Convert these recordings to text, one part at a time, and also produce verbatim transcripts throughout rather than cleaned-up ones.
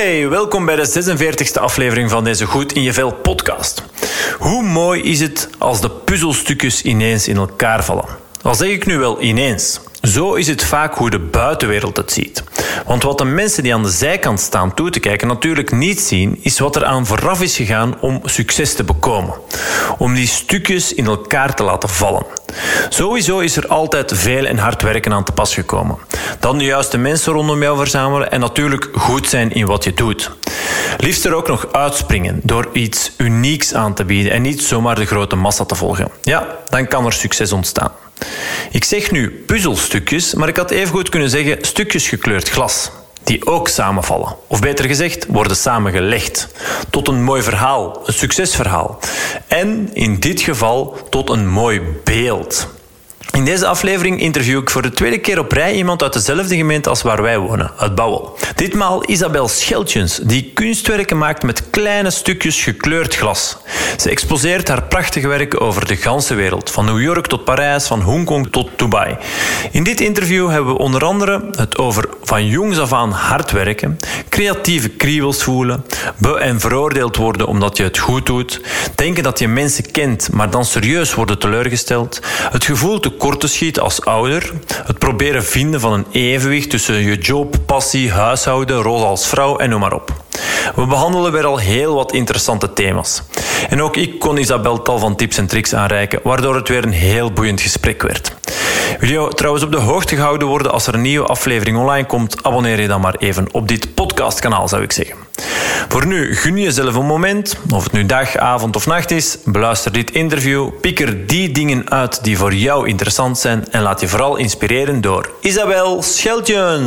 Hey, welkom bij de zesenveertigste aflevering van deze Goed in je Vel podcast. Hoe mooi is het als de puzzelstukjes ineens in elkaar vallen? Al zeg ik nu wel ineens. Zo is het vaak hoe de buitenwereld het ziet. Want wat de mensen die aan de zijkant staan toe te kijken natuurlijk niet zien, is wat er aan vooraf is gegaan om succes te bekomen. Om die stukjes in elkaar te laten vallen. Sowieso is er altijd veel en hard werken aan te pas gekomen. Dan de juiste mensen rondom jou verzamelen en natuurlijk goed zijn in wat je doet. Liefst er ook nog uitspringen door iets unieks aan te bieden en niet zomaar de grote massa te volgen. Ja, dan kan er succes ontstaan. Ik zeg nu puzzelstukjes, maar ik had evengoed kunnen zeggen stukjes gekleurd glas. Die ook samenvallen. Of beter gezegd, worden samengelegd. Tot een mooi verhaal, een succesverhaal. En in dit geval tot een mooi beeld. In deze aflevering interview ik voor de tweede keer op rij iemand uit dezelfde gemeente als waar wij wonen, uit Bouwel. Ditmaal Isabel Scheltjens, die kunstwerken maakt met kleine stukjes gekleurd glas. Ze exposeert haar prachtige werken over de ganse wereld, van New York tot Parijs, van Hongkong tot Dubai. In dit interview hebben we onder andere het over van jongs af aan hard werken, creatieve kriebels voelen, be- en veroordeeld worden omdat je het goed doet, denken dat je mensen kent, maar dan serieus worden teleurgesteld, het gevoel te kort te schieten als ouder, het proberen vinden van een evenwicht tussen je job, passie, huishouden, rol als vrouw en noem maar op. We behandelen weer al heel wat interessante thema's. En ook ik kon Isabel tal van tips en tricks aanreiken, waardoor het weer een heel boeiend gesprek werd. Wil je trouwens op de hoogte gehouden worden als er een nieuwe aflevering online komt, abonneer je dan maar even op dit podcastkanaal, zou ik zeggen. Voor nu, gun jezelf een moment, of het nu dag, avond of nacht is, beluister dit interview, pik er die dingen uit die voor jou interessant zijn en laat je vooral inspireren door Isabel Scheltjens.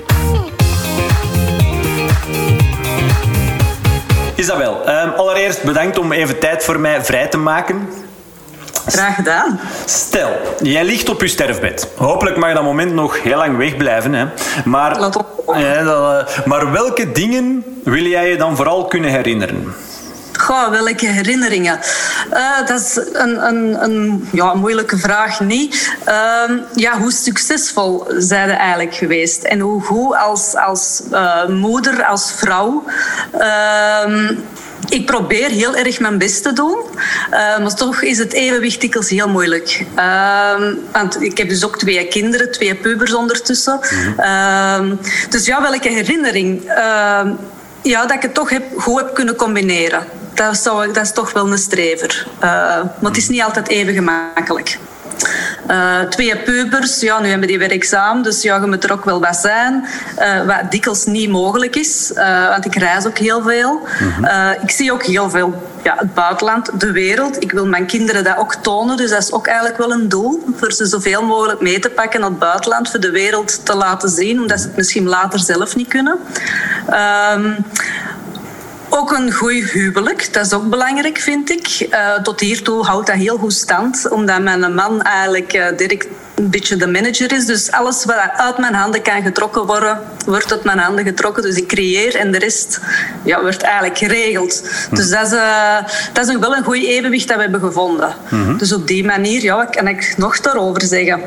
Isabel, um, allereerst bedankt om even tijd voor mij vrij te maken. Graag gedaan. Stel, jij ligt op je sterfbed. Hopelijk mag dat moment nog heel lang wegblijven. Hè. Maar, Laat op. ja, dat, maar welke dingen wil jij je dan vooral kunnen herinneren? Goh, welke herinneringen? Uh, dat is een, een, een, ja, een moeilijke vraag, niet. Uh, ja, hoe succesvol zijn ze eigenlijk geweest? En hoe goed als, als uh, moeder, als vrouw... Uh, Ik probeer heel erg mijn best te doen, uh, maar toch is het evenwicht dikwijls heel moeilijk. Uh, want ik heb dus ook twee kinderen, twee pubers ondertussen. Mm-hmm. Uh, dus ja, welke herinnering? Uh, ja, dat ik het toch heb, goed heb kunnen combineren. Dat, zou, dat is toch wel een strever. Uh, maar het is niet altijd even gemakkelijk. Uh, twee pubers, ja, nu hebben die weer examen, dus ja, je moet er ook wel wat zijn. Uh, wat dikwijls niet mogelijk is, uh, want ik reis ook heel veel. Mm-hmm. Uh, ik zie ook heel veel ja, het buitenland, de wereld. Ik wil mijn kinderen dat ook tonen, dus dat is ook eigenlijk wel een doel. Voor ze zoveel mogelijk mee te pakken naar het buitenland, voor de wereld te laten zien, omdat ze het misschien later zelf niet kunnen. Um, Ook een goed huwelijk, dat is ook belangrijk, vind ik. Uh, tot hiertoe houdt dat heel goed stand, omdat mijn man eigenlijk uh, direct een beetje de manager is. Dus alles wat uit mijn handen kan getrokken worden, wordt uit mijn handen getrokken. Dus ik creëer en de rest ja, wordt eigenlijk geregeld. Hm. Dus dat is, uh, dat is nog wel een goed evenwicht dat we hebben gevonden. Hm. Dus op die manier, ja, wat kan ik nog daarover zeggen?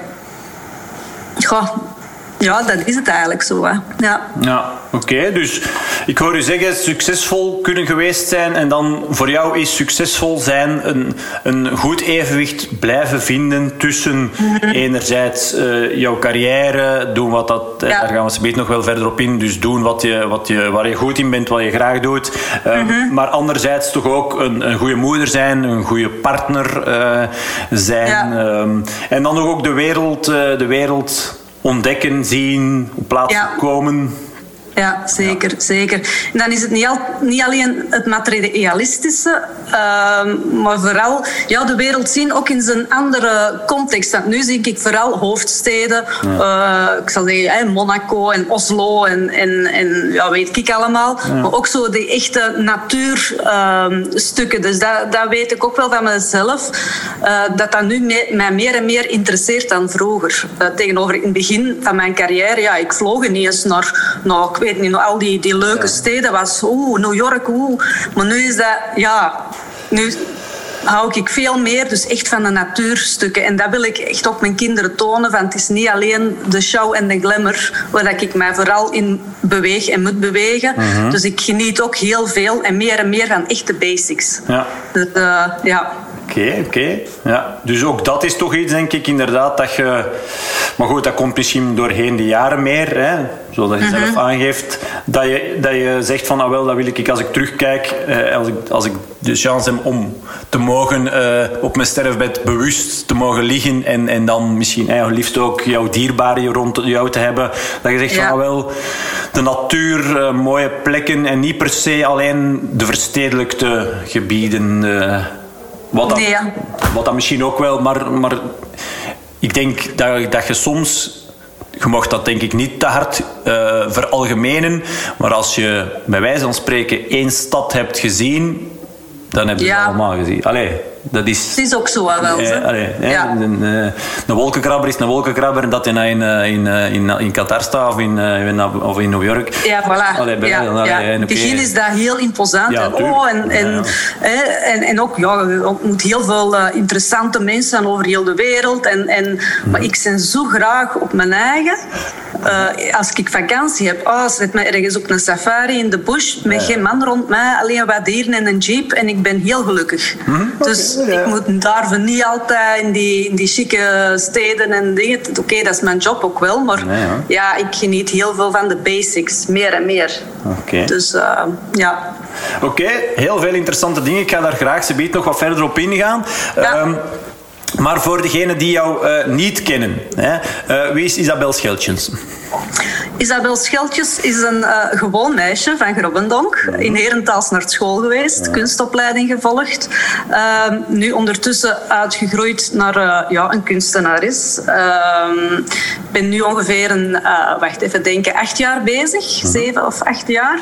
Goh. Ja, dat is het eigenlijk zo. Hè. Ja, ja oké. Okay. Dus ik hoor u zeggen, succesvol kunnen geweest zijn. En dan voor jou is succesvol zijn een, een goed evenwicht blijven vinden tussen mm-hmm. enerzijds uh, jouw carrière, doen wat dat... Ja. Daar gaan we een beetje nog wel verder op in. Dus doen wat je, wat je, waar je goed in bent, wat je graag doet. Uh, mm-hmm. Maar anderzijds toch ook een, een goede moeder zijn, een goede partner uh, zijn. Ja. Um, en dan ook de wereld... Uh, de wereld ontdekken, zien, op plaats ja. komen. Ja, zeker, ja. zeker. En dan is het niet, al, niet alleen het materialistische, uh, maar vooral ja, de wereld zien ook in zijn andere context. Want nu zie ik vooral hoofdsteden, ja. uh, ik zal zeggen Monaco en Oslo en, en, en ja, weet ik allemaal. Ja. Maar ook zo die echte natuurstukken. Uh, dus dat, dat weet ik ook wel van mezelf, uh, dat dat nu me, mij meer en meer interesseert dan vroeger. Uh, tegenover in het begin van mijn carrière, ja, ik vloog niet eens naar... naar ik weet niet, al die, die leuke steden was, oeh, New York, oeh. Maar nu is dat, ja, nu hou ik veel meer dus echt van de natuurstukken. En dat wil ik echt ook mijn kinderen tonen. Van het is niet alleen de show en de glamour waar ik mij vooral in beweeg en moet bewegen. Mm-hmm. Dus ik geniet ook heel veel en meer en meer van echte basics. Ja. Dus, uh, ja. Oké, okay, oké. Okay. Ja. Dus ook dat is toch iets, denk ik, inderdaad, dat je... Maar goed, dat komt misschien doorheen de jaren meer, hè, zoals je mm-hmm. zelf aangeeft, dat je, dat je zegt van, nou wel, dat wil ik als ik terugkijk, eh, als, ik, als ik de chance heb om te mogen eh, op mijn sterfbed bewust te mogen liggen en, en dan misschien eh, liefst ook jouw dierbaren rond jou te hebben, dat je zegt ja. van, nou wel, de natuur, uh, mooie plekken en niet per se alleen de verstedelijkte gebieden... Uh, Wat dat, nee, ja. wat dat misschien ook wel, maar, maar ik denk dat, dat je soms, je mag dat denk ik niet te hard uh, veralgemenen, maar als je bij wijze van spreken één stad hebt gezien, dan heb je ja. het allemaal gezien. Allee, dat is... Het is ook zo wel. Eh, allee, ja. een, een, een wolkenkrabber is een wolkenkrabber en dat in, in, in, in, in Qatar staat of in, in, of in New York. Ja, voilà. Allee, bij, ja, allee, ja. In het begin is dat heel imposant. Ja, en, oh, en, en, ja, ja. en, en ook, ja, je ontmoet heel veel uh, interessante mensen over heel de wereld. En, en, hmm. Maar ik ben zo graag op mijn eigen. Uh, als ik vakantie heb, oh, zet mij ergens op een safari in de bush met ja. geen man rond mij, alleen wat dieren en een jeep en ik ben heel gelukkig. Hmm. Dus okay, ja. ik moet daarvoor niet altijd in die, in die chique steden en dingen. Oké, okay, dat is mijn job ook wel, maar nee, ja. ja, ik geniet heel veel van de basics, meer en meer. Okay. Dus uh, ja. Oké, okay, heel veel interessante dingen. Ik ga daar graag zometeen nog wat verder op ingaan. Ja. Um, Maar voor degenen die jou uh, niet kennen, hè, uh, wie is Isabel Scheltjens? Isabel Scheltjens is een uh, gewoon meisje van Grobbendonk. In Herentals naar school geweest, ja. kunstopleiding gevolgd. Uh, nu ondertussen uitgegroeid naar uh, ja, een kunstenares. Ik uh, ben nu ongeveer een, uh, wacht even denken, acht jaar bezig. Mm-hmm. Zeven of acht jaar.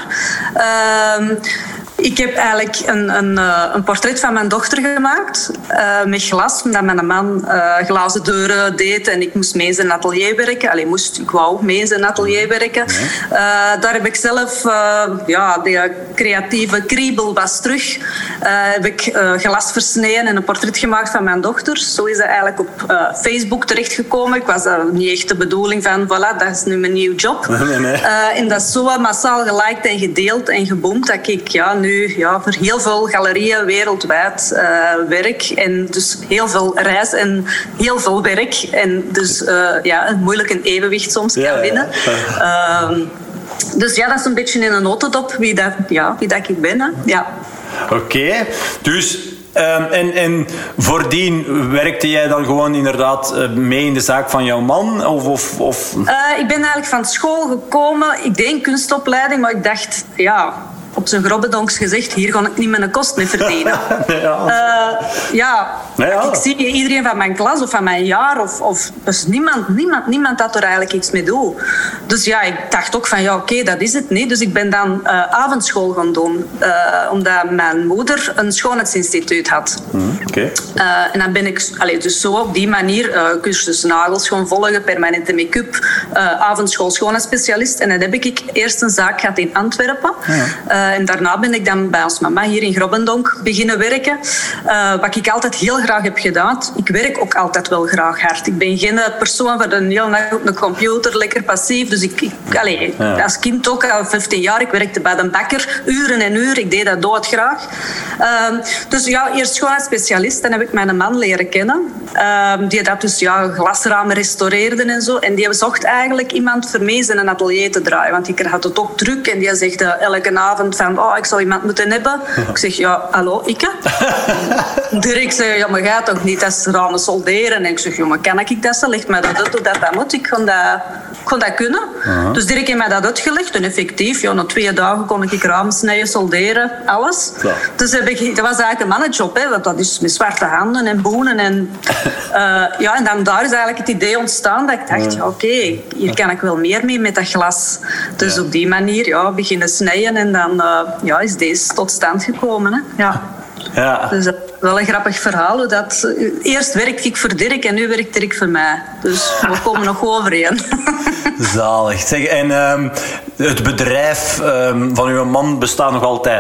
Uh, Ik heb eigenlijk een, een, een portret van mijn dochter gemaakt. Uh, met glas, omdat mijn man uh, glazen deuren deed. En ik moest mee in zijn atelier werken. Allee, moest, ik wou mee in zijn atelier werken. Uh, daar heb ik zelf... Uh, ja, de creatieve kriebel was terug. Uh, heb ik uh, glas versneden en een portret gemaakt van mijn dochter. Zo is dat eigenlijk op uh, Facebook terechtgekomen. Ik was uh, niet echt de bedoeling van... Voilà, dat is nu mijn nieuwe job. Nee, nee. Uh, en dat is zo massaal geliked en gedeeld en geboomd. Dat ik... Ja, nu ja, voor heel veel galerieën wereldwijd uh, werk. En dus heel veel reis en heel veel werk. En dus uh, ja, een moeilijk een evenwicht soms kan ja, vinden. Ja. Uh, dus ja, dat is een beetje in een notendop wie dat, ja, wie dat ik ben. Hè. Ja. Oké, okay. Dus... Um, en, en voordien werkte jij dan gewoon inderdaad uh, mee in de zaak van jouw man? Of, of, of... Uh, ik ben eigenlijk van school gekomen. Ik deed een kunstopleiding, maar ik dacht... ja. Op zijn grobbedonks gezegd, hier ga ik niet mijn kost mee verdienen. nee, ja. Uh, ja, nee, ja, ik zie iedereen van mijn klas of van mijn jaar, of, of dus niemand, niemand, niemand dat er eigenlijk iets mee doet. Dus ja, ik dacht ook van, ja, oké, okay, dat is het niet. Dus ik ben dan uh, avondschool gaan doen, uh, omdat mijn moeder een schoonheidsinstituut had. Mm, okay. uh, en dan ben ik allee, dus zo op die manier uh, cursus nagels gaan volgen, permanente make-up, uh, avondschool schoonheidsspecialist. En dan heb ik eerst een zaak gehad in Antwerpen. Ja. Uh, en daarna ben ik dan bij ons mama hier in Grobbendonk beginnen werken. Uh, wat ik altijd heel graag heb gedaan. Ik werk ook altijd wel graag hard. Ik ben geen persoon van een hele nacht op een computer, lekker passief. Dus ik, ik allez, ja. als kind ook al vijftien jaar, ik werkte bij de bakker, uren en uren. Ik deed dat doodgraag. Uh, dus ja, eerst schoonheidsspecialist. Dan heb ik mijn man leren kennen. Uh, die dat dus ja, glasramen restaureerde en zo. En die zocht eigenlijk iemand voor mij in een atelier te draaien. Want ik had het ook druk. En die zegt uh, elke avond van, oh, ik zou iemand moeten hebben. Ik zeg, ja, hallo, ik? Dirk zei, ja, maar ga toch niet, dat is ramen solderen. En ik zeg, ja, maar kan ik dat zo? Ligt mij dat uit hoe dat, dat moet? Ik kon dat, kon dat kunnen. Uh-huh. Dus Dirk heeft mij dat uitgelegd. En effectief, ja, na twee dagen kon ik ramen snijden, solderen, alles. Ja. Dus heb ik, dat was eigenlijk een mannenjob, hè, want dat is met zwarte handen en boenen. En, uh, ja, en dan daar is eigenlijk het idee ontstaan dat ik dacht, ja, oké, okay, hier kan ik wel meer mee met dat glas. Dus ja. op die manier, ja, beginnen snijden en dan uh, ja, is deze tot stand gekomen. Hè. Ja. Ja. Dus dat is wel een grappig verhaal. Dat, eerst werkte ik voor Dirk en nu werkt Dirk voor mij. Dus we komen nog overeen. Zalig. Zeg, en um, het bedrijf um, van uw man bestaat nog altijd?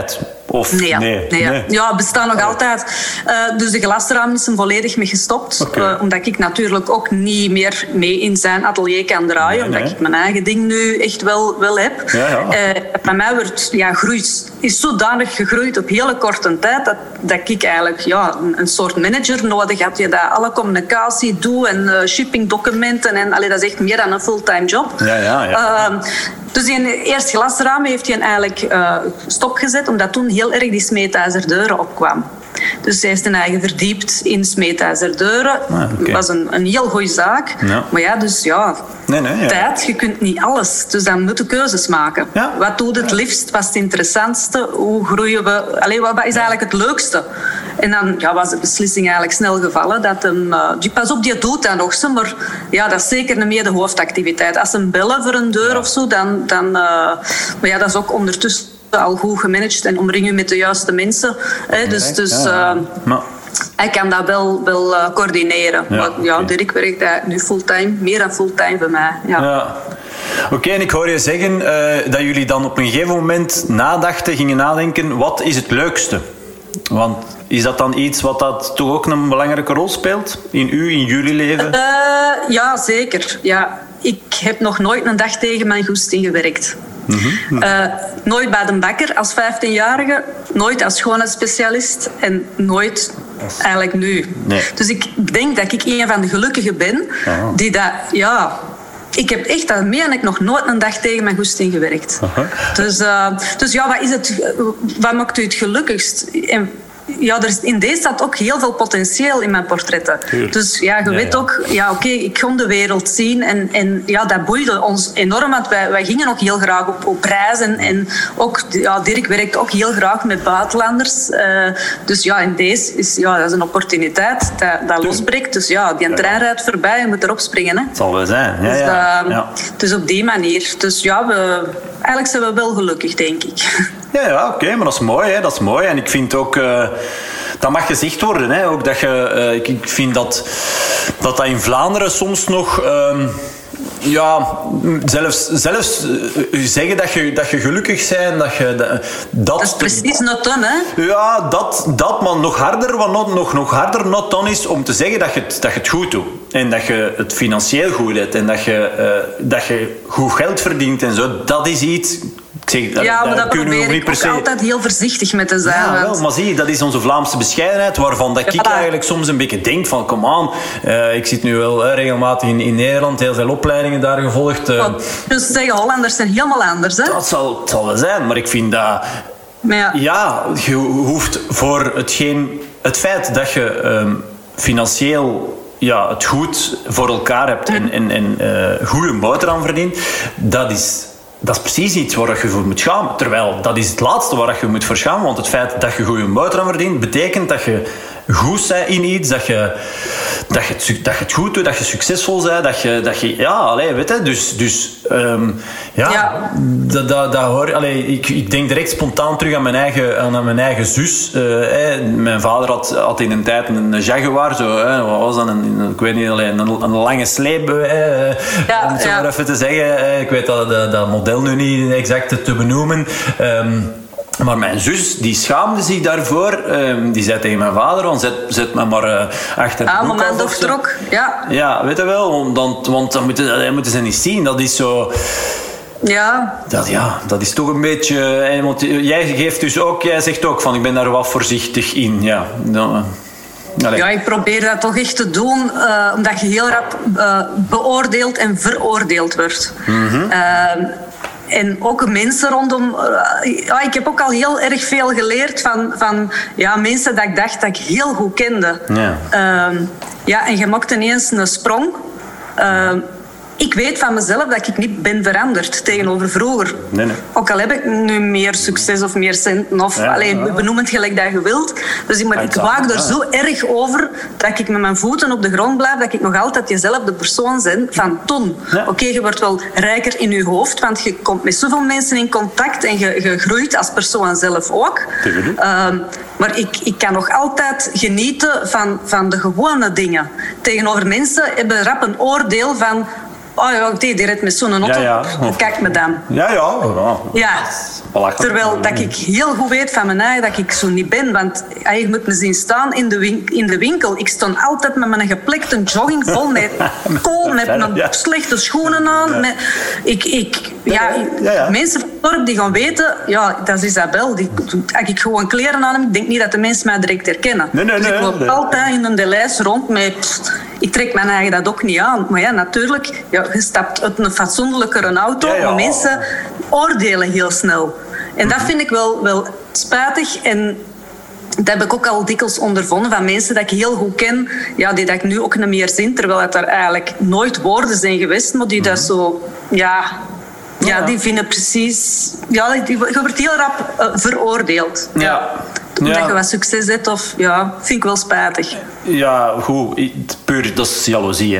Of nee, ja. nee? nee, ja. nee. Ja, bestaan nog altijd. Uh, dus de glasraam is hem volledig mee gestopt. Okay. Uh, omdat ik natuurlijk ook niet meer mee in zijn atelier kan draaien. Nee, omdat nee. ik mijn eigen ding nu echt wel, wel heb. Ja, ja. Uh, bij mij wordt, ja, groeit, is zodanig gegroeid op hele korte tijd dat, dat ik eigenlijk ja, een, een soort manager nodig had die dat alle communicatie doet en uh, shippingdocumenten. En, allee, dat is echt meer dan een fulltime job. Ja, ja, ja. Uh, dus in eerst glasraam heeft hij eigenlijk uh, stopgezet, omdat toen heel erg die smeedijzerdeuren opkwam. Dus hij heeft zijn eigen verdiept in smeedijzerdeuren. Ah, okay. Dat was een, een heel goede zaak. Ja. Maar ja, dus ja, nee, nee, ja. tijd, je kunt niet alles. Dus dan moet je keuzes maken. Ja. Wat doet het liefst? Wat is het interessantste? Hoe groeien we? Allee, wat is eigenlijk het leukste? En dan ja, was de beslissing eigenlijk snel gevallen. Dat hem, uh, die, pas op, die doet dat nog zo, maar ja, dat is zeker niet meer de hoofdactiviteit. Als ze bellen voor een deur ja. of zo, dan... dan uh, maar ja, dat is ook ondertussen al goed gemanaged en omring je met de juiste mensen. Hè, dus dus uh, maar... hij kan dat wel, wel uh, coördineren. Ja, maar ja, okay. Dirk werkt uh, nu fulltime, meer dan fulltime bij mij. Ja. Ja. Oké, okay, en ik hoor je zeggen uh, dat jullie dan op een gegeven moment nadachten, gingen nadenken, wat is het leukste? Want is dat dan iets wat dat toch ook een belangrijke rol speelt in u, in jullie leven? Uh, ja, zeker. Ja. Ik heb nog nooit een dag tegen mijn goesting gewerkt. Mm-hmm. Uh, nooit bij de bakker als vijftienjarige, nooit als schoonheidsspecialist en nooit eigenlijk nu. Nee. Dus ik denk dat ik een van de gelukkigen ben oh. die dat... ja. Ik heb echt, dat meen ik, nog nooit een dag tegen mijn goesting gewerkt. Uh-huh. Dus, uh, dus ja, wat is het... Wat maakt u het gelukkigst? En, ja, er is, in deze staat ook heel veel potentieel in mijn portretten. Tuurlijk. Dus ja, je ja, weet ja. ook... Ja, oké, okay, ik kon de wereld zien. En, en ja, dat boeide ons enorm. Want wij, wij gingen ook heel graag op, op reizen. En ook, ja, Dirk werkt ook heel graag met buitenlanders. Uh, dus ja, in deze is, ja, dat is een opportuniteit dat, dat losbreekt. Dus ja, die ja. trein rijdt voorbij. Je moet erop springen. Hè. Het zal wel zijn. Ja, dus, ja. Uh, ja. dus op die manier. Dus ja, we, eigenlijk zijn we wel gelukkig, denk ik. Ja, ja oké, okay, maar dat is mooi, hè, dat is mooi. En ik vind ook... Uh, dat mag gezegd worden, hè. Ook dat je... Uh, ik, ik vind dat, dat dat in Vlaanderen soms nog... Uh, ja, zelfs, zelfs uh, zeggen dat je, dat je gelukkig bent, dat je... Dat, dat is precies not done, hè? Ja, dat, dat maar nog harder, wat not, nog, nog harder not done is om te zeggen dat je, het, dat je het goed doet. En dat je het financieel goed hebt. En dat je, uh, dat je goed geld verdient en zo. Dat is iets... Zeg, dat, ja, maar dat probeer ik per se... ook altijd heel voorzichtig met te zijn. Ja, wel, maar zie je, dat is onze Vlaamse bescheidenheid, waarvan dat ja. ik eigenlijk soms een beetje denk van, kom aan, uh, ik zit nu wel uh, regelmatig in, in Nederland, heel veel opleidingen daar gevolgd. Uh, dus zeggen, Hollanders zijn helemaal anders, hè? Dat zal, het zal wel zijn, maar ik vind dat... Maar ja. ja, je hoeft voor hetgeen... Het feit dat je um, financieel... ja, het goed voor elkaar hebt en, en, en uh, goede boterham verdient, dat is... Dat is precies iets waar je voor moet schamen. Terwijl, dat is het laatste waar je moet voor schamen. Want het feit dat je goede boterham verdient, betekent dat je goed bent in iets. Dat je, dat je, het, dat je het goed doet, dat je succesvol bent. Dat je, dat je, ja, allee, weet je. Dus, dus um, ja, ja. Dat, dat, dat hoor, allee, ik, ik denk direct spontaan terug aan mijn eigen, aan mijn eigen zus. Uh, eh, mijn vader had, had in een tijd een Jaguar. Zo, eh, wat was dat? Een, ik weet niet, allee, een, een lange sleep. Eh, ja, om het zo ja. maar even te zeggen. Eh, ik weet dat, dat, dat model nu niet exact te benoemen. Um, maar mijn zus, die schaamde zich daarvoor. Um, die zei tegen mijn vader, zet, zet me maar uh, achter de ah, broek maar mijn dochter ook, ja. Ja, weet je wel. Want, want dan moeten, dan moeten ze niet zien. Dat is zo... Ja. Dat, ja, dat is toch een beetje... Want jij geeft dus ook... Jij zegt ook van, ik ben daar wat voorzichtig in. Ja, dan... Allee. Ja, ik probeer dat toch echt te doen, uh, omdat je heel rap uh, beoordeeld en veroordeeld wordt. Mm-hmm. Uh, en ook mensen rondom... Uh, ja, ik heb ook al heel erg veel geleerd van, van ja, mensen dat ik dacht dat ik heel goed kende. Ja, uh, ja en je maakt ineens een sprong. Uh, Ik weet van mezelf dat ik niet ben veranderd tegenover vroeger. Nee, nee. Ook al heb ik nu meer succes of meer centen. Of, ja, alleen, ja. benoem het gelijk dat je wilt. Dus ik, maar ik waak er ja. zo erg over dat ik met mijn voeten op de grond blijf. Dat ik nog altijd jezelfde persoon ben van toen. Ja. Oké, okay, je wordt wel rijker in je hoofd. Want je komt met zoveel mensen in contact. En je, je groeit als persoon zelf ook. Uh, maar ik, ik kan nog altijd genieten van, van de gewone dingen. Tegenover mensen hebben rap een oordeel van... oh ja, die, die redt met zo'n auto. Ja, ja. Kijk me dan. Ja, ja. ja. Ja. Belachelijk. Terwijl dat ik heel goed weet van mijn eigen dat ik zo niet ben. Want je moet me zien staan in de, win- in de winkel. Ik sta altijd met mijn geplekte jogging vol met kool, met mijn ja. slechte schoenen aan. Ja. Met, ik, ik, ja, Ja, ja. Mensen van het dorp die gaan weten, ja, dat is Isabel. Die, als ik gewoon kleren aan heb, ik denk niet dat de mensen mij direct herkennen. Nee, nee, dus nee, ik loop nee. altijd in een delijs rond met... pst, ik trek mijn eigen dat ook niet aan. Maar ja, natuurlijk, ja, je stapt uit een fatsoenlijkere auto, Ja, ja. maar mensen oordelen heel snel. En dat vind ik wel, wel spijtig. En dat heb ik ook al dikwijls ondervonden van mensen dat ik heel goed ken, ja, die dat ik nu ook niet meer zie, terwijl het er eigenlijk nooit woorden zijn geweest, maar die dat zo... Ja, ja, die vinden precies... Ja, die, je wordt heel rap uh, veroordeeld. Ja. Omdat Ja. je wat succes hebt, of... Ja, vind ik wel spijtig. Ja, goed. Ik- Puur, dat is jaloezie, hè.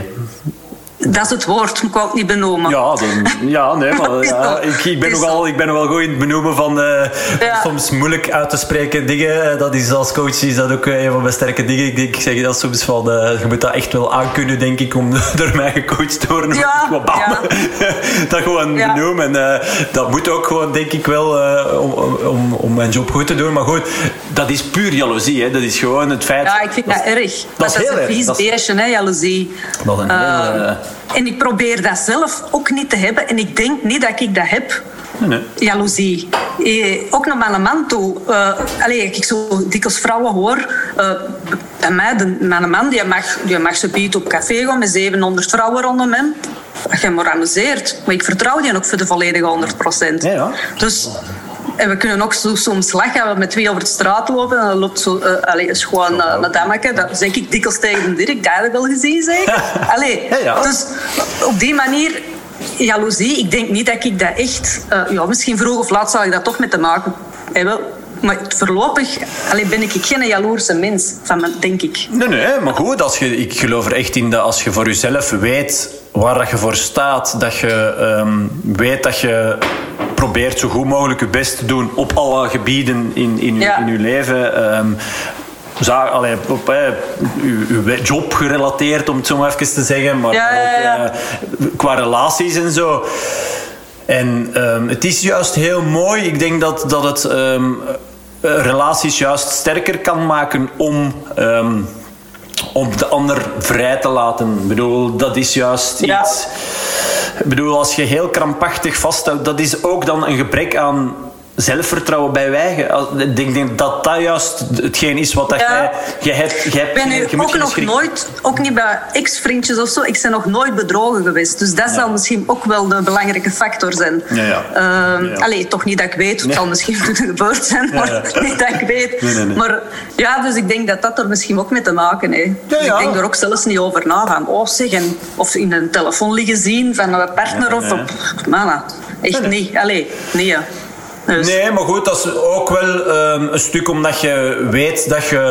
Dat is het woord, ik wou het niet benoemen. Ja, dan, ja nee, maar Is ja, zo. ik, ik, ben Is nogal, zo. ik ben nogal goed in het benoemen van uh, Ja. soms moeilijk uit te spreken dingen. Dat is als coach is dat ook een van mijn sterke dingen. Ik, denk, ik zeg dat soms van, uh, je moet dat echt wel aankunnen, denk ik, om door mij gecoacht te worden. Ja, Gewoon bam, ja. dat gewoon Ja. benoemen. En uh, dat moet ook gewoon, denk ik wel, uh, om, om, om mijn job goed te doen. Maar goed, dat is puur jaloezie. Hè. Dat is gewoon het feit... Ja, ik vind dat, erg. dat is dat is heel een erg. vies Dat is- beestje, hè, jaloezie. Dat is een Eh, heel, uh, En ik probeer dat zelf ook niet te hebben. En ik denk niet dat ik dat heb. Nee, nee. Jaloezie. Eh, ook naar mijn man toe. Uh, allee, ik zo dikwijls vrouwen hoor. Uh, bij mij, de, mijn man, die mag, die mag ze biedt op café gaan met zevenhonderd vrouwen rondom hem. Dat je maar amuseert. Maar ik vertrouw die ook voor de volledige honderd procent. Ja, ja. Dus... En we kunnen ook zo, soms lachen als we met twee over de straat lopen. En dan loopt zo, uh, allee, is gewoon uh, een dammeke. Dat zeg ik dikwijls tegen de Dirk. Dat heb je wel gezien, zeker? Allee, Ja, ja. Dus op die manier, jaloezie. Ik denk niet dat ik dat echt... Uh, ja, misschien vroeg of laat zal ik dat toch met te maken hebben. Maar voorlopig allee, ben ik geen jaloerse mens, van me, denk ik. Nee, nee, maar goed, als je, ik geloof er echt in dat als je voor jezelf weet waar dat je voor staat, dat je um, weet dat je probeert zo goed mogelijk je best te doen op alle gebieden in, in, Ja. in je leven. Um, Zaak, allee, op eh, uw, uw job gerelateerd, om het zo maar even te zeggen, maar Ja, ja, ja. ook uh, qua relaties en zo. En um, het is juist heel mooi. Ik denk dat, dat het um, relaties juist sterker kan maken om, um, om de ander vrij te laten. Ik bedoel, dat is juist Ja. iets... Ik bedoel, als je heel krampachtig vasthoudt, dat is ook dan een gebrek aan zelfvertrouwen bij wijgen. Als- Ik denk, denk dat dat juist hetgeen is wat dat Ja. jij... jij hebt, jij hebt, Ik ben nu je moet ook geen nog schrik- nooit, ook niet bij ex-vriendjes of zo, ik ben nog nooit bedrogen geweest. Dus dat Ja. zal misschien ook wel de belangrijke factor zijn. Ja, ja. Ehm, Ja, ja. Allee, toch niet dat ik weet, het Nee. zal misschien toen gebeurd zijn, maar Ja, ja. niet dat ik weet. Nee, nee, nee. Maar ja, dus ik denk dat dat er misschien ook mee te maken heeft. Dus ja. ik denk er ook zelfs niet over na van, oh zeg, en, of in een telefoon liggen zien van een partner Ja, of ja. op... Mama, echt Nee, nee. niet. Allee, nee. ja. Dus, Nee, maar goed, dat is ook wel um, een stuk omdat je weet dat je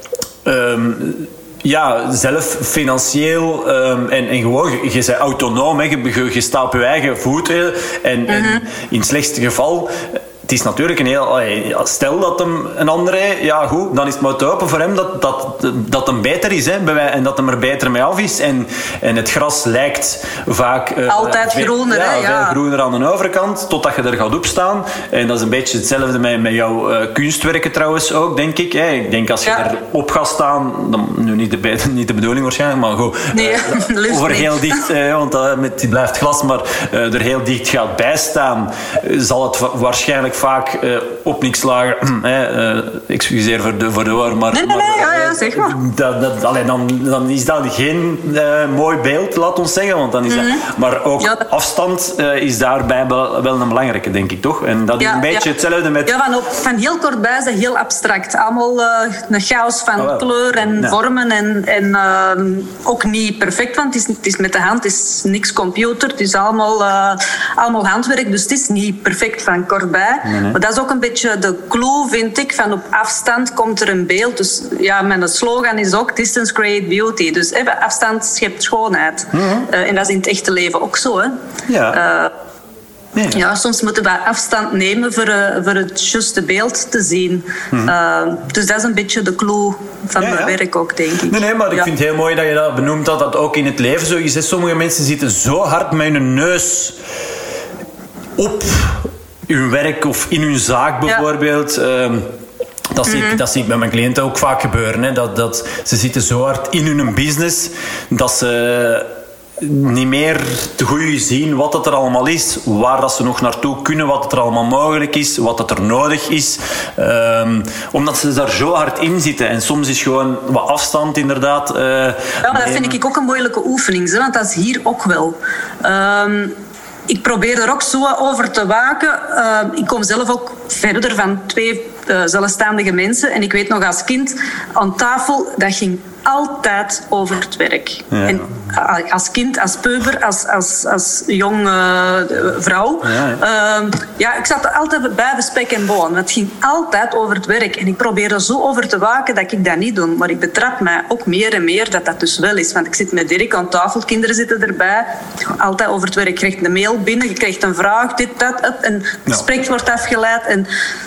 um, ja, zelf financieel um, en, en gewoon, je, je bent autonoom, hè, je, je, je staat op je eigen voeten en, en in het slechtste geval... Het is natuurlijk een heel... allee, stel dat hem een andere... Ja, goed, dan is het maar te hopen voor hem dat, dat, dat hem beter is. Hè, bij wij- en dat hem er beter mee af is. En, en het gras lijkt vaak... eh, Altijd veel- groener, ja, hè, ja. veel groener aan de overkant, totdat je er gaat opstaan. En dat is een beetje hetzelfde met, met jouw uh, kunstwerken trouwens ook, denk ik. Hè. Ik denk als je Ja. erop gaat staan... Dan, nu niet de, be- niet de bedoeling waarschijnlijk, maar goed. Nee, eh, liefst over niet. heel dicht... Eh, want uh, met, die blijft glas, maar uh, er heel dicht gaat bijstaan, uh, zal het va- waarschijnlijk vaak uh, op niks slagen. eh, uh, excuseer voor de, voor de woord, maar... Nee, nee, nee, maar, ja, ja, zeg maar. Dat, dat, allee, dan, dan is dat geen uh, mooi beeld, laat ons zeggen. Want dan is dat, maar ook Ja, dat- afstand uh, is daarbij wel, wel een belangrijke, denk ik, toch? En dat is Ja, een beetje ja. hetzelfde met... Ja, van, op, van heel kort bij is dat heel abstract. Allemaal uh, een chaos van Oh, wel. kleur en Ja. vormen. En, en uh, ook niet perfect, want het is, het is met de hand. Het is niks computer. Het is allemaal, uh, allemaal handwerk. Dus het is niet perfect van kort bij. Nee, nee. Maar dat is ook een beetje de clue, vind ik. Van op afstand komt er een beeld. Dus ja, mijn slogan is ook distance create beauty. Dus even afstand schept schoonheid. Mm-hmm. Uh, en dat is in het echte leven ook zo. Hè. Ja. Uh, Nee. Ja, soms moeten we afstand nemen voor, uh, voor het juiste beeld te zien. Mhm. Uh, dus dat is een beetje de clue van ja, ja. mijn werk ook, denk ik. Nee, nee, maar ik ja. vind het heel mooi dat je dat benoemt, dat dat ook in het leven zo is. Sommige mensen zitten zo hard met hun neus op hun werk of in hun zaak bijvoorbeeld. Ja. Um, dat, zie ik, dat zie ik bij mijn cliënten ook vaak gebeuren. Hè. Dat, dat, ze zitten zo hard in hun business dat ze niet meer te goed zien wat het er allemaal is, waar dat ze nog naartoe kunnen, wat het er allemaal mogelijk is, wat het er nodig is. Um, omdat ze daar zo hard in zitten. En soms is gewoon wat afstand inderdaad. Uh, ja, maar dat vind ik ook een moeilijke oefening, want dat is hier ook wel. Um, Ik probeer er ook zo over te waken. Uh, ik kom zelf ook verder van twee uh, zelfstandige mensen. En ik weet nog als kind aan tafel, dat ging altijd over het werk. Ja. En uh, als kind, als puber, als, als, als jonge uh, vrouw. Ja, ja. Uh, ja, ik zat er altijd bij de spek en boon. Het ging altijd over het werk. En ik probeer er zo over te waken dat ik dat niet doe. Maar ik betrap mij ook meer en meer dat dat dus wel is. Want ik zit met Dirk aan tafel, kinderen zitten erbij. Altijd over het werk. Je krijgt een mail binnen, je krijgt een vraag, dit, dat, dat. En het gesprek ja. wordt afgeleid. En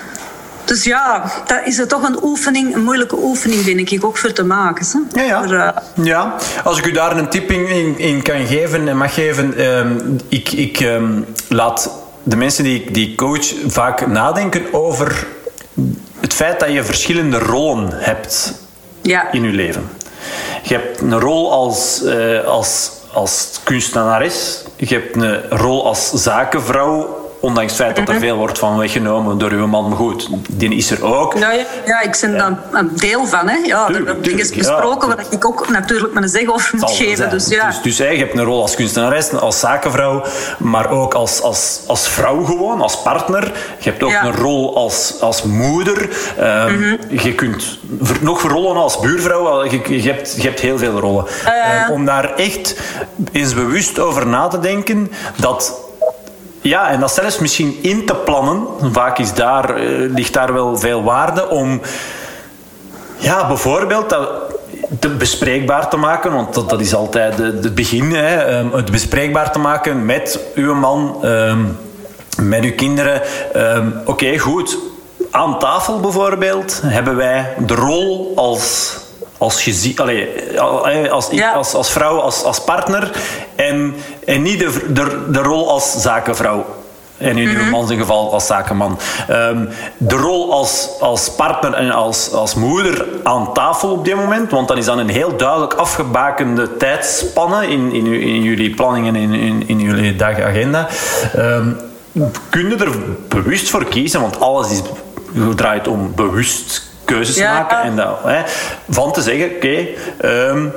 dus ja, dat is er toch een oefening, een moeilijke oefening, denk ik, ook voor te maken. Hè? Ja, ja. Voor, uh... ja, als ik u daar een tip in, in kan geven en mag geven, um, ik, ik um, laat de mensen die, die ik coach vaak nadenken over het feit dat je verschillende rollen hebt ja. in je leven. Je hebt een rol als, uh, als, als kunstenares, je hebt een rol als zakenvrouw. Ondanks het feit dat er veel wordt van weggenomen door uw man. Maar goed, die is er ook. Ja, ja, ja ik ben daar een deel van. Hè. Ja, tuurlijk, er hebben dingen besproken ja. waar ik ook natuurlijk mijn zeg over moet geven. Dus, ja. dus, dus hey, je hebt een rol als kunstenares, als zakenvrouw, maar ook als, als, als vrouw gewoon, als partner. Je hebt ook ja. een rol als, als moeder. Um, mm-hmm. Je kunt nog rollen als buurvrouw. Je, je, hebt, je hebt heel veel rollen. Uh. Um, om daar echt eens bewust over na te denken dat... Ja, en dat zelfs misschien in te plannen. Vaak is daar, uh, ligt daar wel veel waarde om... Ja, bijvoorbeeld dat te bespreekbaar te maken. Want dat, dat is altijd het begin. Hè, um, het bespreekbaar te maken met uw man, um, met uw kinderen. Um, Oké, okay, goed. Aan tafel bijvoorbeeld hebben wij de rol als... Als, gezi- allez, als, ja. als, als vrouw, als, als partner. En, en niet de, de, de rol als zakenvrouw. En in mm-hmm. uw man zijn geval als zakenman. Um, de rol als, als partner en als, als moeder aan tafel op dit moment. Want dat is dan een heel duidelijk afgebakende tijdspanne in, in, in jullie planningen, in, in, in jullie dagagenda. Um, kun je er bewust voor kiezen, want alles is, draait om bewust keuzes ja. maken. En dat, hè, van te zeggen, oké, okay, um,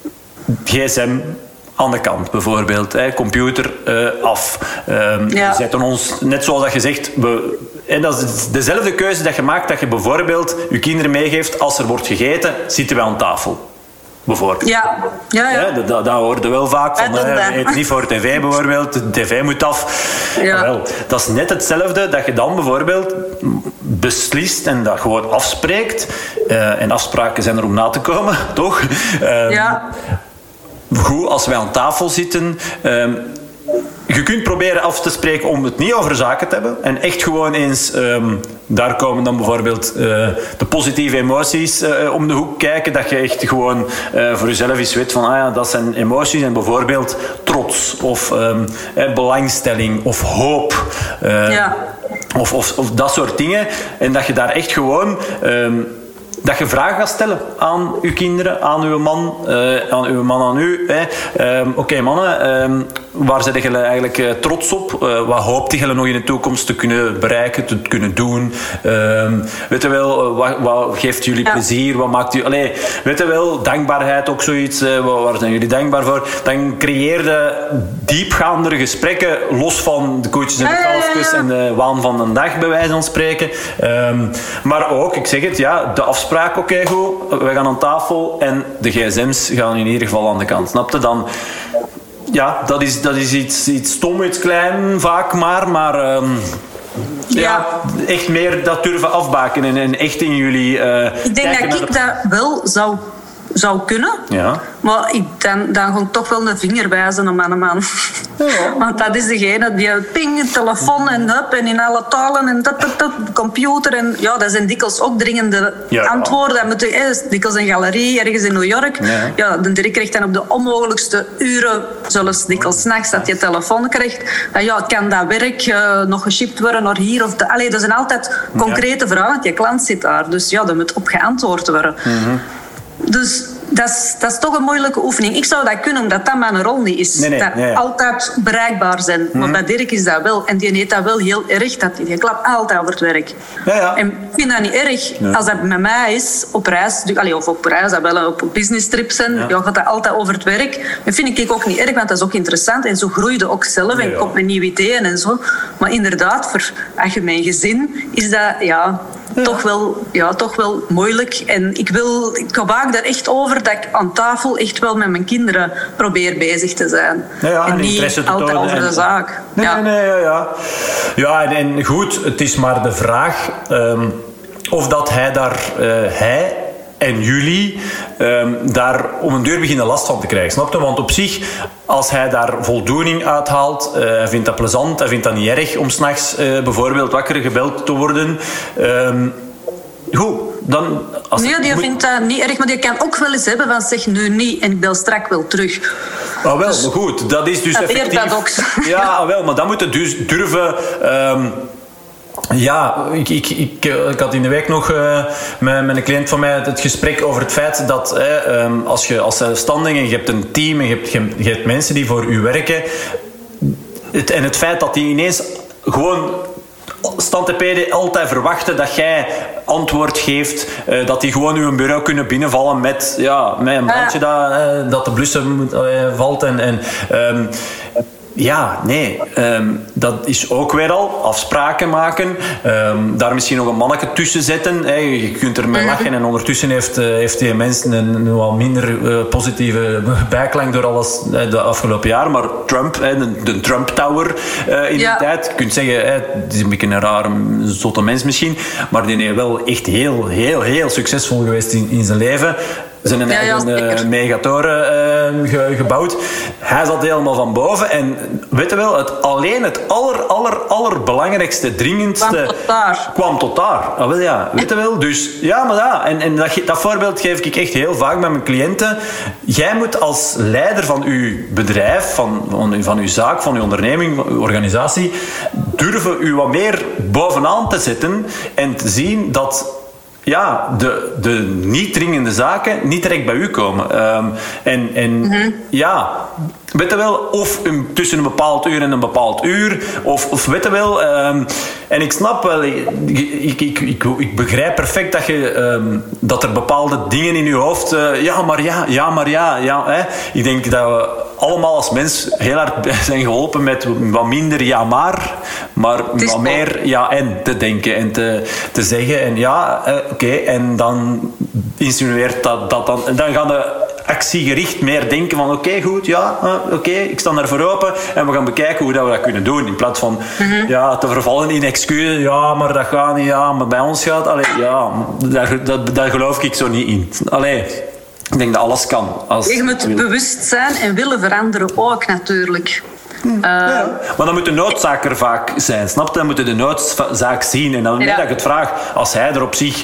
gsm aan de kant bijvoorbeeld, hè, computer uh, af. Um, ja. We zetten ons, net zoals dat je zegt, we, en dat is dezelfde keuze dat je maakt, dat je bijvoorbeeld je kinderen meegeeft, als er wordt gegeten, zitten we aan tafel. Bijvoorbeeld. Ja, ja, ja. ja dat, dat, dat hoorde wel vaak van, hè, eet niet voor tv bijvoorbeeld, de tv moet af. Ja. Wel, dat is net hetzelfde dat je dan bijvoorbeeld beslist en dat gewoon afspreekt. Uh, en afspraken zijn er om na te komen, toch? Uh, ja. Goed, als wij aan tafel zitten... Uh, je kunt proberen af te spreken om het niet over zaken te hebben. En echt gewoon eens... Um, daar komen dan bijvoorbeeld uh, de positieve emoties uh, om de hoek kijken. Dat je echt gewoon uh, voor jezelf eens weet van... Ah ja, dat zijn emoties. En bijvoorbeeld trots. Of um, eh, belangstelling. Of hoop. Uh, ja. of, of, of dat soort dingen. En dat je daar echt gewoon... Um, dat je vragen gaat stellen aan uw kinderen, aan uw man, uh, aan uw man aan u. Um, Oké, okay, mannen, um, waar zijn jullie eigenlijk uh, trots op? Uh, wat hoopt jullie nog in de toekomst te kunnen bereiken, te kunnen doen? Um, weet je wel, uh, wat, wat geeft jullie ja. plezier? Wat maakt u... Allee, weet je wel, dankbaarheid ook zoiets. Uh, waar zijn jullie dankbaar voor? Dan creëer je diepgaandere gesprekken, los van de koetjes en de kalfjes en de waan van de dag, bij wijze van spreken. Um, maar ook, ik zeg het, ja, de afspraak. Oké, okay, goed, we gaan aan tafel en de gsm's gaan in ieder geval aan de kant. Snap je? Dan, ja, dat is, dat is iets, iets stom, iets klein, vaak maar, maar um, ja. ja, echt meer dat durven afbaken en, en echt in jullie... Uh, ik denk dat ik de... dat wel zou zou kunnen. Ja. Maar ik, dan, dan ga ik toch wel een vinger wijzen op mijn man. Ja. Want dat is degene die ping, telefoon en hup en in alle talen en dat, dat, dat, computer. En ja, dat zijn dikwijls ook dringende ja. antwoorden. Dat moet je, eh, dikwijls een galerie ergens in New York. Ja. Ja, de direct krijgt dan op de onmogelijkste uren, zelfs dikwijls 's nachts, dat je telefoon krijgt. Dan ja, kan dat werk uh, nog geshipped worden naar hier? Of de, allee, er zijn altijd concrete ja. vragen. Je klant zit daar. Dus ja, dat moet op geantwoord worden. Mm-hmm. Dus dat is, dat is toch een moeilijke oefening. Ik zou dat kunnen, omdat dat mijn rol niet is. Nee, nee, dat nee. altijd bereikbaar zijn. Mm-hmm. Maar bij Dirk is dat wel. En die heeft dat wel heel erg. Dat die klapt altijd over het werk. Ja, ja. En ik vind dat niet erg. Nee. Als dat met mij is, op reis, allee, of op reis, dat wel op business trips zijn, ja. Ja, gaat dat altijd over het werk. Dat vind ik ook niet erg, want dat is ook interessant. En zo groei je ook zelf en ja, ja. komt met nieuwe ideeën en zo. Maar inderdaad, voor als je mijn gezin, is dat... Ja, Ja. Toch, wel, ja, toch wel moeilijk. En ik, wil, ik waak daar echt over dat ik aan tafel echt wel met mijn kinderen probeer bezig te zijn. Ja, ja, en, en niet altijd over en, de zaak. Nee, ja. nee, nee, ja, ja. Ja, en, en goed, het is maar de vraag um, of dat hij daar... Uh, hij en jullie um, daar om een deur beginnen last van te krijgen. Snap je? Want op zich, als hij daar voldoening uithaalt, uh, hij vindt dat plezant, hij vindt dat niet erg om 's nachts uh, bijvoorbeeld wakker gebeld te worden. Um, goed, dan... Als nee, die moet... vindt dat niet erg, maar die kan ook wel eens hebben van zeg nu niet en ik bel strak wel terug. Ah, wel, dus, maar goed, dat is dus dat effectief... Ja, wel, maar dan moet je dus durven... Um, Ja, ik, ik, ik, ik had in de week nog uh, met, met een cliënt van mij het gesprek over het feit dat eh, um, als je als zelfstandige en je hebt een team en je hebt, je, je hebt mensen die voor u werken het, en het feit dat die ineens gewoon standtepeden altijd verwachten dat jij antwoord geeft, uh, dat die gewoon uw bureau kunnen binnenvallen met, ja, met een bandje dat, uh, dat de blussen uh, valt en... en um, Ja, nee. Um, dat is ook weer al afspraken maken. Um, daar misschien nog een manneke tussen zetten. Hey, je kunt er mee lachen. En ondertussen heeft, uh, heeft die mensen een, een wat minder uh, positieve bijklank door alles uh, de afgelopen jaar. Maar Trump, uh, de, de Trump Tower uh, in ja. die tijd. Je kunt zeggen, uh, het is een beetje een rare, zotte mens misschien. Maar die is wel echt heel, heel, heel succesvol geweest in, in zijn leven. Zijn een ja, eigen ja, uh, megatoren uh, ge, gebouwd. Hij zat helemaal van boven. En weet je wel, het, alleen het aller, aller, allerbelangrijkste, dringendste... Kwam tot daar. Kwam tot daar. Ah, wel, ja, weet je wel. Dus ja, maar ja. En, en dat, dat voorbeeld geef ik echt heel vaak met mijn cliënten. Jij moet als leider van uw bedrijf, van, van, van uw zaak, van uw onderneming, uw organisatie, durven u wat meer bovenaan te zetten en te zien dat... Ja, de, de niet dringende zaken niet direct bij u komen. Um, en en mm-hmm. ja, weet je wel, of um, tussen een bepaald uur en een bepaald uur, of, of weet je wel. Um, en ik snap wel, ik, ik, ik, ik, ik begrijp perfect dat, je, um, dat er bepaalde dingen in je hoofd, uh, ja, maar ja, ja, maar ja, ja. Hè. Ik denk dat we allemaal als mens heel hard zijn geholpen met wat minder ja, maar, maar wat meer ja en te denken en te, te zeggen. En ja, uh, oké, okay, en dan insinueert dat, dat dan, en dan gaan de actiegericht meer denken van oké, okay, goed, ja, uh, oké, okay, ik sta daarvoor open en we gaan bekijken hoe dat we dat kunnen doen. In plaats van mm-hmm. ja, te vervallen in excuses, ja, maar dat gaat niet, ja, maar bij ons gaat, allee, ja, daar, dat, daar geloof ik zo niet in. Allee, ik denk dat alles kan. Als je moet wil. bewust zijn en willen veranderen ook natuurlijk. Uh, ja. Maar dan moet de noodzaak er vaak zijn, snap je? Dan moet je de noodzaak zien. En dan ja. nee, dat ik het vraag, als hij er op zich,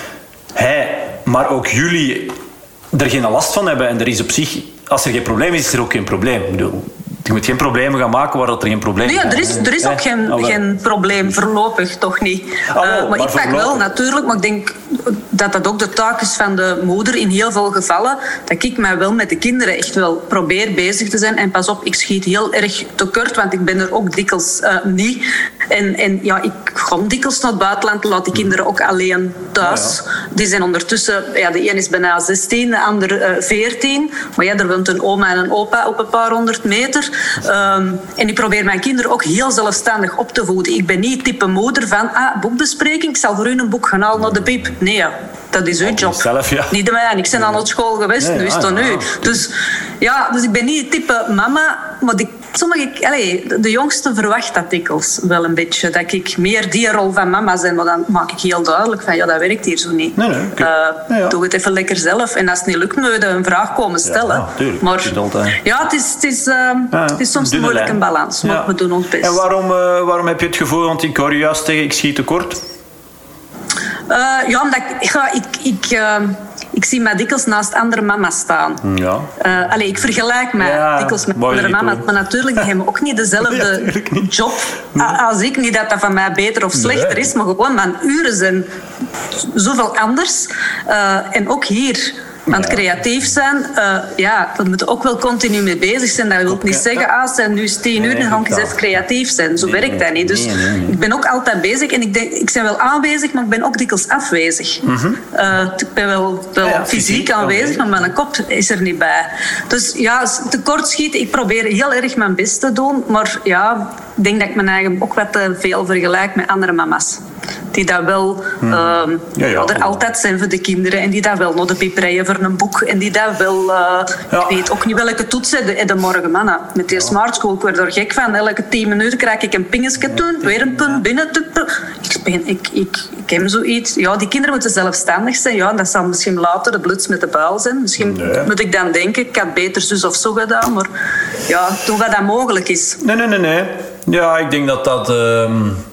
hij, maar ook jullie er geen last van hebben en er is op zich, als er geen probleem is, is er ook geen probleem. Ik bedoel, je moet geen problemen gaan maken waar er geen probleem is. Nee, er is, er is ook geen, oh, geen probleem, voorlopig toch niet. Oh, uh, maar, maar ik pak wel natuurlijk, maar ik denk dat dat ook de taak is van de moeder in heel veel gevallen, dat ik mij wel met de kinderen echt wel probeer bezig te zijn. En pas op, ik schiet heel erg tekort, want ik ben er ook dikwijls uh, niet. En, en ja, ik ga dikwijls naar het buitenland, laat die kinderen ook alleen thuis. Ja, ja. Die zijn ondertussen, ja, de een is bijna zestien, de ander uh, veertien. Maar ja, er woont een oma en een opa op een paar honderd meter. Um, en ik probeer mijn kinderen ook heel zelfstandig op te voeden. Ik ben niet type moeder van, ah, boekbespreking, ik zal voor u een boek gaan halen naar de piep. Nee, ja, dat is uw job. Zelf, ja. Niet de mij. Ik ben aan het school geweest, nee, nu is het aan ja, u. Ja. Dus, ja, dus ik ben niet type mama, maar ik sommige, allez, de jongste verwacht dat dikwijls wel een beetje. Dat ik meer die rol van mama ben. Maar dan maak ik heel duidelijk van, ja, dat werkt hier zo niet. Nee, nee, okay. uh, ja, ja. Doe het even lekker zelf. En als het niet lukt, moet je een vraag komen stellen. Ja, tuurlijk. Maar ja, het is, het is, uh, ja, het is soms een moeilijke lijn. balans. Maar ja. we doen ons best. En waarom, uh, waarom heb je het gevoel, want ik hoor je juist zeggen, ik schiet tekort? Uh, ja, omdat ik... Ja, ik, ik uh, Ik zie mij dikwijls naast andere mama's staan. Ja. Uh, allee, ik vergelijk mij ja, dikwijls met andere mama's. Maar natuurlijk, die hebben ook niet dezelfde ja, niet. job nee. als ik. Niet dat dat van mij beter of slechter nee. is, maar gewoon mijn uren zijn zoveel anders. Uh, en ook hier... Want ja. creatief zijn, uh, ja, daar moet je ook wel continu mee bezig zijn. Dat wil okay. niet zeggen, ah, het zijn nu tien uur, dan ga ik eens even creatief zijn. Zo nee, werkt dat niet. Dus nee, nee, nee. ik ben ook altijd bezig. En ik, denk, ik ben wel aanwezig, maar ik ben ook dikwijls afwezig. Mm-hmm. Uh, ik ben wel, wel ja, fysiek, fysiek aanwezig, maar mijn kop is er niet bij. Dus ja, tekortschieten, ik probeer heel erg mijn best te doen. Maar ja, ik denk dat ik mijn eigen ook wat te veel vergelijk met andere mama's. Die dat wel hmm. um, ja, ja, er altijd zijn voor de kinderen. En die dat wel naar de pipreien voor een boek. En die dat wel... Uh, ja. Ik weet ook niet welke toets de, de morgen. Man, met die ja. smart school, ik word er gek van. Elke tien minuten krijg ik een pingetje doen. Weer een punt binnen. Ik, ben, ik, ik, ik heb zoiets... Ja, die kinderen moeten zelfstandig zijn. Ja, dat zal misschien later de bluts met de buil zijn. Misschien nee. moet ik dan denken, ik had beter zus of zo gedaan. Maar ja, doen wat dat mogelijk is. Nee, nee, nee. nee. Ja, ik denk dat dat... Uh,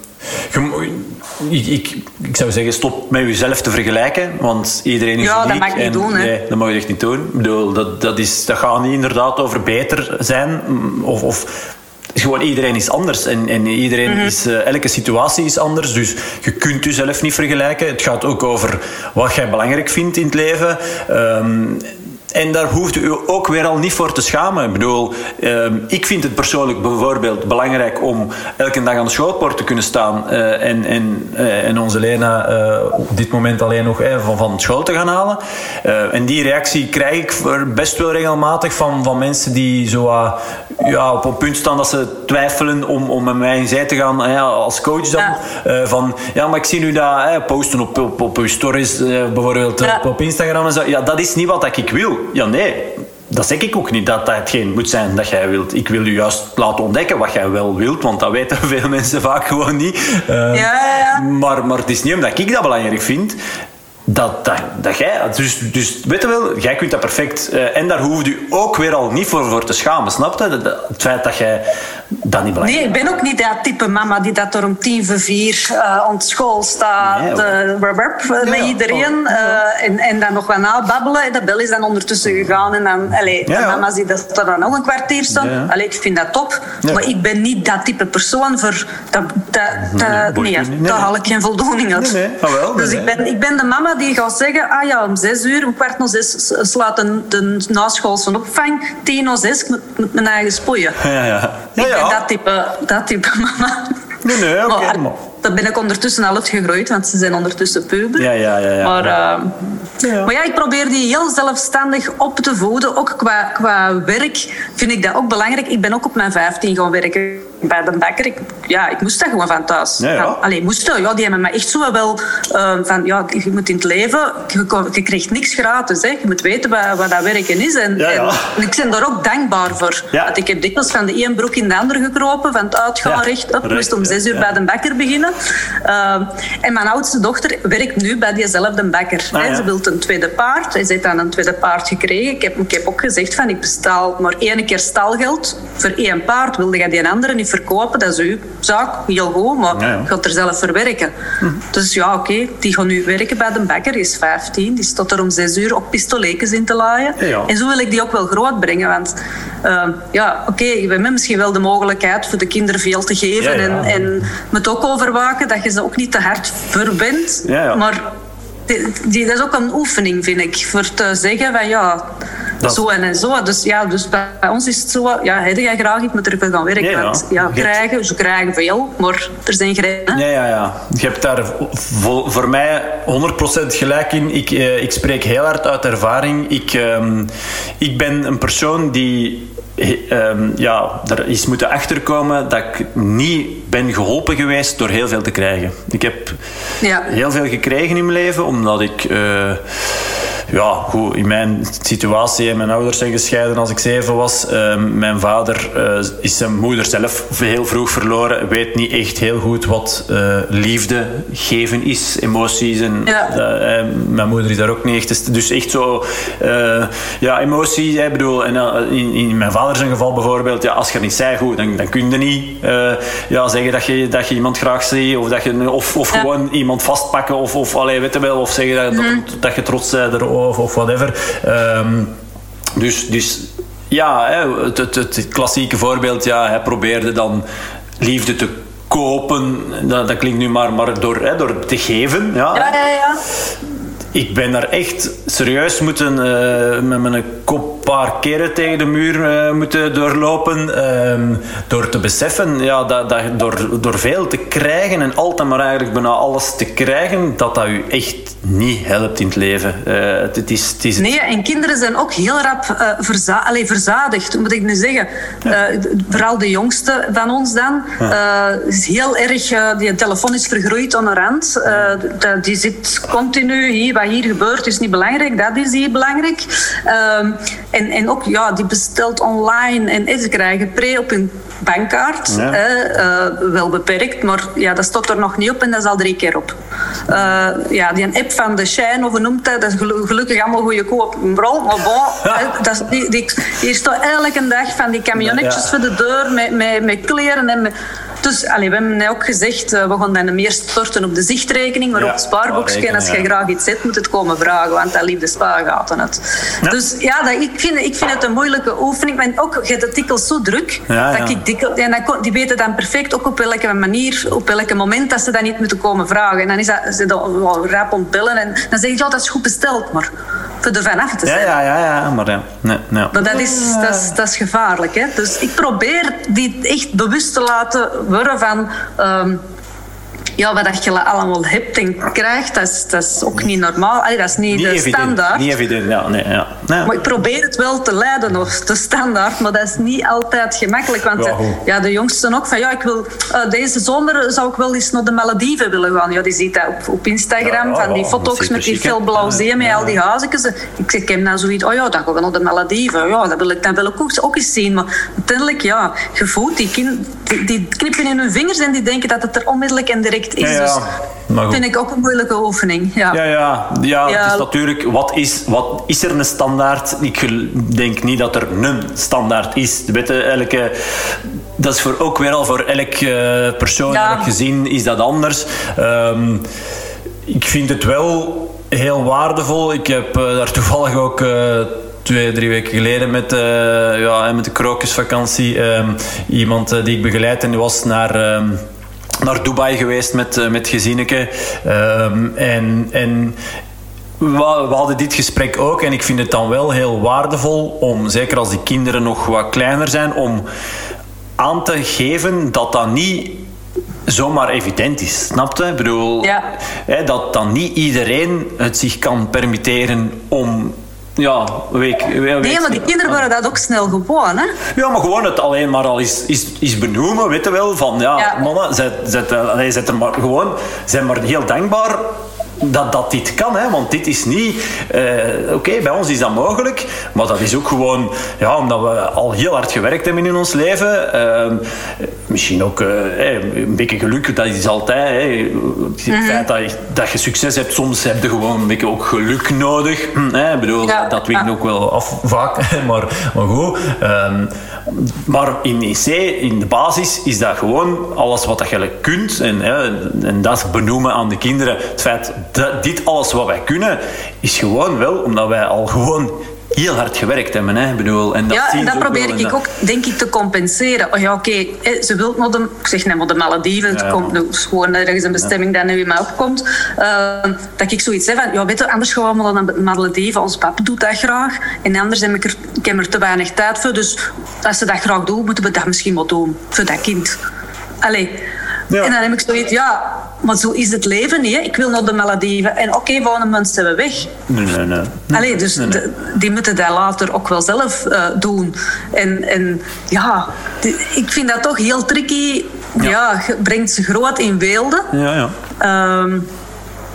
Ik, ik, ik zou zeggen, stop met jezelf te vergelijken, want iedereen is ja, uniek. Ja, dat mag je niet doen. Hè. Nee, dat mag je echt niet doen. Ik bedoel, dat, dat, is, dat gaat niet inderdaad over beter zijn. Of, of gewoon iedereen is anders. En, en iedereen mm-hmm. is, uh, elke situatie is anders. Dus je kunt jezelf niet vergelijken. Het gaat ook over wat jij belangrijk vindt in het leven. Um, En daar hoeft u ook weer al niet voor te schamen. Ik bedoel, uh, ik vind het persoonlijk bijvoorbeeld belangrijk om elke dag aan de schoolpoort te kunnen staan uh, en, en, uh, en onze Lena uh, op dit moment alleen nog uh, van, van school te gaan halen. Uh, en die reactie krijg ik best wel regelmatig van, van mensen die zo uh, ja, op een punt staan dat ze twijfelen om, om met mij in zee te gaan uh, als coach dan. Ja. Uh, van, ja, maar ik zie nu dat uh, posten op, op, op uw stories, uh, bijvoorbeeld ja. op, op Instagram en zo. Ja, dat is niet wat ik wil. Ja, nee. Dat zeg ik ook niet, dat dat hetgeen moet zijn dat jij wilt. Ik wil je juist laten ontdekken wat jij wel wilt, want dat weten veel mensen vaak gewoon niet. Uh, ja, ja, ja. Maar, maar het is niet omdat ik dat belangrijk vind... Dat, dat, dat jij... Dus, dus weet je wel, jij kunt dat perfect... Uh, en daar hoef je ook weer al niet voor, voor te schamen, snap je? Het feit dat jij dat niet belangrijk vindt. Nee, ik ben ook niet dat type mama die dat er om tien voor vier uh, op school staat. Nee, uh, burp, ja, met iedereen. Oh, ja. uh, en, en dan nog wat nababbelen. De bel is dan ondertussen gegaan. En dan... Allee, ja, de mama's die dat er dan nog een kwartier staan. Ja. Allee, ik vind dat top. Ja. Maar ik ben niet dat type persoon voor... Dat, dat, dat, nee, nee, nee, daar haal ik geen voldoening uit. Nee, nee. Oh, wel, dus nee, ik, ben, ik ben de mama die gaat zeggen, ah ja, om zes uur, om kwart na zes slaat de, de naschoolse opvang, tien na zes, ik moet, moet mijn eigen spoeien. Ja, ja. Ja, ik ja. ben dat type, dat type mama. Nee, nee, oké. Okay, maar... Daar ben ik ondertussen al uitgegroeid, want ze zijn ondertussen puber. Ja, ja, ja. ja. Maar, uh, ja. maar ja, ik probeer die heel zelfstandig op te voeden. Ook qua, qua werk vind ik dat ook belangrijk. Ik ben ook op mijn vijftien gaan werken bij de bakker. Ik, ja, ik moest dat gewoon van thuis. Ja, ja. Nou, allee, moesten. Ja, die hebben me echt zo wel uh, van, ja, je moet in het leven, je, je krijgt niks gratis. Hè. Je moet weten wat, wat dat werken is. En, ja, ja. en ik ben daar ook dankbaar voor. Ja. Want ik heb dikwijls van de ene broek in de andere gekropen, van het uitgaan ja. recht op. Ik moest om zes uur ja. bij de bakker beginnen. Uh, en mijn oudste dochter werkt nu bij diezelfde bakker. Ah, ja. Ze wil een tweede paard. Hij heeft dan een tweede paard gekregen. Ik heb, ik heb ook gezegd van ik betaal maar één keer stalgeld voor één paard. Wilde je die andere niet verkopen? Dat is uw zaak. Heel goed, maar ja, ja. je gaat er zelf voor werken. Hm. Dus ja, oké. Okay. Die gaat nu werken bij de bakker. Die is vijftien. Die staat er om zes uur op pistoletjes in te laaien. Ja, ja. En zo wil ik die ook wel groot brengen. Want uh, ja, oké. Okay, we hebben misschien wel de mogelijkheid voor de kinderen veel te geven. Ja, ja. En, en moet ook overwaken dat je ze ook niet te hard voor bent. Ja, ja. Maar die, die, dat is ook een oefening, vind ik. Voor te zeggen van ja, dat... zo en, en zo. Dus, ja, dus bij ons is het zo, ja, heb jij graag iets met er gaan werken. Ja, ja. Want, ja, krijgen, ze krijgen veel, maar er zijn grenzen. Ja, ja, ja. Je hebt daar voor, voor mij honderd procent gelijk in. Ik, eh, ik spreek heel hard uit ervaring. Ik, eh, ik ben een persoon die... Um, ja, er is moeten achterkomen dat ik niet ben geholpen geweest door heel veel te krijgen. Ik heb ja. heel veel gekregen in mijn leven, omdat ik uh, ja, goed, in mijn situatie, mijn ouders zijn gescheiden als ik zeven was. Uh, mijn vader uh, is zijn moeder zelf heel vroeg verloren. Weet niet echt heel goed wat uh, liefde geven is, emoties. En, ja. uh, mijn moeder is daar ook niet echt. Dus echt zo, uh, ja, emoties. Ik bedoel, en, uh, in, in mijn vader zijn geval bijvoorbeeld, ja, als je niet zei, goed, dan, dan kun je niet uh, ja, zeggen dat je, dat je iemand graag ziet, of, dat je, of, of ja. gewoon iemand vastpakken, of, of, allee, weet je wel, of zeggen dat, mm. dat, dat je trots bent er, of, of whatever. Um, dus, dus ja, hè, het, het, het klassieke voorbeeld, ja, hij probeerde dan liefde te kopen. Dat, dat klinkt nu maar, maar door, hè, door te geven. Ja, ja, ja. ja. Ik ben daar echt serieus moeten uh, met mijn kop een paar keren tegen de muur uh, moeten doorlopen. Uh, door te beseffen, ja, dat, dat door, door veel te krijgen en altijd maar eigenlijk bijna alles te krijgen, dat dat u echt niet helpt in het leven. Uh, het is, het is het... Nee, en kinderen zijn ook heel rap uh, verza- Allee, verzadigd, moet ik nu zeggen. Ja. Uh, vooral de jongste van ons dan. Ja. Uh, is heel erg, uh, die telefoon is vergroeid aan de rand. Uh, die zit continu hier, wat hier gebeurt is niet belangrijk, dat is hier belangrijk. Uh, en, en ook, ja, die bestelt online en, en ze krijgen pre op hun bankkaart. Ja. Uh, wel beperkt, maar ja, dat staat er nog niet op en dat is al drie keer op. Uh, ja, die app van de Shine, of hoe noemt dat, dat is gelukkig allemaal goedkoop rol, maar bon, ja. dat is, die, die, hier staat elke dag van die camionnetjes ja. voor de deur met, met, met kleren en met... Dus allee, we hebben net ook gezegd, uh, we gaan dan meer storten op de zichtrekening, maar ja, op het spaarboekje. En als je ja. graag iets zet, moet het komen vragen, want dat liep de spaargaten uit. Ja. Dus ja, dat, ik, vind, ik vind het een moeilijke oefening. Maar ook, je hebt het dikwijls zo druk, ja, ja. dat ik dikwijls, en dat, die weten dan perfect ook op welke manier, op welk moment dat ze dat niet moeten komen vragen. En dan is dat, ze dan wel rap ontbellen en dan zeg je, ja, dat is goed besteld, maar voor er vanaf te zijn. Ja, ja, ja, ja, maar ja. Nee, nee. Maar dat is, dat is, dat is gevaarlijk, hè. Dus ik probeer die echt bewust te laten worden van... Um, ja, wat je allemaal hebt en krijgt, dat is, dat is ook niet normaal. Allee, dat is niet, niet de evident, standaard. Niet evident, ja. Nee, ja. Nee. Maar ik probeer het wel te leiden, of de standaard, maar dat is niet altijd gemakkelijk. Want ja, de, ja, de jongsten ook van, ja, ik wil, uh, deze zomer zou ik wel eens naar de Malediven willen gaan. Ja, die ziet dat op, op Instagram, ja, van die foto's met die veel blauw zee, met ja, al die huizen. Ik zeg, ik heb dan zoiets, oh ja, dan gaan we naar de Malediven. Ja, dat wil ik dan wil ik ook, ook eens zien. Maar uiteindelijk, ja, je voelt, die, kind, die, die knippen in hun vingers en die denken dat het er onmiddellijk en direct is. Ja, ja. Dus, dat vind ik ook een moeilijke oefening. Ja, ja, ja, ja, ja. Het is natuurlijk, wat is, wat is er een standaard? Ik denk niet dat er een standaard is. Weet je, elke, dat is voor, ook weer al voor elk uh, persoon, ja. elk gezin is dat anders. Um, ik vind het wel heel waardevol. Ik heb uh, daar toevallig ook... Uh, twee, drie weken geleden met, uh, ja, met de krokusvakantie um, iemand uh, die ik begeleid en die was naar... Um, naar Dubai geweest met, uh, met gezinneke. Um, en, en we, we hadden dit gesprek ook. En ik vind het dan wel heel waardevol om, zeker als die kinderen nog wat kleiner zijn, om aan te geven dat dat niet zomaar evident is. Snap je? Ik bedoel, ja. hè, dat dan niet iedereen het zich kan permitteren om... Ja, week, week, nee, maar die kinderen worden dat ook snel gewoon, hè? Ja, maar gewoon het alleen maar al is, is, is benoemen, weet je wel, van ja, ja. mannen, zet, zet, allee, zet er maar gewoon, zijn maar heel dankbaar dat, dat dit kan, hè, want dit is niet... Uh, Oké, okay, bij ons is dat mogelijk, maar dat is ook gewoon... Ja, omdat we al heel hard gewerkt hebben in ons leven. Uh, misschien ook uh, een beetje geluk, dat is altijd... Hè, het mm-hmm. feit dat je, dat je succes hebt, soms heb je gewoon een beetje ook geluk nodig. Hè, ik bedoel, ja. dat weet ik ja. ook wel af vaak, maar, maar goed. Um, maar in E C, in de basis, is dat gewoon alles wat je kunt. En, hè, en dat is benoemen aan de kinderen. Het feit... Dat, dit alles wat wij kunnen, is gewoon wel omdat wij al gewoon heel hard gewerkt hebben. Hè? Ik bedoel, en dat ja, en dat probeer ik dat... ook, denk ik, te compenseren. Oh ja, oké, okay, ze wil naar de... Ik zeg net maar de Malediven. Het ja, komt nu gewoon ergens een bestemming ja. dat nu in mij opkomt. Uh, dat ik zoiets zeg van... Ja, weet je, anders gaan we naar de Malediven. Ons papa doet dat graag. En anders heb ik er, ik heb er te weinig tijd voor. Dus als ze dat graag doen, moeten we dat misschien wel doen. Voor dat kind. Allee... Ja. En dan heb ik zoiets, ja, maar zo is het leven niet. Hè? Ik wil naar de Malediven. En oké, okay, volgende mensen zijn we weg. Nee, nee, nee. Allee, dus nee, nee. De, die moeten dat later ook wel zelf uh, doen. En, en ja, die, ik vind dat toch heel tricky. Ja, ja brengt ze groot in beelden. Ja, ja. Um,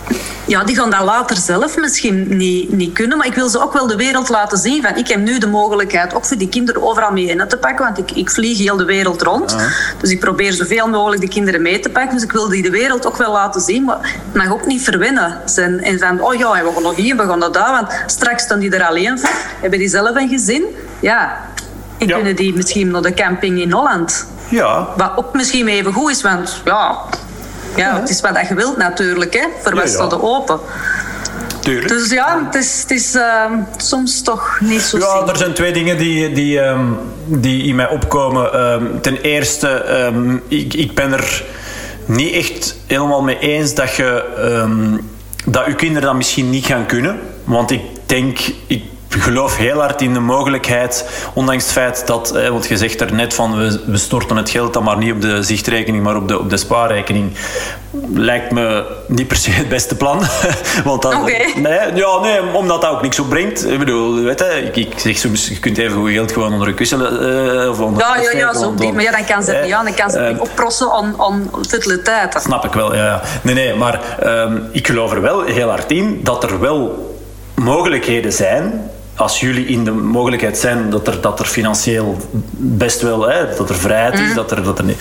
ja, die gaan dat later zelf misschien niet, niet kunnen. Maar ik wil ze ook wel de wereld laten zien. Van, ik heb nu de mogelijkheid ook voor die kinderen overal mee in te pakken. Want ik, ik vlieg heel de wereld rond. Ja. Dus ik probeer zoveel mogelijk de kinderen mee te pakken. Dus ik wil die de wereld ook wel laten zien. Maar het mag ook niet verwennen zijn. En van, oh ja, we gaan nog hier, we gaan nog daar. Want straks staan die er alleen voor. Hebben die zelf een gezin? Ja. En ja. kunnen die misschien naar de camping in Holland? Ja. Wat ook misschien even goed is. Want ja... Ja, het is wat je wilt natuurlijk, hè. Voor wat staat er open. Tuurlijk. Dus ja, het is, het is uh, soms toch niet zo Ja, simpel. Er zijn twee dingen die, die, um, die in mij opkomen. Um, ten eerste, um, ik, ik ben er niet echt helemaal mee eens dat je um, dat je kinderen dat misschien niet gaan kunnen. Want ik denk... Ik, Ik geloof heel hard in de mogelijkheid, ondanks het feit dat, eh, want je zegt er net van, we, we storten het geld dan maar niet op de zichtrekening, maar op de, op de spaarrekening. Lijkt me niet per se het beste plan. Want dan, okay. nee, ja, nee, omdat dat ook niks opbrengt. Ik bedoel, weet je, ik, ik zeg soms, je kunt even goed geld gewoon onder een kussen uh, of onder Ja, ja, ja, steken, zo want, die, maar ja, dan kan ze, eh, ja, dan kan ze uh, opprossen aan, aan fertiliteit. Snap ik wel, ja. ja. Nee, nee, maar um, ik geloof er wel heel hard in dat er wel mogelijkheden zijn. Als jullie in de mogelijkheid zijn dat er, dat er financieel best wel, hè, dat er vrijheid is, mm. dat er, dat er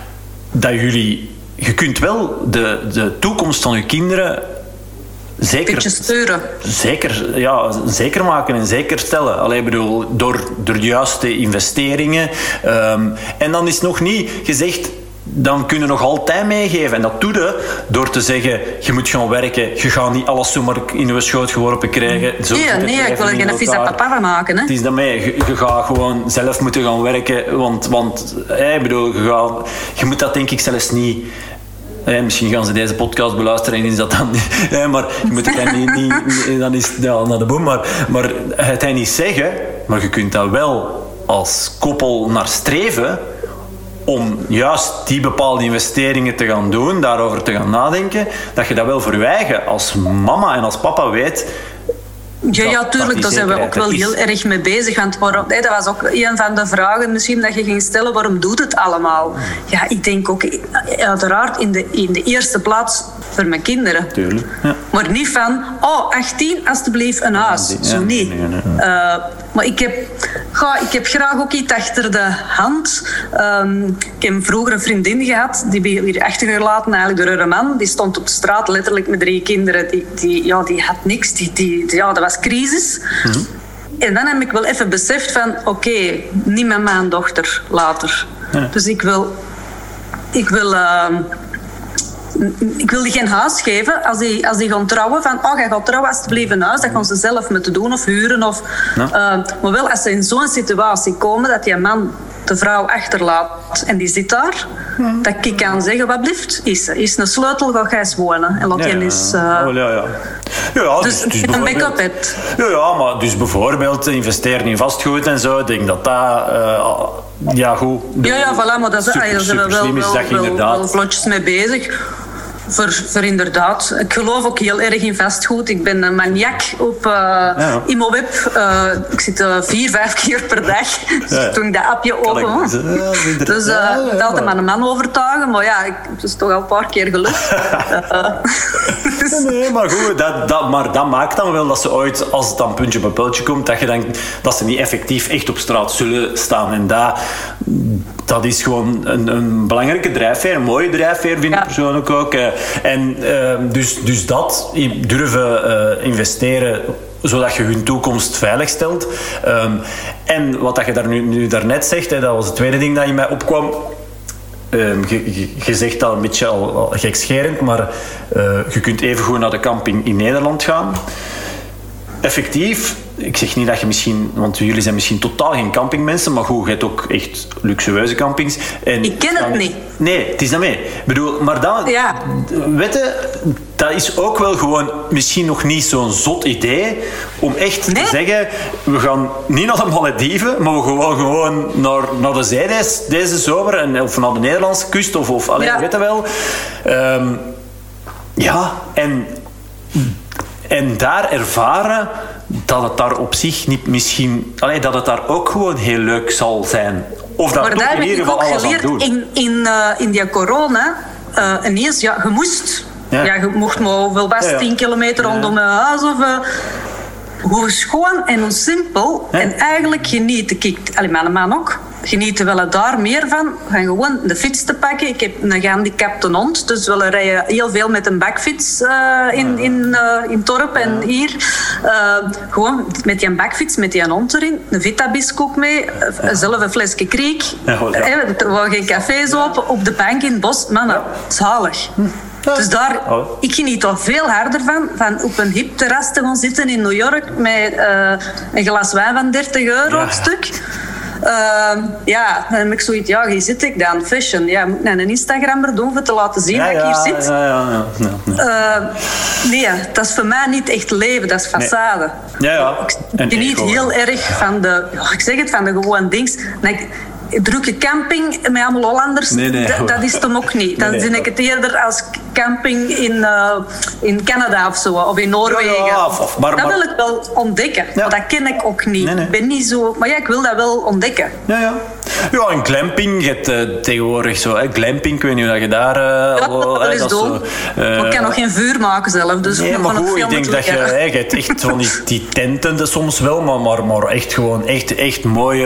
dat jullie, je kunt wel de, de toekomst van je kinderen zeker, beetje sturen. Zeker, ja, zeker maken en zeker stellen. Allee, bedoel, door, door de juiste investeringen. Um, en dan is nog niet gezegd, dan kun je nog altijd meegeven. En dat doe je door te zeggen, je moet gaan werken. Je gaat niet alles zomaar in je schoot geworpen krijgen. Zo nee, nee, ik wil er geen vies aan papa van maken. Hè? Het is daarmee. Je, je gaat gewoon zelf moeten gaan werken. Want, want hey, bedoel, je, gaat, je moet dat denk ik zelfs niet... Hey, misschien gaan ze deze podcast beluisteren en is dat dan niet... Hey, maar je moet het dan niet... niet dan is het ja, naar de boom. Maar, maar het hij niet zeggen. Maar je kunt dat wel als koppel naar streven... om juist die bepaalde investeringen te gaan doen, daarover te gaan nadenken, dat je dat wel voor je eigen als mama en als papa weet... Ja, ja, tuurlijk, daar zijn we ook wel heel erg mee bezig. Want waarom, nee, dat was ook een van de vragen misschien dat je ging stellen. Waarom doet het allemaal? Ja, ik denk ook uiteraard in de, in de eerste plaats voor mijn kinderen. Tuurlijk, ja. Maar niet van, oh, achttien, alsjeblieft een huis. Ja, Zo niet. Nee, nee, nee. Uh, maar ik heb, ga, ik heb graag ook iets achter de hand. Um, ik heb vroeger een vriendin gehad, die ben hier achtergelaten eigenlijk door haar man. Die stond op de straat letterlijk met drie kinderen. Die, die, ja, die had niks. Die, die, die, ja, dat was crisis. Mm-hmm. En dan heb ik wel even beseft van, oké, okay, niet met mijn dochter later. Ja. Dus ik wil... Ik wil... Uh, Ik wil die geen huis geven als die, als die gaan trouwen. Van, oh, jij gaat trouwen, alsjeblieft een huis. Dat gaan ze zelf moeten doen of huren. Of, ja. uh, maar wel, als ze in zo'n situatie komen dat die man de vrouw achterlaat en die zit daar, ja. dat ik kan zeggen, wat blieft, is, is een sleutel, ga jij eens wonen. En laat ja, je eens... Uh, oh, ja, ja. Ja, ja, dus dus, dus een backup hebt. Ja, ja, maar dus bijvoorbeeld investeren in vastgoed en zo. Ik denk dat dat... Uh, ja, goed. Ja, ja, voilà, maar dat is, super, daar zijn we wel, wel, wel, wel vlotjes mee bezig. Voor, voor inderdaad. Ik geloof ook heel erg in vastgoed. Ik ben een maniak op uh, ja. Immoweb. Uh, ik zit uh, vier, vijf keer per dag. Ja. Toen ik dat appje open was. Ja, dus uh, ja, ja, ik altijd maar een man overtuigen. Maar ja, ik, het is toch al een paar keer gelukt. uh, dus. Nee, maar goed. Dat, dat, maar dat maakt dan wel dat ze ooit, als het dan puntje op een pultje komt, dat, je dan, dat ze niet effectief echt op straat zullen staan. En dat... Dat is gewoon een, een belangrijke drijfveer, een mooie drijfveer vind ik ja. persoonlijk ook. En uh, dus, dus dat, durven uh, investeren zodat je hun toekomst veilig stelt. Um, en wat dat je daar nu, nu daarnet zegt, hè, dat was het tweede ding dat in mij opkwam. Um, je, je, je zegt dat een beetje al, al gekscherend, maar uh, je kunt even goed naar de camping in Nederland gaan. Effectief, ik zeg niet dat je misschien... Want jullie zijn misschien totaal geen campingmensen, maar goed, je hebt ook echt luxueuze campings. En ik ken het dan, niet. Nee, het is dat mee. Ik bedoel, maar dan... Ja. Weet je, dat is ook wel gewoon misschien nog niet zo'n zot idee om echt nee? te zeggen, we gaan niet naar de Malediven, maar we gaan gewoon naar, naar de zee deze, deze zomer, en, of naar de Nederlandse kust, of, of alleen, ja. weet je wel. Um, ja, en... En daar ervaren dat het daar op zich niet misschien... Allee, dat het daar ook gewoon heel leuk zal zijn. Of dat maar toch in ieder geval alles aan doen. In, in, uh, in die corona, uh, ineens, ja, je moest Ja, ja je mocht maar hoeveel was, ja, ja. tien kilometer rondom je huis of... Uh, hoe schoon en hoe simpel. Ja. En eigenlijk geniet ik, allee, mijn man ook, genieten we daar meer van. Van gewoon de fiets te pakken. Ik heb een gehandicapte hond, dus we rijden heel veel met een bakfiets uh, in, in, uh, in het dorp en ja. hier. Uh, gewoon met die bakfiets, met die hond erin. Een Vita-biscoop mee, ja. zelf een flesje kriek. Ja, ja. Er waren geen cafés open, op de bank in het bos. Mannen, ja. zalig. Hm. Ja. Dus daar, oh. ik geniet er veel harder van, van op een hip terras te gaan zitten in New York met uh, een glas wijn van dertig euro ja. op stuk. Uh, ja, dan heb ik zoiets, ja, hier zit ik dan, fashion. Ja, moet naar een Instagrammer doen om te laten zien ja, dat ik hier zit. Ja, ja, ja, ja, ja. Uh, nee, dat is voor mij niet echt leven, dat is façade. Nee. Ja, ja. Ik geniet heel erg van de, ja, ik zeg het, van de gewoon dings. Drukke camping met allemaal Hollanders, nee, nee, d- dat is het hem ook niet. Dan nee, nee, zie ik het eerder als camping in, uh, in Canada of zo, of in Noorwegen. Ja, ja, of, maar, dat maar, wil ik wel ontdekken, ja. maar dat ken ik ook niet. Nee, nee. Ik ben niet zo, maar ja, ik wil dat wel ontdekken. Ja, ja. Ja, en glamping, je hebt uh, tegenwoordig zo, hè, glamping, ik weet niet hoe je daar... Uh, ja, dat wil eens doen. Zo, uh, maar ik kan nog geen vuur maken zelf, dus nee, maar goed, ik denk dat je, hè, je hebt echt van die, die tenten soms wel, maar, maar, maar echt gewoon echt, echt mooie...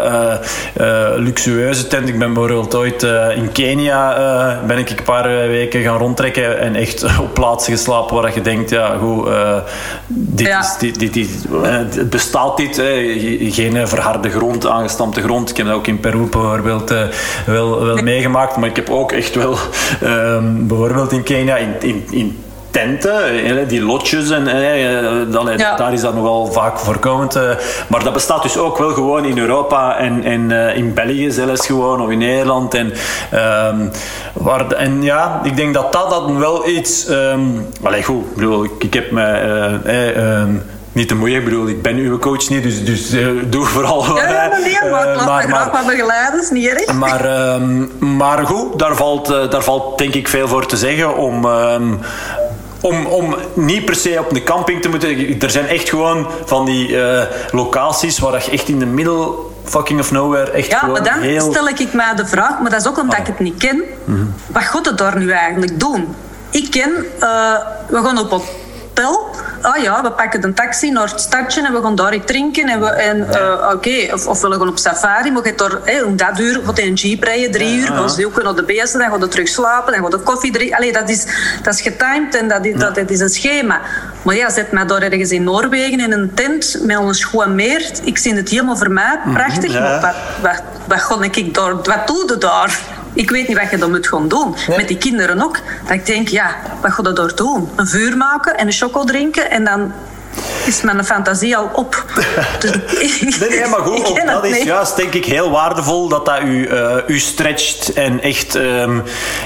Uh, uh, luxueuze tent. Ik ben bijvoorbeeld ooit uh, in Kenia uh, ben ik een paar weken gaan rondtrekken en echt op plaatsen geslapen waar je denkt, ja, goed, uh, dit, ja. is, dit, dit, dit, uh, het bestaat dit, uh, geen verharde grond, aangestampte grond. Ik heb dat ook in Peru bijvoorbeeld uh, wel, wel meegemaakt, maar ik heb ook echt wel uh, bijvoorbeeld in Kenia in, in, in tenten, die lotjes, en, dan, ja. daar is dat nogal vaak voorkomend. Maar dat bestaat dus ook wel gewoon in Europa en, en in België zelfs gewoon, of in Nederland. En, um, waar, en ja, ik denk dat dat dan wel iets... Um, allee, goed, ik bedoel, ik, ik heb me... Uh, uh, um, niet te moeien, ik bedoel, ik ben uw coach niet, dus, dus uh, doe vooral... Ja, ja, maar nee, maar ik laat me graag wat begeleiden, is niet erg. Maar, um, maar goed, daar valt, uh, daar valt denk ik veel voor te zeggen om... Um, Om, om niet per se op een camping te moeten... Er zijn echt gewoon van die uh, locaties waar je echt in de middel fucking of nowhere echt ja, gewoon maar dan heel... stel ik mij de vraag, maar dat is ook omdat oh. ik het niet ken. Mm-hmm. Wat gaat het daar nu eigenlijk doen? Ik ken... Uh, we gaan op hotel... Ah ja, we pakken een taxi naar het stadje en we gaan daar iets drinken. En, we, en uh, oké, okay, of, of we gaan op safari, maar je gaat daar, hey, om dat uur gaat hij een jeep rijden, drie ja, uur, dan ja. zoeken naar de beesten, dan gaat hij terug slapen, dan gaat hij koffie drinken. Allee, dat is, dat is getimed en dat is, ja. dat, dat is een schema. Maar ja, zet mij daar ergens in Noorwegen in een tent met een schoon meer. Ik zie het helemaal voor mij prachtig, ja. maar wat, wat, wat, ga ik daar, wat doe je daar? Ik weet niet wat je dan moet gaan doen. Nee. Met die kinderen ook. Dat ik denk, ja, wat ga je daar doen? Een vuur maken en een choco drinken en dan is mijn fantasie al op. Dus, nee, nee, maar goed, ook dat is juist denk ik heel waardevol dat dat u, uh, u stretcht en echt... Um,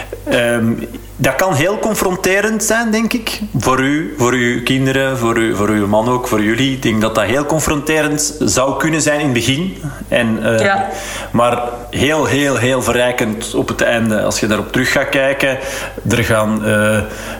um, dat kan heel confronterend zijn, denk ik. Voor u, voor uw kinderen, voor, u, voor uw man ook, voor jullie. Ik denk dat dat heel confronterend zou kunnen zijn in het begin. En, uh, ja. Maar heel, heel, heel verrijkend op het einde. Als je daarop terug gaat kijken. Er gaan uh,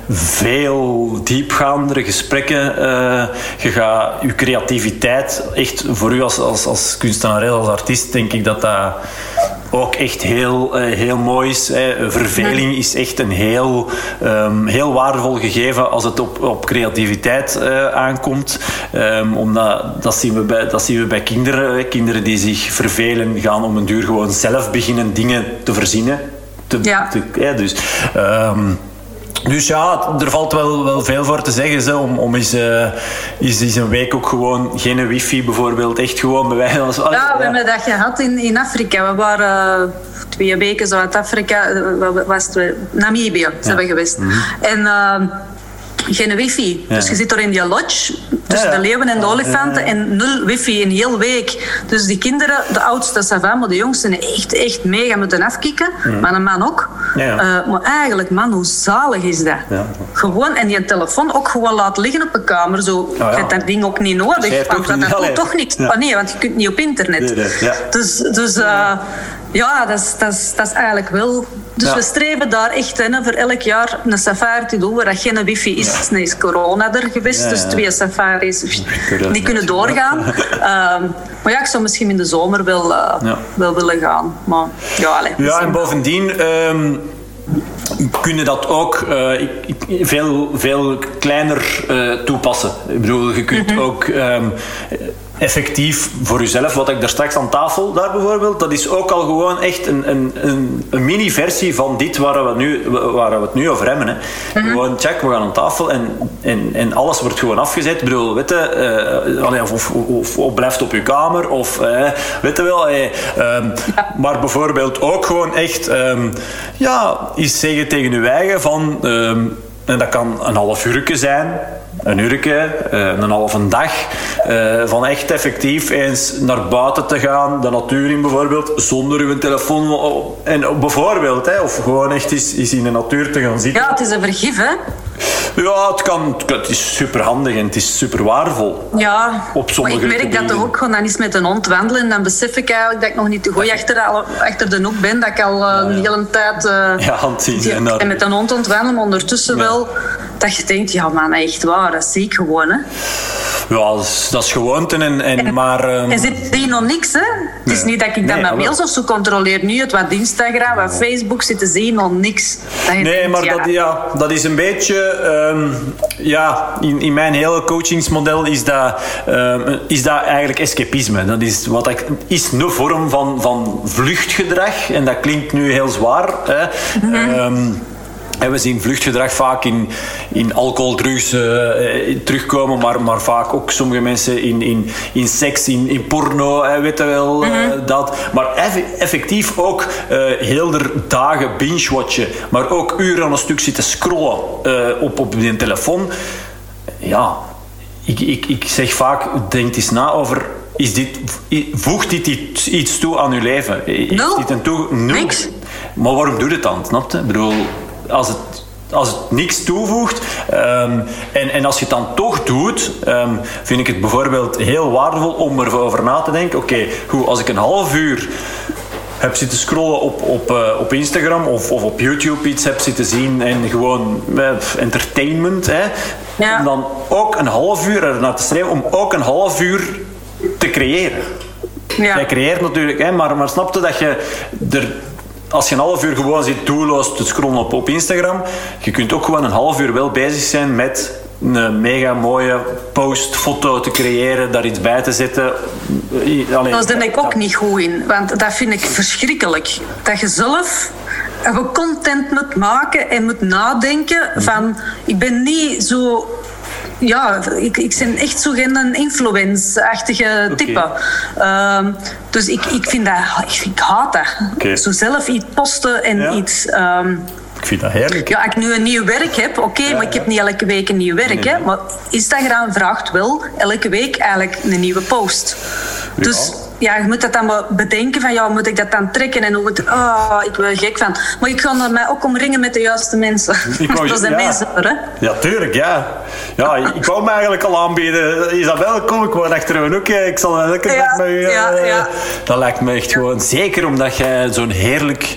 veel diepgaandere gesprekken. Uh, je gaat je creativiteit, echt voor u als, als, als kunstenaar, als artiest, denk ik dat dat... ook echt heel, uh, heel mooi is. Hè. Verveling is echt een heel, um, heel waardevol gegeven als het op, op creativiteit uh, aankomt. Um, omdat, dat, zien we bij, dat zien we bij kinderen. Kinderen die zich vervelen gaan om een duur gewoon zelf beginnen dingen te verzinnen. Te, ja. te, ja, dus... Um, Dus ja, er valt wel, wel veel voor te zeggen. Zo, om, om eens, uh, eens, eens een week ook gewoon geen wifi bijvoorbeeld. Echt gewoon bij wijze van... Ja, ja, we hebben dat gehad in, in Afrika. We waren uh, twee weken Zuid-Afrika. Uh, was het, Namibië zijn we ja. geweest. Mm-hmm. En... Uh, geen wifi. Ja. Dus je zit er in die lodge tussen ja, ja. de leeuwen en de olifanten ja, ja. en nul wifi een heel week. Dus die kinderen, de oudste Savan, maar de jongste echt, echt mega moeten afkicken. Ja. Maar een man ook. Ja, ja. Uh, maar eigenlijk, man, hoe zalig is dat? Ja. Gewoon, en die telefoon ook gewoon laten liggen op een kamer. Zo, oh, ja. Je hebt dat ding ook niet nodig. Want dat, dat komt toch niet. Ja. Oh, nee, want je kunt niet op internet. Nee, nee. Ja. Dus, dus uh, ja, dat is, dat, is, dat is eigenlijk wel... Dus ja. we streven daar echt in, voor elk jaar een safari te doen waar dat geen wifi is. Ja. Nu is corona er geweest, ja, ja. dus twee safaris die kunnen doorgaan. um, maar ja, ik zou misschien in de zomer wel, uh, ja. wel willen gaan. Maar, ja, allez, ja, en bovendien... Um, kun je dat ook uh, veel, veel kleiner uh, toepassen. Ik bedoel, je kunt mm-hmm. ook um, effectief voor jezelf, wat ik daar straks aan tafel daar bijvoorbeeld, dat is ook al gewoon echt een, een, een, een mini-versie van dit waar we, nu, waar we het nu over hebben. Hè. Mm-hmm. Gewoon, check, we gaan aan tafel en, en, en alles wordt gewoon afgezet. Ik bedoel, weet je, uh, of, of, of, of blijft op je kamer, of uh, weet je wel. Uh, um, ja. Maar bijvoorbeeld ook gewoon echt, um, ja, iets zeggen tegen je eigen van, um, en dat kan een half uurtje zijn, een uurtje, een halve dag, van echt effectief eens naar buiten te gaan, de natuur in bijvoorbeeld, zonder uw telefoon, en bijvoorbeeld, hè, of gewoon echt eens, eens in de natuur te gaan zitten. Ja, het is een vergif, hè? Ja, het, kan, het is super handig en het is super waardevol. Ja, op sommige maar ik merk gebieden. dat toch ook gewoon dan eens met een hond wandelen en dan besef ik eigenlijk dat ik nog niet te goed achter, achter de hoek ben, dat ik al uh, ja, ja. een hele tijd uh, ja, die, en, en met een hond ontwandelen, maar ondertussen ja. wel dat je denkt, ja man, echt waar, dat zie ik gewoon, hè. Ja, dat is, dat is gewoonte en, en, en maar... Um... En zit hier nog niks, hè. Het is nee. niet dat ik dan nee, mijn mails of zo controleer. Nu, het wat Instagram, wat Facebook, zitten ze hier nog niks. Nee, denkt, maar ja. Dat, ja, dat is een beetje... Um, ja, in, in mijn hele coachingsmodel is dat, um, is dat eigenlijk escapisme. Dat is, wat ik, is een vorm van, van vluchtgedrag. En dat klinkt nu heel zwaar, hè. Mm-hmm. Um, En we zien vluchtgedrag vaak in, in alcohol, drugs uh, terugkomen, maar, maar vaak ook sommige mensen in, in, in seks, in, in porno, uh, weet je wel, uh, mm-hmm. dat. Maar eff- effectief ook uh, heel de dagen binge-watchen, maar ook uren aan een stuk zitten scrollen uh, op, op je telefoon. Ja, ik, ik, ik zeg vaak, denk eens na over... Is dit, voegt dit iets, iets toe aan je leven? Nul. Is dit een toe? Nul. Niks. Maar waarom doe je het dan? Snap je? Ik bedoel... Als het, als het niks toevoegt um, en, en als je het dan toch doet, um, vind ik het bijvoorbeeld heel waardevol om erover na te denken. Oké, okay, goed, als ik een half uur heb zitten scrollen op, op, uh, op Instagram of, of op YouTube iets heb zitten zien en gewoon uh, entertainment, hè, ja. om dan ook een half uur ernaar te streven om ook een half uur te creëren. Ja. Jij creëert natuurlijk, hè, maar, maar snap je dat je er... Als je een half uur gewoon zit doelloos te scrollen op, op Instagram, je kunt ook gewoon een half uur wel bezig zijn met een mega mooie post, foto te creëren, daar iets bij te zetten. Allee, daar ben ik ook niet goed in, want dat vind ik verschrikkelijk. Dat je zelf content moet maken en moet nadenken van, ik ben niet zo... Ja, ik, ik ben echt zo geen influence-achtige type. Okay. Um, dus ik, ik vind dat... Ik, ik haat dat. Okay. Zo zelf iets posten en ja. iets... Um, ik vind dat heerlijk. Ja, als ik nu een nieuw werk heb, oké, okay, ja, maar ik heb niet elke week een nieuw werk. Nee, nee. Hè, maar Instagram vraagt wel elke week eigenlijk een nieuwe post. Ja. Dus... Ja, je moet dat dan maar bedenken van, ja, moet ik dat dan trekken en hoe het... Ah, oh, ik ben er gek van. Maar ik ga mij ook omringen met de juiste mensen. Dat zijn ja. mensen, hè? Ja, tuurlijk, ja. Ja, ik wou me eigenlijk al aanbieden. Isabel, kom ik gewoon achter een hoekje. Ik zal elke dag ja, met u... Ja, uh, ja. Dat lijkt me echt ja. gewoon... Zeker omdat jij zo'n heerlijk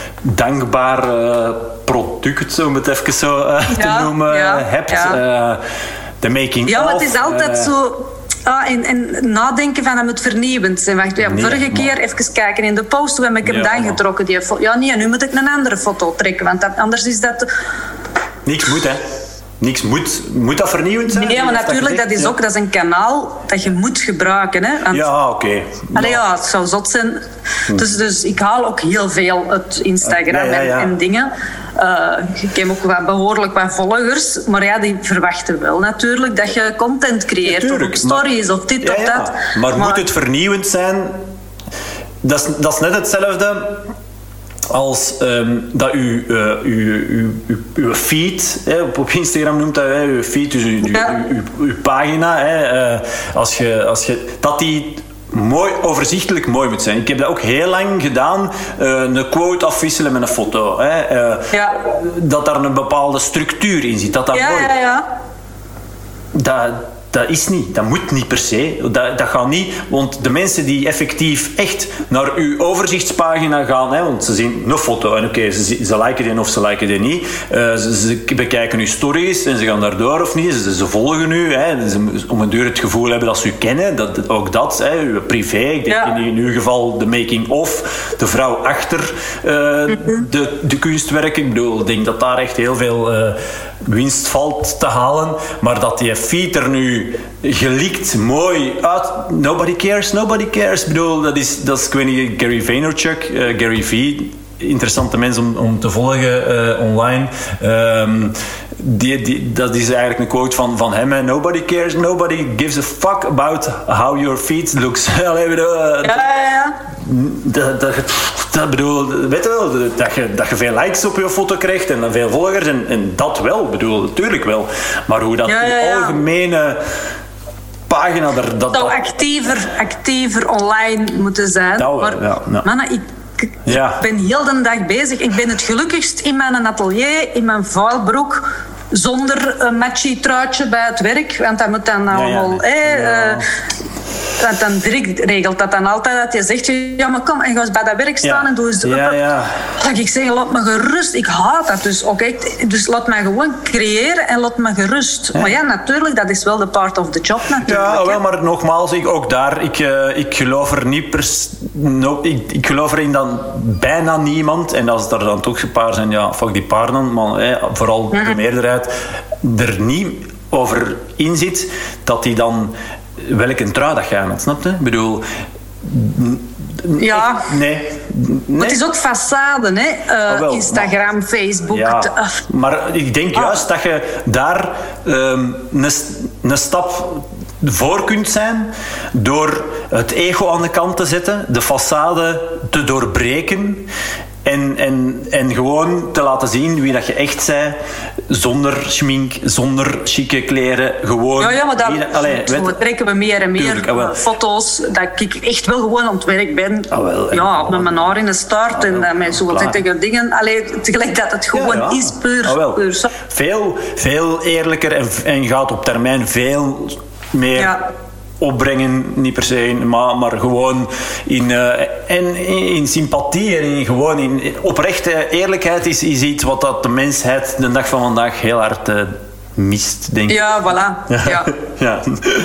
dankbaar uh, product, om het even zo uh, ja, te noemen, ja, hebt. Ja. Uh, de making ja, maar of, het is altijd uh, zo... Ah, en, en nadenken van dat moet vernieuwend zijn. Wacht, ja, nee, vorige keer even kijken in de post, hoe heb ik hem ja, dan getrokken? Die fo- ja, nee, nu moet ik een andere foto trekken, want dat, anders is dat... Niks moet, hè? Niks moet. Moet dat vernieuwend zijn? Nee, maar natuurlijk, dat, dat is ja. ook dat is een kanaal dat je moet gebruiken. Hè? Want, ja, oké. Okay. Allee, ja, het zou zot zijn. Hm. Dus, dus ik haal ook heel veel uit Instagram ja, ja, ja. En, en dingen. Uh, ik heb ook wat, behoorlijk wat volgers, maar ja, die verwachten wel natuurlijk dat je content creëert, ja, of stories maar, of dit ja, of dat. Ja. Maar, maar moet het vernieuwend zijn? Dat is, dat is net hetzelfde als um, dat u, uh, uw, uw, uw, uw feed, hè, op Instagram noemt dat, hè, uw feed, dus uw, ja. uw, uw, uw pagina, hè, uh, als je, als je, dat die mooi, overzichtelijk mooi moet zijn. Ik heb dat ook heel lang gedaan, uh, een quote afwisselen met een foto. Hè. Uh, ja. Dat daar een bepaalde structuur in zit. Dat dat ja, mooi... Ja, ja. Dat, dat is niet. Dat moet niet per se. Dat, dat gaat niet. Want de mensen die effectief echt naar uw overzichtspagina gaan, hè, want ze zien een foto en oké, okay, ze, ze liken die of ze liken die niet. Uh, ze, ze bekijken uw stories en ze gaan daardoor of niet. Ze, ze volgen u. Hè. Ze, om een duur het gevoel hebben dat ze u kennen. Dat, ook dat, hè, uw privé. Ik denk ja. in, in uw geval de making-of. De vrouw achter uh, mm-hmm. de, de kunstwerken. Ik bedoel, ik denk dat daar echt heel veel uh, winst valt te halen. Maar dat die feed er nu gelikt, mooi uit. Nobody cares, nobody cares. Ik bedoel, dat is, dat is ik weet niet, Gary Vaynerchuk, uh, Gary V. Interessante mens om, om te volgen uh, online. Um, die, die, dat is eigenlijk een quote van, van hem. Hè. Nobody cares, nobody gives a fuck about how your feed looks. Allee, bedoel, uh, ja, ja, ja. Dat, dat, dat bedoel, weet je wel, dat je, dat je veel likes op je foto krijgt en dan veel volgers en, en dat wel, bedoel, natuurlijk wel. Maar hoe dat ja, ja, ja. de algemene pagina er... Dat, zou dat, actiever, actiever online moeten zijn. Dat wel, maar ja, ja. mannen, ik, ik ja. ben heel de dag bezig. Ik ben het gelukkigst in mijn atelier, in mijn vuilbroek, zonder een matchy truitje bij het werk. Want dat moet dan allemaal... Ja, ja. Hey, ja. Uh, dat dan Dirk regelt dat dan altijd, dat je zegt, ja maar kom, en ga eens bij dat werk staan ja. en doe eens... Ja, ja. Dat ik zeg, laat me gerust. Ik haat dat dus ook echt. Dus laat me gewoon creëren en laat me gerust. Ja. Maar ja, natuurlijk, dat is wel de part of the job natuurlijk. Ja, wel, maar nogmaals, ik, ook daar, ik, uh, ik geloof er niet pers... No, ik, ik geloof er in dan bijna niemand, en als er dan toch een paar zijn, ja, fuck die paar dan, maar hey, vooral mm-hmm. de meerderheid, er niet over in zit, dat die dan... welke trui dat gaan, snap je? Ik bedoel... Ja. Nee. nee. Het is ook façade, hè? Uh, oh, Instagram, maar, Facebook. Ja, te, uh. maar ik denk juist ah. dat je daar um, een, een stap voor kunt zijn door het ego aan de kant te zetten, de façade te doorbreken. En, en, en gewoon te laten zien wie dat je echt bent, zonder schmink, zonder chique kleren, gewoon... Ja, ja maar dat, dat allee, zo trekken we meer en meer Tuurlijk, ah, foto's, dat ik echt wel gewoon aan het werk ben. Ah, wel, ja, met mijn haar in de start ah, en met zo'n vettige dingen. Allee, tegelijk dat het gewoon ja, ja. is, puur... Ah, puur veel, veel eerlijker en, en gaat op termijn veel meer... Ja. opbrengen, niet per se, maar, maar gewoon in, uh, en in, in sympathie en in, gewoon in oprechte eerlijkheid is, is iets wat dat de mensheid de dag van vandaag heel hard uh, mist, denk ik. Ja, voilà. Ja. ja.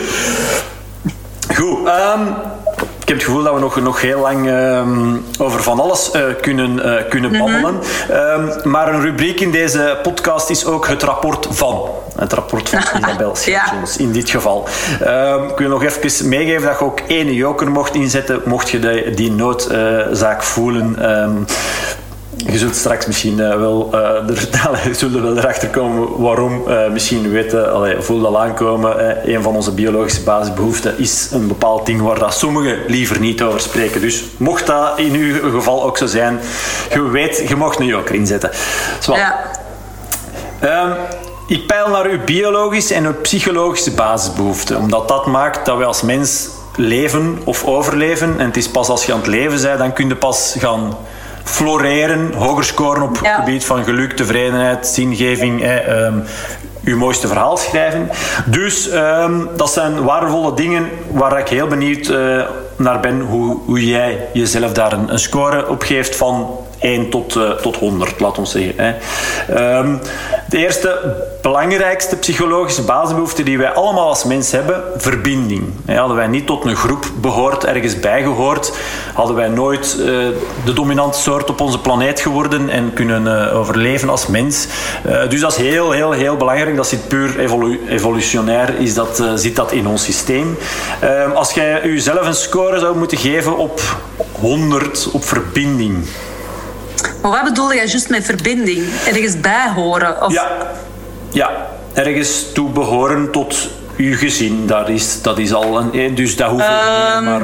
Goed. Um, ik heb het gevoel dat we nog, nog heel lang um, over van alles uh, kunnen, uh, kunnen babbelen. Mm-hmm. Um, maar een rubriek in deze podcast is ook het rapport van. Het rapport van Isabel Schepjens, ja. in dit geval. Um, ik wil nog even meegeven dat je ook één joker mocht inzetten, mocht je de, die noodzaak uh, voelen. Um, Je zult straks misschien uh, wel, uh, er, zullen wel erachter komen waarom. Uh, misschien weten, allee, voel dat aankomen. Uh, een van onze biologische basisbehoeften is een bepaald ding waar dat sommigen liever niet over spreken. Dus mocht dat in uw geval ook zo zijn, je weet, je mocht een joker inzetten. Zo. Ja. Um, ik peil naar uw biologische en uw psychologische basisbehoeften. Omdat dat maakt dat wij als mens leven of overleven. En het is pas als je aan het leven bent, dan kun je pas gaan... floreren, hoger scoren op het ja. gebied van geluk, tevredenheid, zingeving, eh, um, uw mooiste verhaal schrijven. Dus um, dat zijn waardevolle dingen waar ik heel benieuwd uh, naar ben, hoe, hoe jij jezelf daar een, een score op geeft van één tot, uh, tot honderd, laat ons zeggen. Hè. Um, de eerste belangrijkste psychologische basisbehoefte die wij allemaal als mens hebben, verbinding. Ja, hadden wij niet tot een groep behoord, ergens bijgehoord, hadden wij nooit uh, de dominante soort op onze planeet geworden en kunnen uh, overleven als mens. Uh, dus dat is heel, heel, heel belangrijk. Dat zit puur evolu- evolutionair, is dat, uh, zit dat in ons systeem. Uh, als jij jezelf een score zou moeten geven op honderd op verbinding... Maar wat bedoel je juist met verbinding? Ergens bij horen? Of... Ja. ja, ergens toe behoren tot uw gezin. Dat is, dat is al een... Dus dat hoeft um, niet, maar...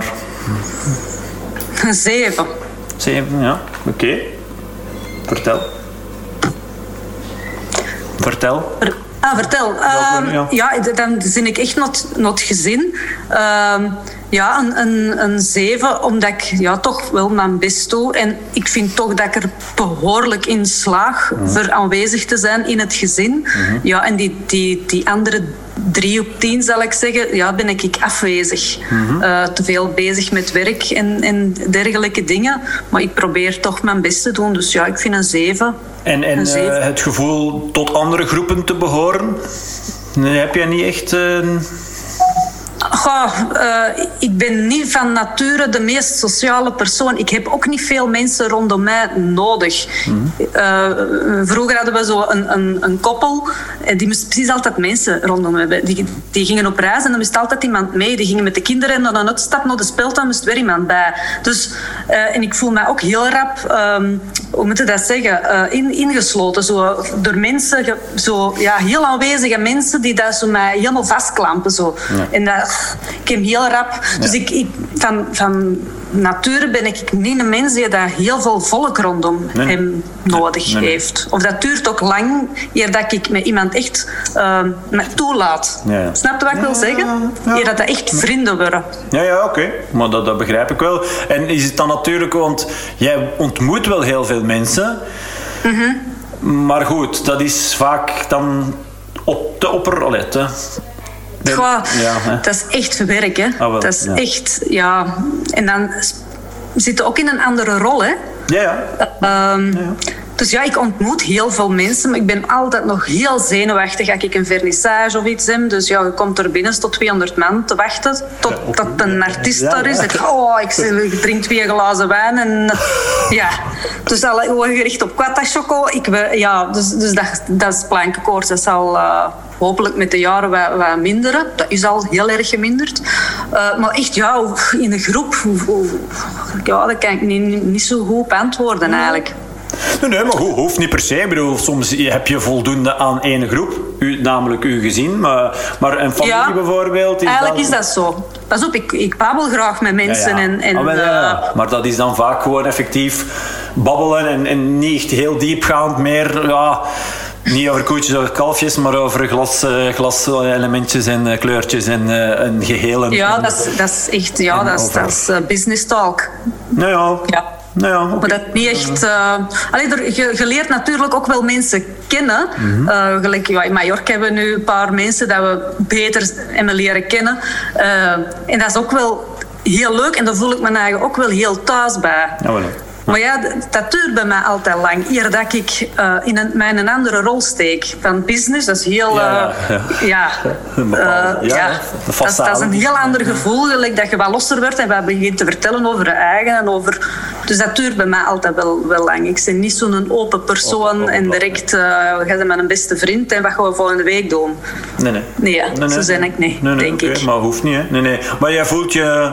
Zeven. Zeven, ja. Oké. Okay. Vertel. Vertel. Ver, ah, vertel. Um, ja. ja, dan zin ik echt not, not gezin. Um, Ja, een, een, een zeven, omdat ik ja, toch wel mijn best doe. En ik vind toch dat ik er behoorlijk in slaag mm-hmm. voor aanwezig te zijn in het gezin. Mm-hmm. Ja, en die, die, die andere drie op tien, zal ik zeggen, ja, ben ik afwezig. Mm-hmm. Uh, te veel bezig met werk en, en dergelijke dingen. Maar ik probeer toch mijn best te doen. Dus ja, ik vind een zeven. En, en een zeven. Uh, het gevoel tot andere groepen te behoren? Nee, heb jij niet echt... Uh... Goh, uh, ik ben niet van nature de meest sociale persoon. Ik heb ook niet veel mensen rondom mij nodig. Mm-hmm. Uh, vroeger hadden we zo een, een, een koppel. Die moest precies altijd mensen rondom hebben. Die, die gingen op reis en er moest altijd iemand mee. Die gingen met de kinderen naar een uitstap naar de speeltuin, moest weer iemand bij. Dus, uh, en ik voel mij ook heel rap, um, hoe moet je dat zeggen, uh, in, ingesloten. Zo, door mensen, zo, ja, heel aanwezige mensen die dat zo mij helemaal vastklampen. Zo. Ja. En dat... Ik heb heel rap. Dus ja. ik, ik, van, van nature ben ik niet een mens die daar heel veel volk rondom nee. hem nodig nee, nee. heeft. Of dat duurt ook lang eer dat ik met iemand echt uh, me toelaat. Ja, ja. Snap je wat ik ja, wil zeggen? Ja. Eer dat dat echt vrienden worden. Ja, ja, oké. Okay. Maar dat, dat begrijp ik wel. En is het dan natuurlijk, want jij ontmoet wel heel veel mensen. Mm-hmm. Maar goed, dat is vaak dan op de opperalette. Goh, ja, dat is echt verwerk, hè. Oh, dat is ja. echt, ja... En dan zit je ook in een andere rol, hè. Ja, ja. Um, ja. Dus ja, ik ontmoet heel veel mensen, maar ik ben altijd nog heel zenuwachtig als ik een vernissage of iets heb. Dus ja, je komt er binnen tot tweehonderd man te wachten, tot ja, dat een artiest ja, er is. Ja. Oh, ik, ik drink twee glazen wijn en ja. Dus al gericht op Quattachoco. Ik, ja, dus, dus dat, dat is plankenkoorts. Dat zal uh, hopelijk met de jaren wat, wat minderen. Dat is al heel erg geminderd. Uh, maar echt, ja, in een groep, ja, dat kan ik niet, niet zo goed op antwoorden eigenlijk. Nee, nee, maar ho- hoeft niet per se. Ik bedoel, soms heb je voldoende aan één groep, u, namelijk uw gezin. Maar, maar een familie ja, bijvoorbeeld... Is eigenlijk dat... is dat zo. Pas op, ik, ik babbel graag met mensen. Ja, ja. En, en, ah, maar, ja. uh... maar dat is dan vaak gewoon effectief babbelen en, en niet echt heel diepgaand meer... Ja, niet over koetjes of kalfjes, maar over glas, uh, glaselementjes en uh, kleurtjes en, uh, en gehelen. Ja, dat is, dat is echt ja, dat is, dat is uh, business talk. Nou ja... ja. Nou ja, okay. Maar dat niet echt... Uh... Allee, er, je, je leert natuurlijk ook wel mensen kennen. Mm-hmm. Uh, gelijk, ja, in Mallorca hebben we nu een paar mensen dat we beter hebben leren kennen. Uh, en dat is ook wel heel leuk. En daar voel ik me eigenlijk ook wel heel thuis bij. Ja, wel. Maar ja, dat duurt bij mij altijd lang. Eer dat ik uh, in een, mij een andere rol steek. Van business, dat is heel... Uh, ja, ja. ja, uh, ja, ja. Dat, is, dat is een heel ander gevoel. Gelijk dat je wat losser wordt en wat begint te vertellen over je eigen. En over, dus dat duurt bij mij altijd wel, wel lang. Ik ben niet zo'n open persoon op, op, en direct... Uh, we gaan met een beste vriend en wat gaan we volgende week doen. Nee, nee. Nee, nee, nee. Zo ben ik niet, nee, nee, denk okay, ik. Maar hoeft niet, hè. Nee, nee. Maar jij voelt je...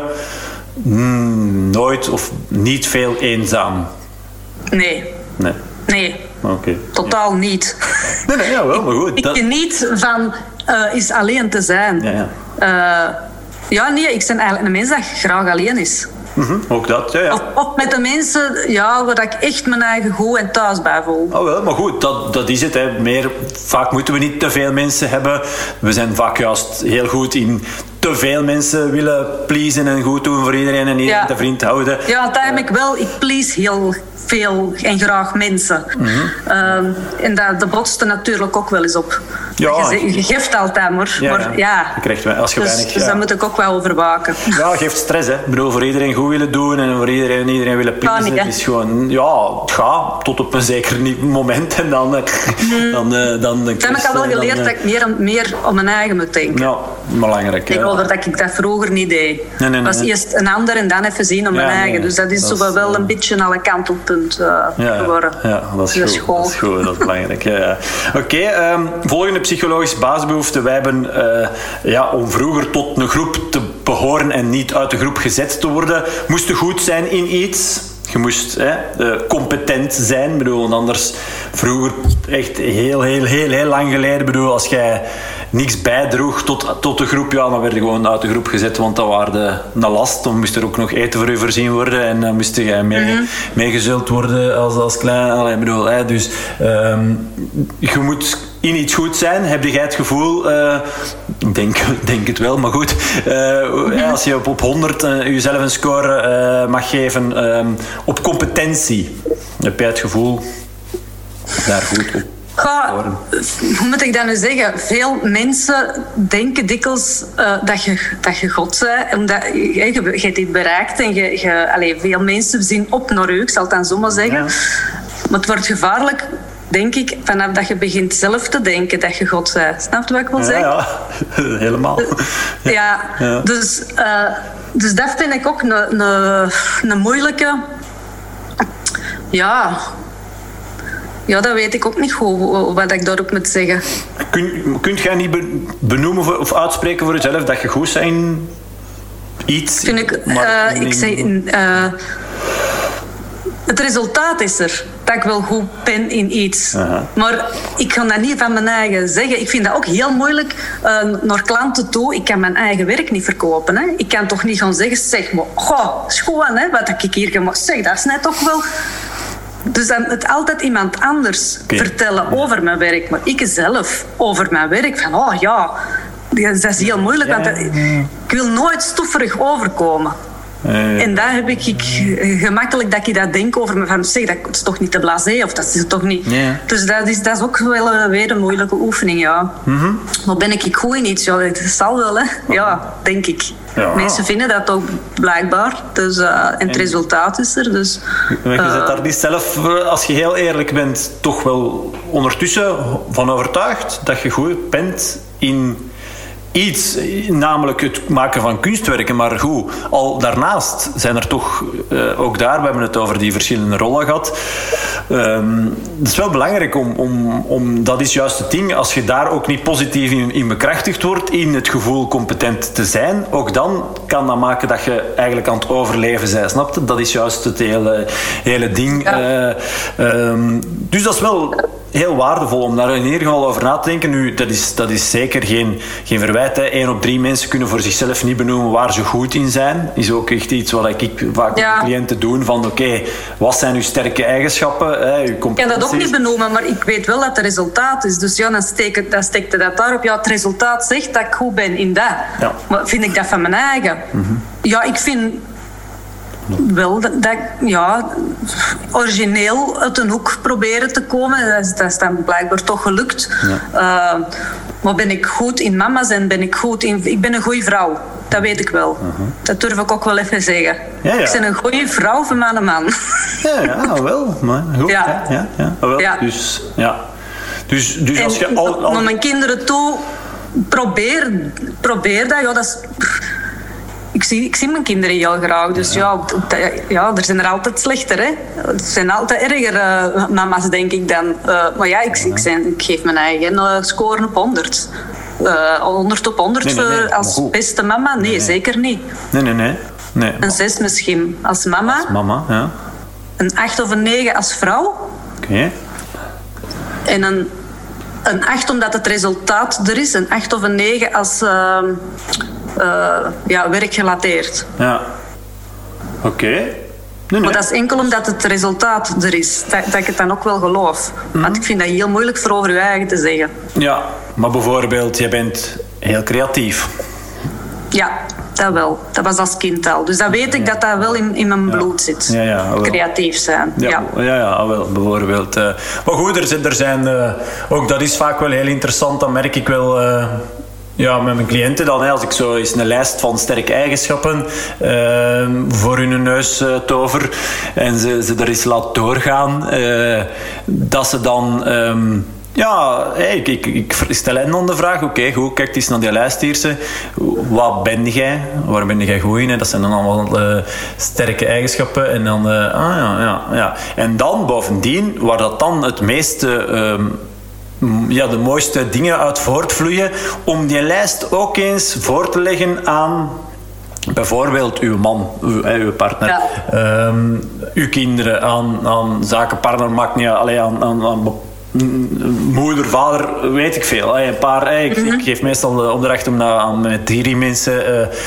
Mm, nooit of niet veel eenzaam? Nee. Nee. Nee. Okay. Totaal ja. niet. Nee, nee, ja, wel, maar goed. Ik, ik geniet van uh, is alleen te zijn. Ja, ja. Uh, ja, nee, ik ben eigenlijk een mens dat graag alleen is. Mm-hmm, ook dat, ja, ja. Of, of met de mensen ja, waar ik echt mijn eigen goed en thuis bij voel. Oh wel, maar goed, dat, dat is het. Hè. Meer, vaak moeten we niet te veel mensen hebben. We zijn vaak juist heel goed in te veel mensen willen pleasen en goed doen voor iedereen en iedereen ja. te vriend houden. Ja, dat heb ik wel. Ik please heel veel en graag mensen. Mm-hmm. Um, en dat, dat botste natuurlijk ook wel eens op. Ja, je, je geeft altijd maar. Ja, maar, ja. Je krijgt, als je dus, weinig, dus ja. daar moet ik ook wel over waken. Ja, het geeft stress. Hè. Ik bedoel, voor iedereen goed willen doen en voor iedereen, iedereen willen pleasen. Het is gewoon, ja, het gaat tot op een zeker moment en dan... Mm. dan, dan, dan, dan dat heb ik al wel geleerd dan, dat ik meer, meer om mijn eigen moet denken. Ja, belangrijk. Ik geloof dat ik dat vroeger niet deed. Nee, nee, was nee. eerst een ander en dan even zien om ja, mijn eigen. Nee, dus dat is dat zo is, wel een beetje alle kantelpunt uh, ja, geworden. Ja, dat is, goed. dat is goed. Dat is belangrijk. Ja, ja. Oké, okay, um, volgende psychologische basisbehoefte. Wij hebben, uh, ja, om vroeger tot een groep te behoren en niet uit de groep gezet te worden, moest je goed zijn in iets. Je moest hè, uh, competent zijn. Bedoel, anders vroeger, echt heel, heel, heel, heel lang geleden, bedoel, als jij niks bijdroeg tot, tot de groep, ja, dan werd je gewoon uit de groep gezet, want dat waren een last. Dan moest er ook nog eten voor je voorzien worden en dan moest je mee, mm-hmm. meegezult worden als, als klein. Allee, bedoel, hè, dus um, je moet in iets goed zijn. Heb jij het gevoel uh, Ik denk, denk het wel, maar goed. Uh, als je op, op honderd uh, jezelf een score uh, mag geven uh, op competentie, heb jij het gevoel daar goed op? Ga, hoe moet ik dat nu zeggen? Veel mensen denken dikwijls uh, dat, je, dat je God bent. Omdat je, je, je hebt dit bereikt. En je, je, allez, veel mensen zien op naar u, ik zal het dan zo maar zeggen. Ja. Maar het wordt gevaarlijk, denk ik, vanaf dat je begint zelf te denken dat je God bent. Snap je wat ik wil zeggen? Ja, ja. Helemaal. Ja, ja. ja. Dus, uh, dus dat vind ik ook een, een, een moeilijke... Ja... Ja, dat weet ik ook niet goed, wat ik daarop moet zeggen. Kun, kunt jij niet benoemen of uitspreken voor jezelf dat je goed bent in iets? Vind ik, uh, ik zeg, uh, het resultaat is er, dat ik wel goed ben in iets. Uh-huh. Maar ik kan dat niet van mijn eigen zeggen. Ik vind dat ook heel moeilijk uh, naar klanten toe. Ik kan mijn eigen werk niet verkopen. Hè. Ik kan toch niet gaan zeggen, zeg maar, goh, schoon, hè, wat ik hier gemaakt zeg, dat is net toch wel... Dus dan het altijd iemand anders okay. vertellen over mijn werk. Maar ik zelf over mijn werk. Van, oh ja, dat is heel moeilijk. Ja, want ik wil nooit stoeverig overkomen. Ja, ja. En daar heb ik, ik gemakkelijk dat ik dat denk over me. Van, zeg, dat is toch niet te blasé? Of dat is het toch niet... Ja. Dus dat is, dat is ook wel weer een moeilijke oefening, ja. Mm-hmm. Maar ben ik goed in iets? Ja, dat zal wel, hè. Ja, denk ik. Ja. Mensen vinden dat ook blijkbaar. Dus, uh, en het en, resultaat is er. Dus, uh, je bent daar niet zelf, als je heel eerlijk bent, toch wel ondertussen van overtuigd dat je goed bent in iets, namelijk het maken van kunstwerken. Maar goed, al daarnaast zijn er toch, uh, ook daar, we hebben het over die verschillende rollen gehad. Um, het is wel belangrijk om, om, om, dat is juist het ding, als je daar ook niet positief in, in bekrachtigd wordt, in het gevoel competent te zijn, ook dan kan dat maken dat je eigenlijk aan het overleven bent, snap je? Dat is juist het hele, hele ding. Ja. Uh, um, dus dat is wel heel waardevol om daar in ieder geval over na te denken. Nu, dat is, dat is zeker geen, geen verwijt. Hè. Één op drie mensen kunnen voor zichzelf niet benoemen waar ze goed in zijn. Is ook echt iets wat ik vaak ja. met cliënten doe. Van oké, okay, wat zijn uw sterke eigenschappen? Hè, uw competenties? Ik kan dat ook niet benoemen, maar ik weet wel dat het resultaat is. Dus ja, dan steekt dan steekt dat daarop. Ja, het resultaat zegt dat ik goed ben in dat. Ja. Maar vind ik dat van mijn eigen? Mm-hmm. Ja, ik vind... Wel, dat, dat ja, origineel uit een hoek proberen te komen. Dat is, dat is dan blijkbaar toch gelukt. Ja. Uh, maar ben ik goed in mama zijn? Ben ik goed in... Ik ben een goede vrouw. Dat weet ik wel. Uh-huh. Dat durf ik ook wel even zeggen. Ja, ja. Ik ben een goede vrouw voor mijn man. Ja, ja, wel. Maar goed. Ja. Ja, ja. Wel. Ja. Dus, ja. Dus, dus en, als je al, al... Naar mijn kinderen toe, probeer, probeer dat. Ja, dat is... Ik zie, ik zie mijn kinderen heel graag, dus ja, ja, ja er zijn er altijd slechter. Hè. Er zijn altijd erger uh, mama's, denk ik dan. Uh, maar ja, ik, ik, zijn, ik geef mijn eigen uh, score op honderd. Uh, honderd op honderd nee, nee, nee. Voor als beste mama? Nee, nee, zeker niet. Nee, nee, nee. nee. Een zes misschien als mama. Als mama, ja. Een acht of een negen als vrouw. Oké. Okay. En een, een acht omdat het resultaat er is. Een acht of een negen als... Uh, Uh, ja, werkgerelateerd. Ja. Oké. Okay. Nee, nee. Maar dat is enkel omdat het resultaat er is. Dat, dat ik het dan ook wel geloof. Mm-hmm. Want ik vind dat heel moeilijk voor over je eigen te zeggen. Ja, maar bijvoorbeeld, je bent heel creatief. Ja, dat wel. Dat was als kind al. Dus dat weet ik dat dat wel in, in mijn bloed zit. Ja, ja, creatief zijn. Ja, ja, ja, ja wel, bijvoorbeeld. Uh, maar goed, er zijn... Er zijn uh, ook dat is vaak wel heel interessant. Dat merk ik wel... Uh, Ja, met mijn cliënten dan, als ik zo eens een lijst van sterke eigenschappen uh, voor hun neus uh, tover en ze, ze er eens laat doorgaan, uh, dat ze dan... Um, ja, hey, ik, ik, ik stel hen dan de vraag, oké, okay, goed, kijk eens naar die lijst hier. Wat ben jij? Waar ben jij goed in? Hè? Dat zijn dan allemaal uh, sterke eigenschappen. En dan, uh, ah ja, ja, ja. En dan bovendien, waar dat dan het meeste... Um, ja, de mooiste dingen uit voortvloeien, om die lijst ook eens voor te leggen aan bijvoorbeeld uw man, uw, uw partner, ja. um, uw kinderen, aan, aan zaken, partner, maakt niet alleen aan, aan, aan moeder, vader, weet ik veel. Een paar, ik, mm-hmm. ik geef meestal de opdracht om dat aan met drie mensen uh,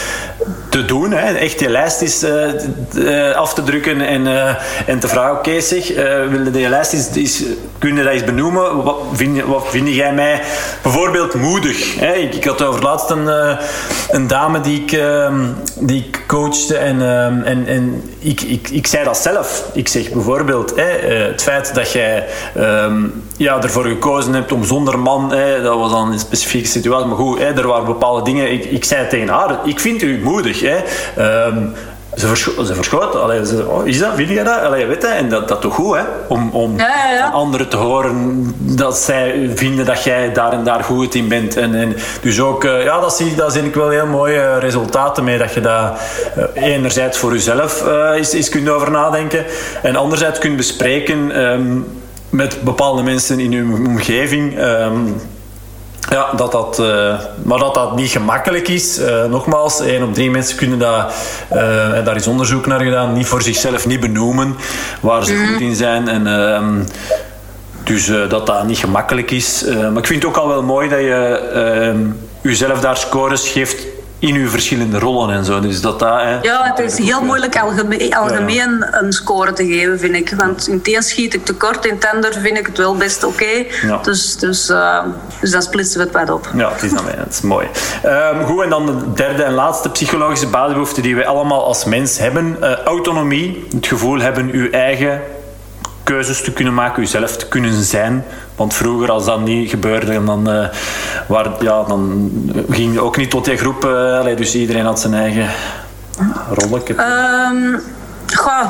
te doen. Hè. Echt die lijst is uh, uh, af te drukken en, uh, en te vragen, oké okay, zeg, uh, wil die lijst is, is, kun je dat eens benoemen? Wat vind, wat vind jij mij bijvoorbeeld moedig? Hè? Ik, ik had over laatst een, uh, een dame die ik, uh, die ik coachte en, uh, en, en ik, ik, ik zei dat zelf. Ik zeg bijvoorbeeld, hè, uh, het feit dat jij uh, ja, ervoor gekozen hebt om zonder man, hè, dat was dan een specifieke situatie, maar goed, hè, er waren bepaalde dingen. Ik, ik zei tegen haar, ik vind u moedig. Hè. Um, ze, verscho- ze verschoot. Allee, ze, oh, is dat? Wil je dat? Allee, weet je, en dat, dat toch goed, hè? Om, om ja, ja, ja. van anderen te horen dat zij vinden dat jij daar en daar goed in bent. En, en dus ook, uh, ja, dat zie, dat zie ik wel heel mooie resultaten mee. Dat je dat uh, enerzijds voor jezelf uh, eens, eens kunt over nadenken. En anderzijds kunt bespreken um, met bepaalde mensen in je omgeving. Um, Ja, dat dat, uh, maar dat dat niet gemakkelijk is. Uh, nogmaals, één op drie mensen kunnen dat, uh, en daar is onderzoek naar gedaan, niet voor zichzelf niet benoemen waar ze mm. goed in zijn. En, uh, dus uh, dat dat niet gemakkelijk is. Uh, maar ik vind het ook al wel mooi dat je uh, jezelf daar scores geeft in uw verschillende rollen en zo. Dus dat, dat, hè. Ja, het is heel moeilijk algemeen, algemeen ja, ja. een score te geven, vind ik. Want in het een schiet ik tekort, in het ander vind ik het wel best oké. Okay. Ja. Dus, dus, uh, dus dan splitsen we het wat op. Ja, het is, dan, dat is mooi. Um, goed, en dan de derde en laatste psychologische basisbehoefte die wij allemaal als mens hebben. Uh, autonomie, het gevoel hebben uw eigen keuzes te kunnen maken, uzelf te kunnen zijn. Want vroeger, als dat niet gebeurde, dan, uh, waar, ja, dan ging je ook niet tot die groep. Uh, allee, dus iedereen had zijn eigen rolletje. Um, goh.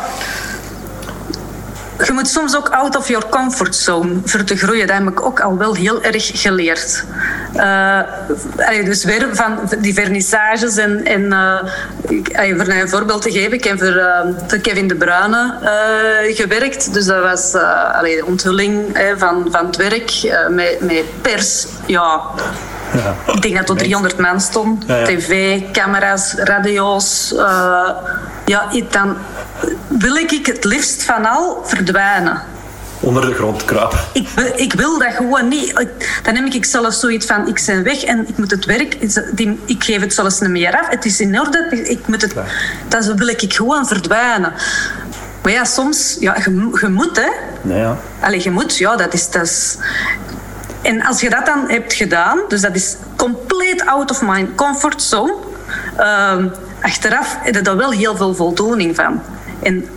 Je moet soms ook out of your comfort zone voor te groeien. Dat heb ik ook al wel heel erg geleerd. Uh, dus weer van die vernissages en, en uh, voor een voorbeeld te geven, ik heb voor, uh, voor Kevin De Bruyne uh, gewerkt. Dus dat was uh, allee, de onthulling uh, van, van het werk uh, met, met pers. Ja. Ja. Ik denk dat er driehonderd man stond. Ja, ja. Tv, camera's, radio's. Uh, ja, dan wil ik het liefst van al verdwijnen. Onder de grond kruipen. Ik, ik wil dat gewoon niet. Dan heb ik zelfs zoiets van, ik ben weg en ik moet het werk, ik geef het zelfs niet meer af. Het is in orde, ik moet het, ja. Dan wil ik gewoon verdwijnen. Maar ja, soms, ja, je, je moet, hè. Nee, ja. Allee, je moet, ja, dat is... Dat is en als je dat dan hebt gedaan, dus dat is compleet out of my comfort zone, uh, achteraf heb je daar wel heel veel voldoening van. En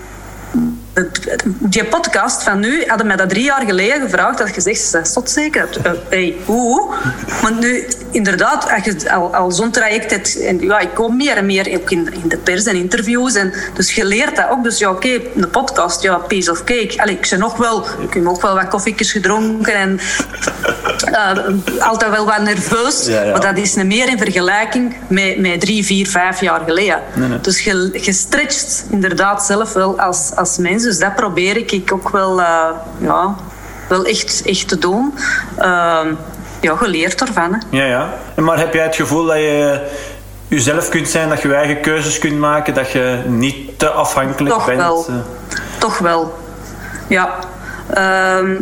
die podcast van nu hadden mij dat drie jaar geleden gevraagd. Dat je zegt, dat is zot zeker. Uh, hey, hoe? Maar nu, inderdaad, als je al, al zo'n traject hebt... En, ja, ik kom meer en meer ook in, in de pers en interviews. En, dus je leert dat ook. Dus ja, oké, okay, een podcast, ja, piece of cake. Allee, ik ben nog wel... Ik heb ook wel wat koffietjes gedronken. En uh, altijd wel wat nerveus. Ja, ja. Maar dat is niet meer in vergelijking met, met drie, vier, vijf jaar geleden. Nee, nee. Dus je, je stretcht inderdaad zelf wel als, als mens. Dus dat probeer ik ook wel, uh, ja, wel echt, echt te doen. Uh, ja, geleerd ervan. Hè. Ja, ja. Maar heb jij het gevoel dat je jezelf kunt zijn, dat je je eigen keuzes kunt maken, dat je niet te afhankelijk Toch bent? Wel. Toch wel. Ja. Uh,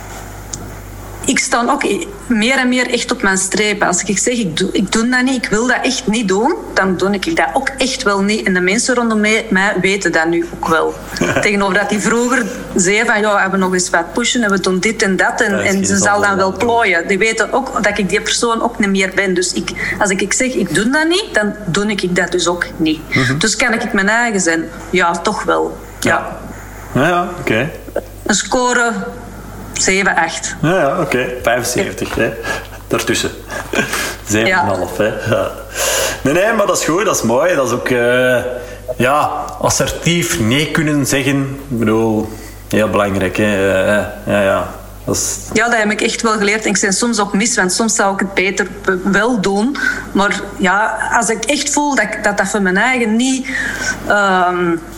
ik sta ook meer en meer echt op mijn strepen. Als ik zeg, ik doe, ik doe dat niet, ik wil dat echt niet doen, dan doe ik dat ook echt wel niet. En de mensen rondom mij, mij weten dat nu ook wel. Tegenover dat die vroeger zeiden van, ja, we hebben nog eens wat pushen en we doen dit en dat. En, en ze zal dan wel plooien. Die weten ook dat ik die persoon ook niet meer ben. Dus ik, als ik zeg, ik doe dat niet, dan doe ik dat dus ook niet. Mm-hmm. Dus kan ik mijn eigen zijn? Ja, toch wel. Ja, ja, ja oké. Okay. Een score... zeven, acht. Ja, ja oké. Okay. vijfenzeventig, hè. Daartussen. zeven komma vijf, ja. hè. Ja. Nee, nee, maar dat is goed, dat is mooi. Dat is ook, uh, ja, assertief nee kunnen zeggen. Ik bedoel, heel belangrijk, hè. Uh, ja, ja. Dat is... Ja, dat heb ik echt wel geleerd. En ik ben soms ook mis, want soms zou ik het beter wel doen. Maar ja, als ik echt voel dat dat, dat voor mijn eigen niet... Um,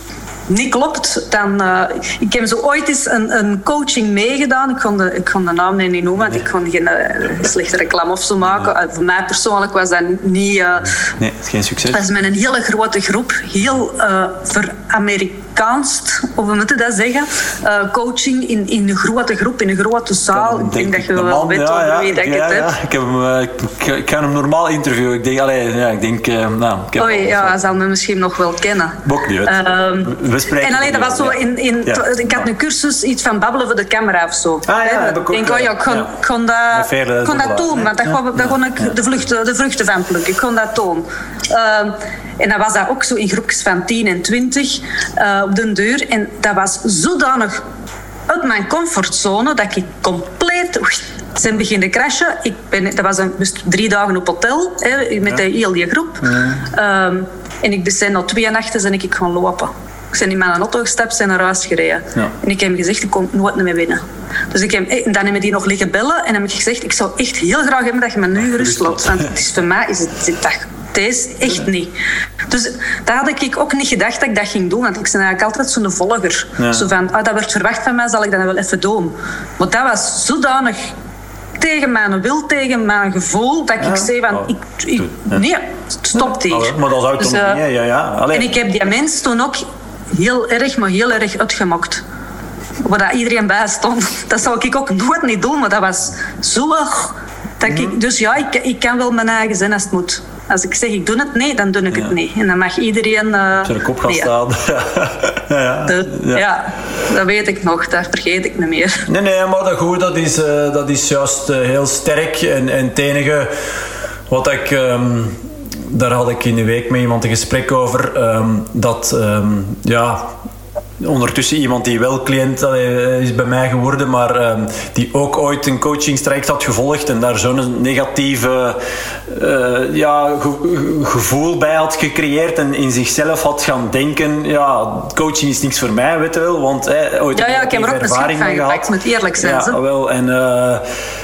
niet klopt, dan... Uh, ik heb zo ooit eens een, een coaching meegedaan. Ik kon, de, ik kon de naam niet noemen, want ik kon geen uh, slechte reclame of zo maken. Uh, voor mij persoonlijk was dat niet... Uh, nee, het is geen succes. Dat is met een hele grote groep, heel uh, ver-Amerikaanst, of we moeten dat zeggen. Uh, coaching in, in een grote groep, in een grote zaal. Ik denk dat je wel man, weet ja, over ja, wie dat ik ja, het ja. heb. Ik, heb hem, uh, ik, ik ga hem normaal interviewen. Ik denk, allee, ja, ik denk... Uh, nou, ik heb Oei, ja, hij zal me misschien nog wel kennen. Bok niet uit. Um, we spreken. En alleen, dat was zo in... in ja. Ik had een cursus, iets van babbelen voor de camera of zo. Ah ja, ik denk, oh ja, ik kon, ja. kon dat, Veer, kon dat doen, want daar ja. kon, kon ik de vruchten, de vruchten van plukken. Ik kon dat doen. Um, en dan was dat ook zo in groepjes van tien en twintig uh, op de deur. En dat was zodanig uit mijn comfortzone dat ik compleet zijn beginnen crashen. Ik ben, dat was een, dus drie dagen op hotel hè, met ja. de heel die groep. Ja. Um, en ik ben na twee nachten ben ik gaan lopen. Ik ben in mijn auto gestapt en naar huis gereden. Ja. En ik heb hem gezegd, ik kom nooit meer binnen. Dus ik heb, en dan hebben die nog liggen bellen en heb ik gezegd, ik zou echt heel graag hebben dat je me nu rust laat. Want het is, voor mij is het, het dat, deze echt niet. Dus daar had ik ook niet gedacht dat ik dat ging doen. Want ik ben eigenlijk altijd zo'n volger. Ja. Zo van, ah, dat wordt verwacht van mij, zal ik dat wel even doen. Maar dat was zodanig tegen mijn wil, tegen mijn gevoel, dat ja. ik zei van, ik, ik, nee, stop hier. Ja, maar dat is autonomie, dus, uh, ja, ja. Allee. En ik heb die mens toen ook heel erg, maar heel erg uitgemokt. Waar iedereen bij stond. Dat zou ik ook nooit niet doen, maar dat was zo... Dat mm. ik, dus ja, ik, ik kan wel mijn eigen zijn als het moet. Als ik zeg, ik doe het, nee, dan doe ik ja. het niet. En dan mag iedereen... Uh, op zijn kop gaan nee. staan. ja, ja. De, ja. ja, dat weet ik nog. Dat vergeet ik niet meer. Nee, nee, maar dat, goed, dat, is, uh, dat is juist uh, heel sterk. En, en het enige wat ik... Um, daar had ik in de week met iemand een gesprek over. Um, dat, um, ja... Ondertussen iemand die wel cliënt allee, is bij mij geworden, maar um, die ook ooit een coachingstraject had gevolgd en daar zo'n negatieve uh, ja, ge- gevoel bij had gecreëerd en in zichzelf had gaan denken, ja, coaching is niks voor mij, weet je wel, want hey, ooit ja, ja, ik heb er ook een schrik van gepakt, moet eerlijk zijn. Ja, wel, en uh,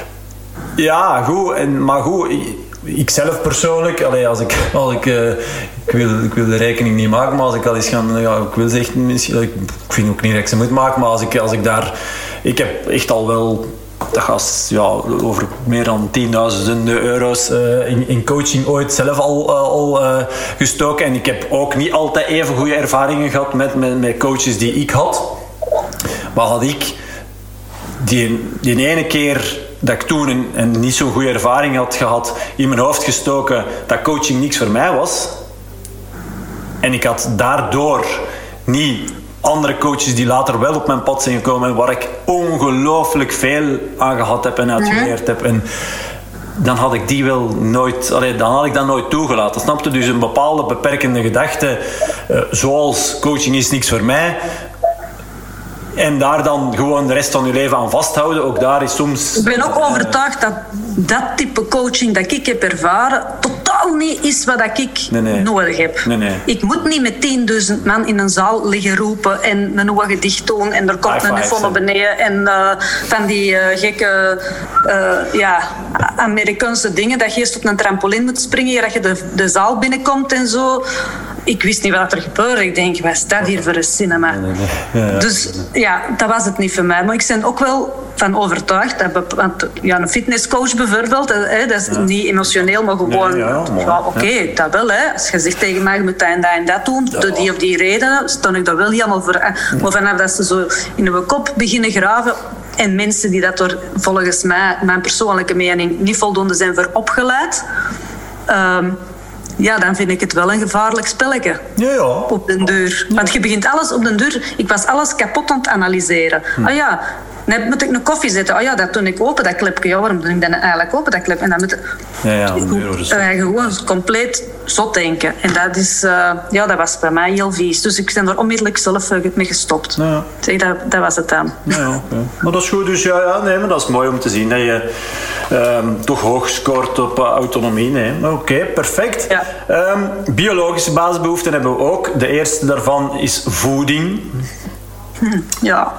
ja, goed, en, maar goed, ik zelf persoonlijk, allee, als ik, als ik uh, Ik wil, ik wil de rekening niet maken, maar als ik al eens ga... Ja, ik wil zeggen, ik vind ook niet dat ik ze moet maken, maar als ik, als ik daar... Ik heb echt al wel... Dat gaat ja, over meer dan tienduizenden euro's uh, in, in coaching ooit zelf al, uh, al uh, gestoken. En ik heb ook niet altijd even goede ervaringen gehad met, met, met coaches die ik had. Maar had ik die, die ene keer... dat ik toen een, een niet zo'n goede ervaring had gehad... in mijn hoofd gestoken dat coaching niks voor mij was... En ik had daardoor niet andere coaches die later wel op mijn pad zijn gekomen... waar ik ongelooflijk veel aan gehad heb en uitgeleerd heb. En dan had ik die wel nooit... Allee, dan had ik dat nooit toegelaten. Snap je? Dus een bepaalde beperkende gedachte... Uh, zoals coaching is niks voor mij... En daar dan gewoon de rest van je leven aan vasthouden. Ook daar is soms... Ik ben ook overtuigd dat dat type coaching dat ik heb ervaren... totaal niet is wat ik nee, nee. nodig heb. Nee, nee. Ik moet niet met tienduizend man in een zaal liggen roepen... en mijn ogen dicht doen en er komt een iPhone naar beneden... en uh, van die uh, gekke uh, ja, Amerikaanse dingen... dat je eerst op een trampoline moet springen... dat je de, de zaal binnenkomt en zo... Ik wist niet wat er gebeurde. Ik denk, wat is dat hier voor een cinema? Nee, nee, nee. Ja, ja. Dus ja, dat was het niet voor mij. Maar ik ben ook wel van overtuigd. Dat, want, ja, een fitnesscoach bijvoorbeeld, hè, dat is ja. niet emotioneel, maar gewoon... Ja, ja, ja, oké, okay, ja. dat wel. Hè. Als je zegt tegen mij, je moet dat en dat en dat doen, ja. door die of die redenen, stond ik daar wel helemaal voor. Ja. Maar vanaf dat ze zo in hun kop beginnen graven... en mensen die dat er volgens mij, mijn persoonlijke mening, niet voldoende zijn voor opgeleid... Um, ja, dan vind ik het wel een gevaarlijk spelletje. Ja, ja. Op de deur. Ja. Want je begint alles op de deur... Ik was alles kapot aan het analyseren. Hm. Ah ja, dan moet ik een koffie zetten. Ah ja, dat doe ik open, dat klepje. Ja, waarom doe ik dan eigenlijk open, dat klepje? En dan moet ja, ja, uh, gewoon compleet zot denken. En dat is... Uh, ja, dat was bij mij heel vies. Dus ik ben er onmiddellijk zelf uh, mee gestopt. Ja. Zeg, dat, dat was het dan. Ja, ja. Maar dat is goed. Dus ja, ja, nee, maar dat is mooi om te zien dat je um, toch hoog scoort op uh, autonomie. Nee. Oké, okay, perfect. Ja. Um, biologische basisbehoeften hebben we ook. De eerste daarvan is voeding. Hm, ja.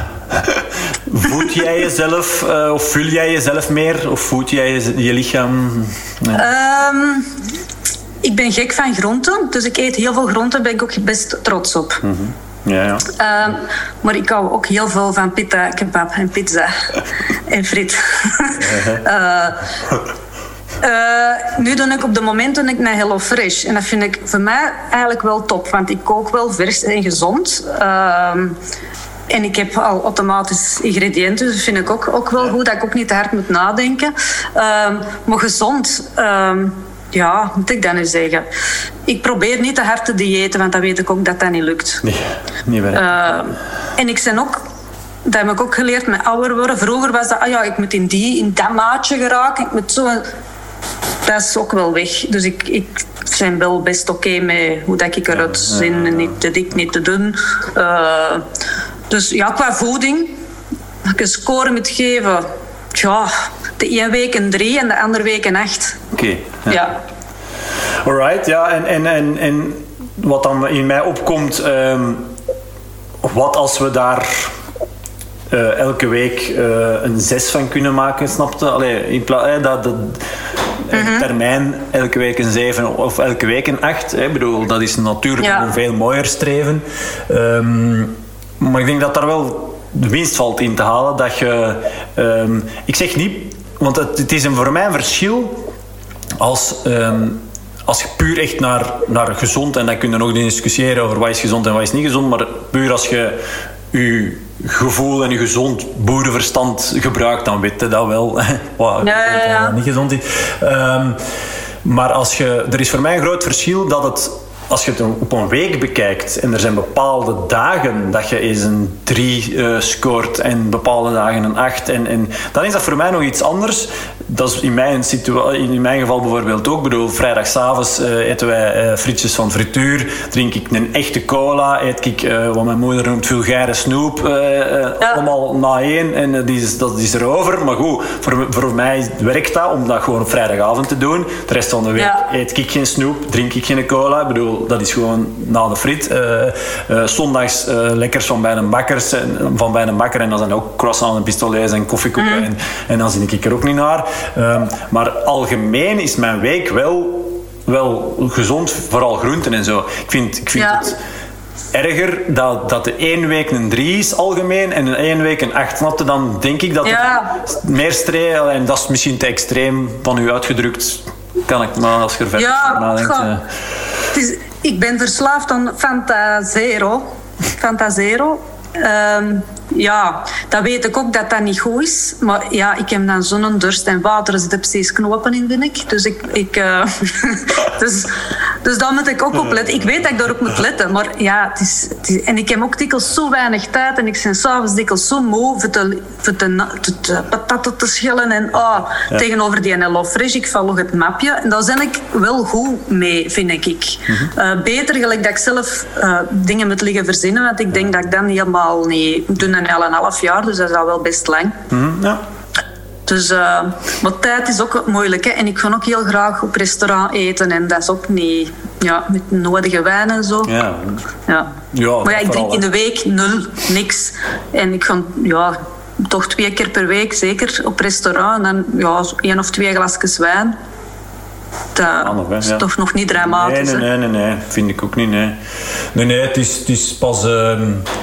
Voed jij jezelf uh, of vul jij jezelf meer of voed jij je, je lichaam? Nee. Um, ik ben gek van groenten, dus ik eet heel veel groenten, daar ben ik ook best trots op. Mm-hmm. Ja, ja. Uh, maar ik hou ook heel veel van pita, kebab en pizza en friet. uh, uh, nu doe ik op het moment doe ik naar Hello Fresh. En dat vind ik voor mij eigenlijk wel top. Want ik kook wel vers en gezond. Uh, en ik heb al automatisch ingrediënten. Dus dat vind ik ook, ook wel goed. Dat ik ook niet te hard moet nadenken. Uh, maar gezond... Uh, Ja, moet ik dat nu zeggen. Ik probeer niet te hard te diëten, want dan weet ik ook dat dat niet lukt. Nee, niet waar. Uh, en ik ben ook... Dat heb ik ook geleerd met ouder worden. Vroeger was dat... Ah ja, ik moet in, die, in dat maatje geraken. Ik moet zo... Dat is ook wel weg. Dus ik, ik ben wel best oké okay met hoe dat ik eruit zie. Ja, ja, ja. Niet te dik, niet te dun. Uh, dus ja, qua voeding... Als ik een score moet geven... Ja, de ene week een drie en de andere week een acht. Oké. Okay, ja. ja. Alright, ja. En, en, en, en wat dan in mij opkomt... Um, wat als we daar uh, elke week uh, een zes van kunnen maken, snapte? Allee, in plaats eh, dat... dat mm-hmm. termijn elke week een zeven of elke week een acht. Ik bedoel, dat is natuurlijk ja. een veel mooier streven. Um, maar ik denk dat daar wel... de winst valt in te halen. Dat je... Um, ik zeg niet... Want het, het is een, voor mij een verschil als... Um, als je puur echt naar, naar gezond... En dan kun je nog discussiëren over wat is gezond en wat is niet gezond. Maar puur als je je gevoel en je gezond boerenverstand gebruikt... dan weet je dat wel. Wat ja, ja, ja. niet gezond is. Um, maar als je... Er is voor mij een groot verschil dat het... Als je het op een week bekijkt en er zijn bepaalde dagen dat je eens een drie uh, scoort en bepaalde dagen een acht, en, en dan is dat voor mij nog iets anders. Dat is in mijn, situa- in mijn geval bijvoorbeeld ook. Ik bedoel, vrijdagavond uh, eten wij uh, frietjes van frituur, drink ik een echte cola, eet ik uh, wat mijn moeder noemt vulgaire snoep, uh, uh, ja. allemaal na één en uh, die is, dat is erover. Maar goed, voor, voor mij werkt dat om dat gewoon op vrijdagavond te doen. De rest van de week ja. eet ik geen snoep, drink ik geen cola. Ik bedoel, dat is gewoon na de friet. Uh, uh, zondags uh, lekkers van bij een bakkers, en, van bij een bakker. En dan zijn ook croissants en pistolets en koffiekoeken. Mm. En, en dan zie ik er ook niet naar. Um, maar algemeen is mijn week wel, wel gezond. Vooral groenten en zo. Ik vind, ik vind ja. het erger dat, dat de één week een drie is algemeen en de één week een acht. Snapte? Dan denk ik dat ja. het meer streven... En dat is misschien te extreem van u uitgedrukt. Kan ik maar als je er verder ja, over nadenkt. Ja. Het is, ik ben verslaafd aan Fanta Zero. Fanta Zero. Um, ja, dat weet ik ook dat dat niet goed is. Maar ja, ik heb dan zo'n dorst en water. Er zitten precies knopen in, vind ik. Dus, ik, ik, uh, dus, dus daar moet ik ook op letten. Ik weet dat ik daarop moet letten. Maar ja, het is, het is, en ik heb ook dikwijls zo weinig tijd. En ik ben s'avonds dikwijls zo moe voor de, voor de, de, de patatten te schillen. En oh, ja. tegenover die Hello Fresh, ik val nog het mapje. En daar ben ik wel goed mee, vind ik. Mm-hmm. Uh, beter gelijk dat ik zelf uh, dingen moet liggen verzinnen. Want ik denk dat ik dan helemaal niet... Ik doe al een half jaar, dus dat is al wel best lang. Mm, ja. Dus, uh, maar tijd is ook moeilijk. Hè? En ik ga ook heel graag op restaurant eten. En dat is ook niet... Ja, met nodige wijn en zo. Ja. Ja. Ja, maar ja, ik drink in de week nul, niks. En ik ga ja, toch twee keer per week zeker op restaurant. En dan ja, één of twee glasjes wijn. Dat ah, nog, is ja. toch nog niet dramatisch. Nee, nee, nee, nee, nee. Vind ik ook niet, nee. Nee, nee, het is, het is pas... Uh...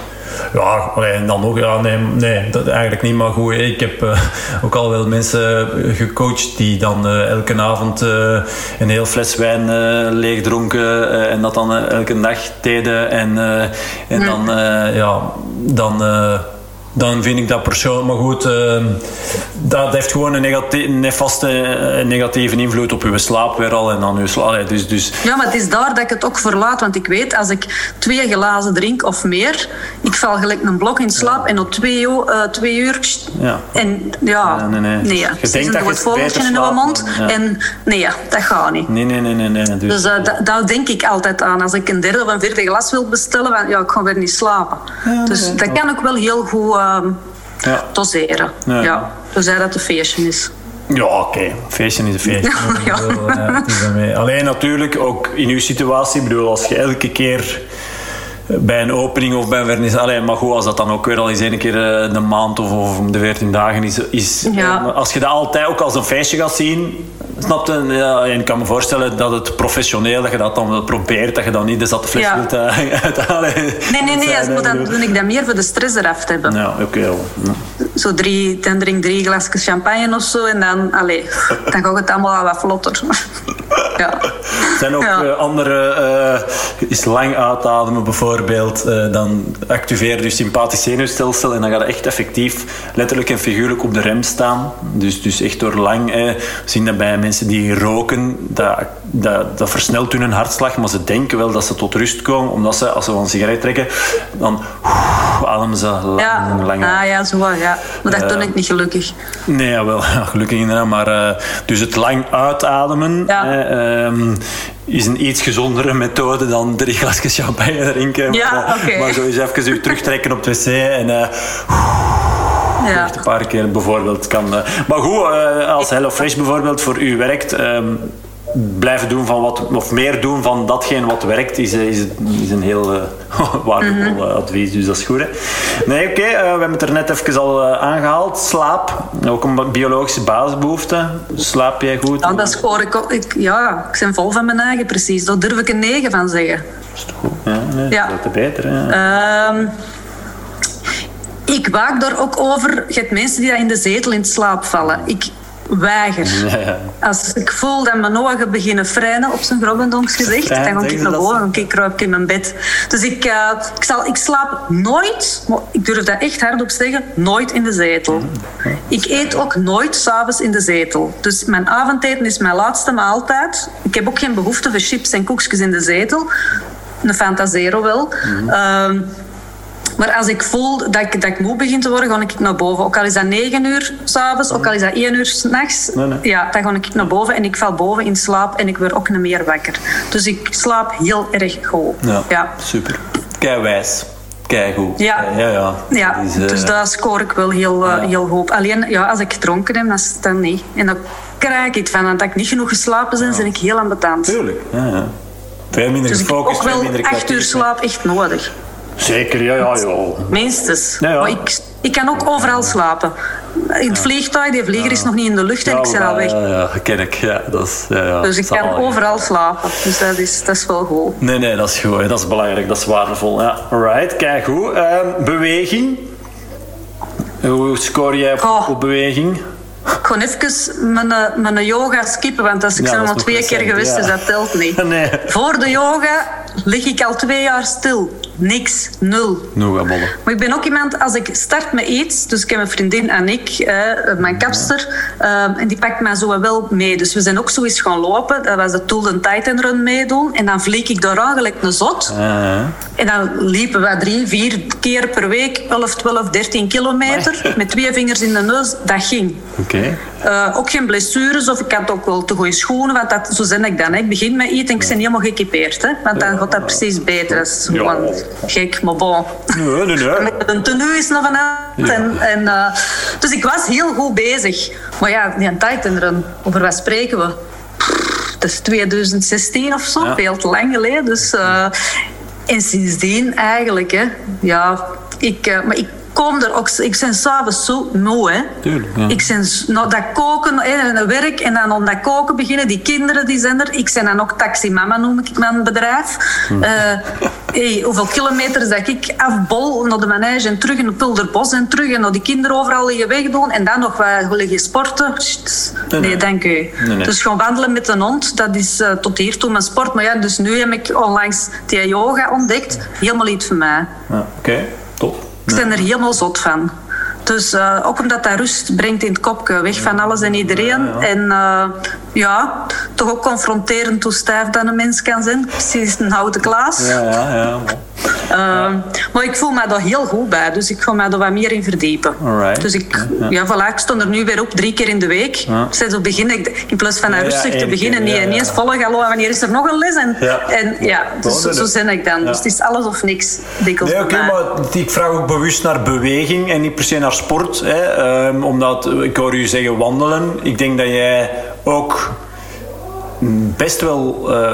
Ja, en dan nog, ja, nee, nee, dat eigenlijk niet, maar goed. Ik heb uh, ook al wel mensen gecoacht die dan uh, elke avond uh, een heel fles wijn uh, leegdronken uh, en dat dan uh, elke dag deden. En, uh, en dan, uh, ja, dan... Uh, dan vind ik dat persoonlijk... Maar goed, uh, dat heeft gewoon een, negatieve, een nefaste een negatieve invloed op uw slaap weer al. En dan uw slaap. Dus, dus... Ja, maar het is daar dat ik het ook verlaat. Want ik weet, als ik twee glazen drink of meer... Ik val gelijk een blok in slaap ja. en op twee, uh, twee uur... Ja. En ja... ja nee, nee. nee ja. Je denkt dat je het vogeltje in uw mond. Ja. En nee, ja, dat gaat niet. Nee, nee, nee. nee, nee. Dus, dus uh, da, daar denk ik altijd aan. Als ik een derde of een vierde glas wil bestellen... Want, ja, ik ga weer niet slapen. Ja, dus nee, dat kan ook wel heel goed... Uh, Ja. doseren. Ja. Ja. Dus hij dat een feestje is. Ja, oké. Okay. Feestje is een feestje. Ja. Ja, het is Alleen natuurlijk, ook in uw situatie, bedoel, als je elke keer bij een opening of bij een vernissage. Allee, maar goed, als dat dan ook weer al eens een keer uh, de maand of, of om de veertien dagen is. is ja. uh, als je dat altijd ook als een feestje gaat zien, snap je? Ja, en ik kan me voorstellen dat het professioneel, dat je dat dan probeert, dat je dan niet de zatte fles ja. wilt uh, uithalen. Nee, nee, nee. Als moet dan doe ik dat meer voor de stress eraf te hebben. Ja, oké. Okay, ja. Zo drie, dan drink drie glasjes champagne of zo en dan, allee, dan gaat het allemaal wat vlotter. Ja. Er zijn ook ja. uh, andere, uh, is lang uitademen bijvoorbeeld, uh, dan activeer je sympathisch zenuwstelsel en dan ga je echt effectief, letterlijk en figuurlijk op de rem staan. Dus, dus echt door lang, eh, we zien dat bij mensen die roken, dat, dat, dat versnelt hun hartslag, maar ze denken wel dat ze tot rust komen, omdat ze, als ze van een sigaret trekken, dan oef, ademen ze lang, ja. lang ah, ja, zo, ja. Maar dat uh, doe ik niet gelukkig. Nee, jawel, gelukkig inderdaad, maar uh, dus het lang uitademen, ja. eh, um, is een iets gezondere methode dan drie glasjes champagne drinken. Ja, maar, okay. maar zo eens even u terugtrekken op het wc en uh, ja. echt een paar keer bijvoorbeeld kan. Uh, maar goed, uh, als HelloFresh bijvoorbeeld voor u werkt, um, blijven doen van wat, of meer doen van datgene wat werkt, is, is, is een heel uh, waardevol mm-hmm. advies, dus dat is goed. Hè? Nee, oké, okay, uh, we hebben het er net even al uh, aangehaald. Slaap, ook een biologische basisbehoefte. Slaap jij goed? Ja, dat scoor ik, ik. Ja, ik ben vol van mijn eigen, precies. Daar durf ik een negen van zeggen. Dat is toch goed? Ja, nee, ja. dat is te beter. Hè? Um, ik waak daar ook over. Je hebt mensen die in de zetel in slaap vallen. Ik weiger. Ja. Als ik voel dat mijn ogen beginnen freinen op zijn grobbendonks gezicht, dan ga ik naar boven en ik kruip in mijn bed. Dus ik, uh, ik, zal, ik slaap nooit, maar ik durf dat echt hardop zeggen, nooit in de zetel. Ik eet ook nooit 's avonds in de zetel. Dus mijn avondeten is mijn laatste maaltijd. Ik heb ook geen behoefte voor chips en koekjes in de zetel. Een Fanta Zero wel. Mm-hmm. Uh, Maar als ik voel dat ik, dat ik moe begin te worden, ga ik naar boven. Ook al is dat negen uur 's avonds, ook al is dat één uur 's nachts. Nee, nee. Ja, dan ga ik naar boven en ik val boven in slaap en ik word ook niet meer wakker. Dus ik slaap heel erg goed. Ja, ja. Super. Keiwijs. Keigoed. Ja, ja, ja. ja. Dat is, uh... dus daar scoor ik wel heel, uh, ja. heel hoog. Alleen ja, als ik gedronken heb, dan is het dan niet. En dan krijg ik het van. En dat ik niet genoeg geslapen ben, ja. ben ik heel ambetant. Tuurlijk. Ja, ja. Veel minder dus gefocust. Dus ik heb ook wel acht uur slaap echt nodig. Zeker, ja, ja, ja. Minstens. Ja, ja. Maar ik, ik kan ook overal slapen. In het vliegtuig, die vlieger is nog niet in de lucht en ja, ik ben al weg. Ja, ja, dat ken ik. Ja, dat is, ja, ja. Dus ik kan Zalig. overal slapen. Dus dat is, dat is wel goed. Nee, nee, dat is goed. Dat is belangrijk, dat is waardevol. Ja, alright, kijk goed. Uh, beweging. Hoe score jij op, oh. op beweging? Ik ga even mijn, mijn yoga skippen, want als ik ja, nog twee keer geweest, ja. dus dat telt niet. Nee. Voor de yoga lig ik al twee jaar stil. Niks, nul. Noga bollen. Maar ik ben ook iemand, als ik start met iets, dus ik heb een vriendin en ik, eh, mijn kapster, uh, en die pakt mij zo wel mee. Dus we zijn ook zo eens gaan lopen. Dat was de Toulon Titan Run meedoen. En dan vlieg ik daar aan gelijk een zot. Uh-huh. En dan liepen we drie, vier keer per week, elf, twaalf, dertien kilometer. Amai. Met twee vingers in de neus. Dat ging. Okay. Uh, ook geen blessures, of ik had ook wel te goede schoenen, want dat, zo ben ik dan. Hè. Ik begin met iets en ik ben helemaal geëquipeerd. Hè, want dan gaat dat precies beter. Dat is gewoon ja. gek, maar bon. Nee, nee, nee. Een tenue is nog een ja. en, en uh, Dus ik was heel goed bezig. Maar ja, die Titan Run, over wat spreken we? Dat is twintig zestien of zo, ja. veel te lang geleden. Dus, uh, en sindsdien eigenlijk, hè, ja, ik, uh, maar ik kom er ook, ik ben s'avonds zo moe, hè. Tuurlijk, ja. Ik ben nou, dat koken en dat werk en dan om dat koken beginnen, die kinderen die zijn er. Ik ben dan ook taximama, noem ik mijn bedrijf. Hm. Uh, hey, hoeveel kilometers dat ik afbol naar de manege en terug in het Pulderbos en terug en naar die kinderen overal liggen wegdoen en dan nog wat liggen sporten. Nee, nee, dank u. Nee, nee. Dus gewoon wandelen met een hond, dat is uh, tot hiertoe mijn sport. Maar ja, dus nu heb ik onlangs die yoga ontdekt. Helemaal iets voor mij. Ja, Oké, okay. Top. Ik ben er helemaal zot van. Dus uh, ook omdat dat rust brengt in het kopje, weg van alles en iedereen. Ja, ja. En uh, ja, toch ook confronterend hoe stijf dat een mens kan zijn. Precies een houten Klaas. Ja, ja, ja. Uh, ja. Maar ik voel me daar heel goed bij, dus ik ga me daar wat meer in verdiepen. Alright. Dus ik, ja, ja. ja, voilà, ik stond er nu weer op drie keer in de week. Ja. Dus zo begin ik, in plaats van ja, rustig ja, te beginnen, keer, ja, niet ineens ja. volgen, hallo, wanneer is er nog een les? En ja, en, ja dus zo, zo ben ik dan. Ja. Dus het is alles of niks, dikwijls. Nee, oké, okay, maar ik vraag ook bewust naar beweging en niet per se naar sport. Hè, um, omdat, ik hoor u zeggen wandelen. Ik denk dat jij ook best wel uh,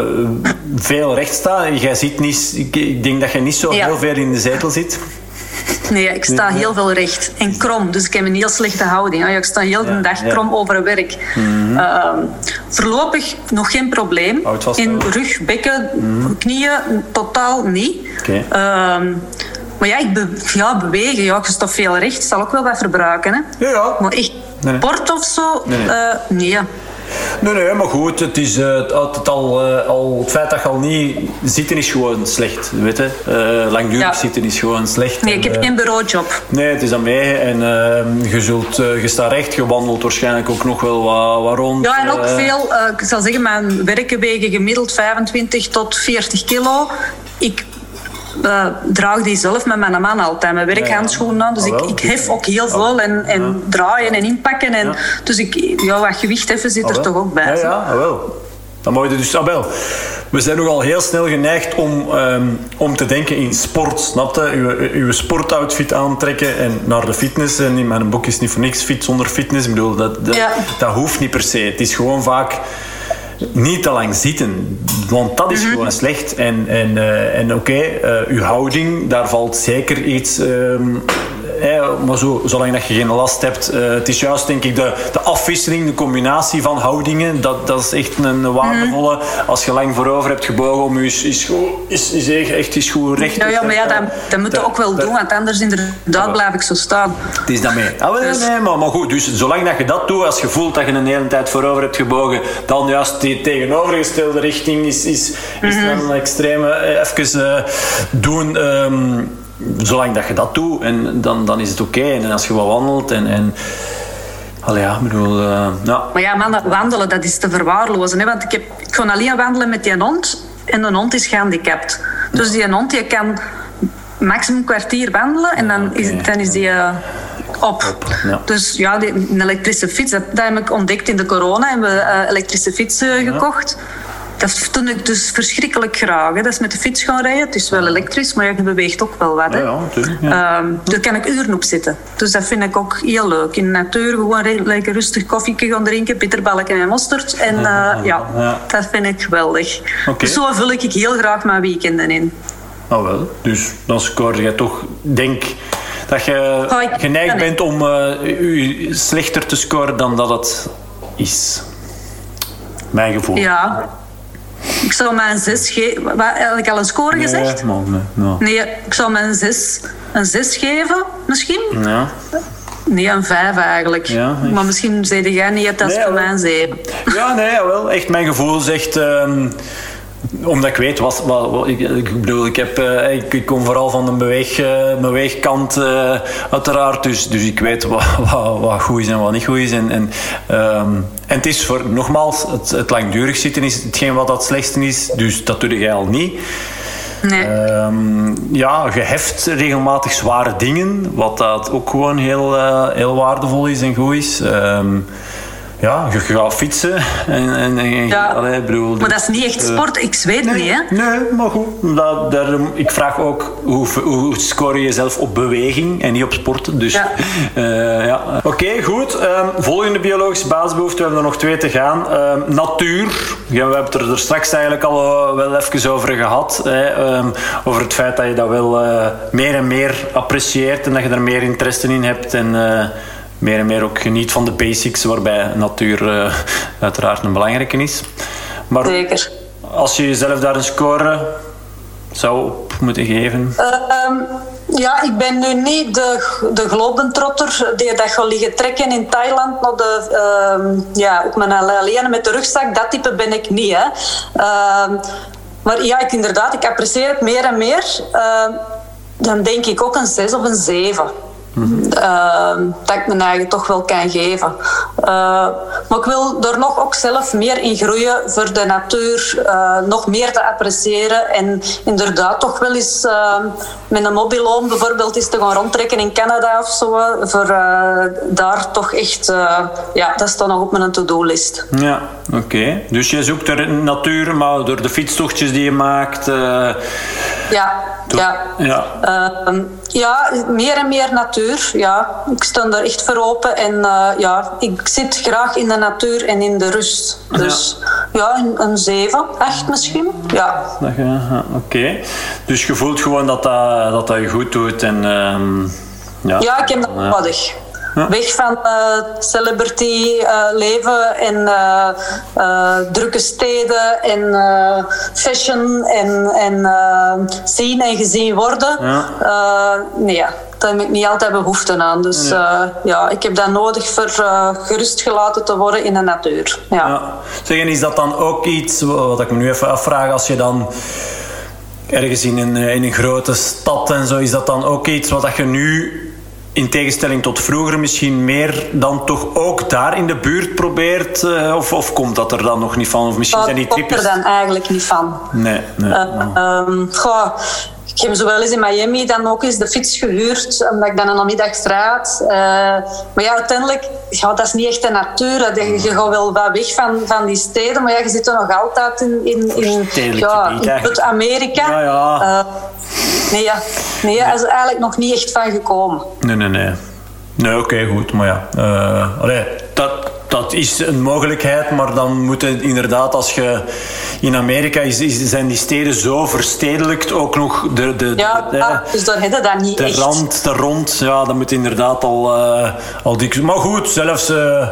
veel recht staat. Jij zit niet, ik, ik denk dat je niet zo ja. heel ver in de zetel zit. Nee, ik sta heel veel recht en krom. Dus ik heb een heel slechte houding. Ik sta heel de ja, dag krom ja. over werk. Mm-hmm. Uh, voorlopig nog geen probleem. In rug, bekken, mm-hmm. knieën totaal niet. Okay. Uh, maar ja, ik be- ja, bewegen. Ja, ik sta veel recht. Ik zal ook wel wat verbruiken. Hè. Ja, ja. Maar echt nee, nee. sport of zo? Nee. nee. Uh, nee. Nee, nee, maar goed, het, is, uh, het, het, al, uh, al, het feit dat je al niet... Zitten is gewoon slecht, weet je. Uh, langdurig ja. zitten is gewoon slecht. Nee, ik heb en, uh, geen bureaujob. Nee, het is aan mij. En uh, je, zult, uh, je staat recht, je wandelt waarschijnlijk ook nog wel wat, wat rond. Ja, en ook uh, veel... Uh, ik zal zeggen, mijn werken wegen gemiddeld vijfentwintig tot veertig kilo. Ik... Uh, draag die zelf met mijn man altijd, mijn werkhandschoenen aan. Dus ah, ik, ik hef ook heel veel en, en ja. draaien en inpakken. En, ja. Dus ik, ja, wat gewicht heffen zit er ah, toch ook bij. Ja, ja, ah, wel. Dan moet je dus, ah, wel. We zijn nogal heel snel geneigd om, um, om te denken in sport, snap je? Uw, uw sportoutfit aantrekken en naar de fitness. En in mijn boek is niet voor niks fit zonder fitness. Ik bedoel, dat, dat, ja. dat hoeft niet per se. Het is gewoon vaak... niet te lang zitten, want dat is mm-hmm. gewoon slecht. En, en, uh, en oké, okay, uh, uw houding, daar valt zeker iets... Um, eh, maar zo, zolang dat je geen last hebt... Uh, het is juist, denk ik, de, de afwisseling, de combinatie van houdingen, dat, dat is echt een waardevolle... Mm-hmm. Als je lang voorover hebt gebogen om je is, is, is, is echt is goed recht... Ja, ja, maar ja, dat, dat moet je ook wel dat, doen, want anders inderdaad blijf ik zo staan. Het is dat mee. Ah, dus. nee, maar, maar goed, dus zolang dat je dat doet, als je voelt dat je een hele tijd voorover hebt gebogen, dan juist die tegenovergestelde richting is, is, is mm-hmm. dan een extreme... Even uh, doen... Um, zolang dat je dat doet, en dan, dan is het oké. Okay. En als je wat wandelt en... en allee, ja, ik bedoel... Uh, ja. Maar ja, man, wandelen, dat is te verwaarlozen. Hè? Want ik, heb, ik ga alleen wandelen met die hond en de hond is gehandicapt. Dus die hond die kan maximum een kwartier wandelen en dan is, dan is die... Uh, op. Ja. Dus ja, die, een elektrische fiets, dat, dat heb ik ontdekt in de corona. Hebben we uh, elektrische fietsen uh, gekocht. Ja. Dat vond ik dus verschrikkelijk graag. Hè. Dat is met de fiets gaan rijden. Het is wel elektrisch, maar je beweegt ook wel wat. Hè. Ja, ja, natuurlijk, ja. Um, daar kan ik uren op zitten. Dus dat vind ik ook heel leuk. In de natuur gewoon lekker rustig koffieke gaan drinken, bitterbalken en mosterd. En uh, ja, ja, ja, dat vind ik geweldig. Okay. Dus zo vul ik heel graag mijn weekenden in. Oh wel, dus dan scoor je toch, denk dat je oh, geneigd bent om uh, u slechter te scoren dan dat het is. Mijn gevoel. Ja. Ik zou mij een zes geven. Heb ik al een score nee, gezegd? Man, nee, no. nee, ik zou mij een zes, een zes geven, misschien. Ja. Nee, een vijf eigenlijk. Ja, maar misschien zei jij niet dat is nee, voor mij een zeven. Ja, nee, wel. Echt, mijn gevoel zegt... Um, omdat ik weet, wat, wat, wat ik, ik bedoel, ik, heb, uh, ik, ik kom vooral van de beweeg, uh, beweegkant uh, uiteraard, dus, dus ik weet wat, wat, wat goed is en wat niet goed is. En, en, um, en het is voor, nogmaals, het, het langdurig zitten is hetgeen wat het slechtste is, dus dat doe jij al niet. Nee. Um, ja, je heft regelmatig zware dingen, wat dat ook gewoon heel, uh, heel waardevol is en goed is. Um, Ja, je gaat fietsen. En, en, en, ja. allee, bedoel, maar dat is niet echt sport, ik weet nee, niet. Hè? Nee, maar goed. Dat, daar, ik vraag ook, hoe, hoe score je jezelf op beweging en niet op sporten. Dus, ja. Uh, ja. Oké, okay, goed. Um, volgende biologische basisbehoefte, we hebben er nog twee te gaan. Um, natuur. Ja, we hebben het er, er straks eigenlijk al uh, wel even over gehad. Hè, um, over het feit dat je dat wel uh, meer en meer apprecieert en dat je er meer interesse in hebt. En, uh, meer en meer ook geniet van de basics, waarbij natuur uh, uiteraard een belangrijke is. Maar zeker. Als je jezelf daar een score zou op moeten geven? Uh, um, ja, ik ben nu niet de, de globentrotter die dat gaat liggen trekken in Thailand naar de, uh, ja, op mijn alleen met de rugzak. Dat type ben ik niet. Hè. Uh, maar ja, ik, inderdaad, ik apprecieer het meer en meer. Uh, dan denk ik ook een zes of een zeven. Mm-hmm. Uh, dat ik mijn eigen toch wel kan geven. Uh, maar ik wil er nog ook zelf meer in groeien voor de natuur, uh, nog meer te appreciëren en inderdaad toch wel eens uh, met een mobiloom bijvoorbeeld eens te gaan rondtrekken in Canada of zo, voor uh, daar toch echt, uh, ja, dat staat nog op mijn to-do-list. Ja, oké. Okay. Dus je zoekt er natuur, maar door de fietstochtjes die je maakt... Uh... Ja. Ja. Ja. Uh, ja, meer en meer natuur. Ja. Ik sta er echt voor open. En uh, ja, ik zit graag in de natuur en in de rust. Dus ja, ja een, een zeven, acht misschien. Ja. Oké. Okay. Dus je voelt gewoon dat dat, dat, dat je goed doet. En, um, ja. ja, ik heb dat ja. nodig. Ja. Weg van uh, celebrity uh, leven en uh, uh, drukke steden en uh, fashion en, en uh, zien en gezien worden. Ja. Uh, nee, ja, daar heb ik niet altijd behoefte aan. Dus uh, ja, ik heb dat nodig voor uh, gerust gelaten te worden in de natuur. Ja. Ja. Zeg, en is dat dan ook iets wat ik me nu even afvraag, als je dan ergens in een, in een grote stad en zo, is dat dan ook iets wat je nu, in tegenstelling tot vroeger, misschien meer dan toch ook daar in de buurt probeert? Uh, of, of komt dat er dan nog niet van? Of misschien dat zijn die tripjes... komt er dan eigenlijk niet van. Nee, nee. Uh, no. um, goh, ik heb zowel eens in Miami dan ook eens de fiets gehuurd, omdat ik dan een namiddag vrij had. Uh, maar ja, uiteindelijk, ja, dat is niet echt de natuur. Je, je gaat wel wat weg van, van die steden, maar ja, je zit er nog altijd in, in, in, ja, in het Amerika. Ja, ja. Uh, nee, ja. nee, daar is er eigenlijk nog niet echt van gekomen. Nee, nee, nee. Nee, oké, okay, goed. Maar ja, uh, allee, dat... Dat is een mogelijkheid, maar dan moet het inderdaad, als je in Amerika is, is, zijn die steden zo verstedelijkt, ook nog de, de, ja, de, ah, dus daar hebben dat niet de echt. rand, de rond, ja, dat moet inderdaad al, uh, al dik. Maar goed, zelfs uh,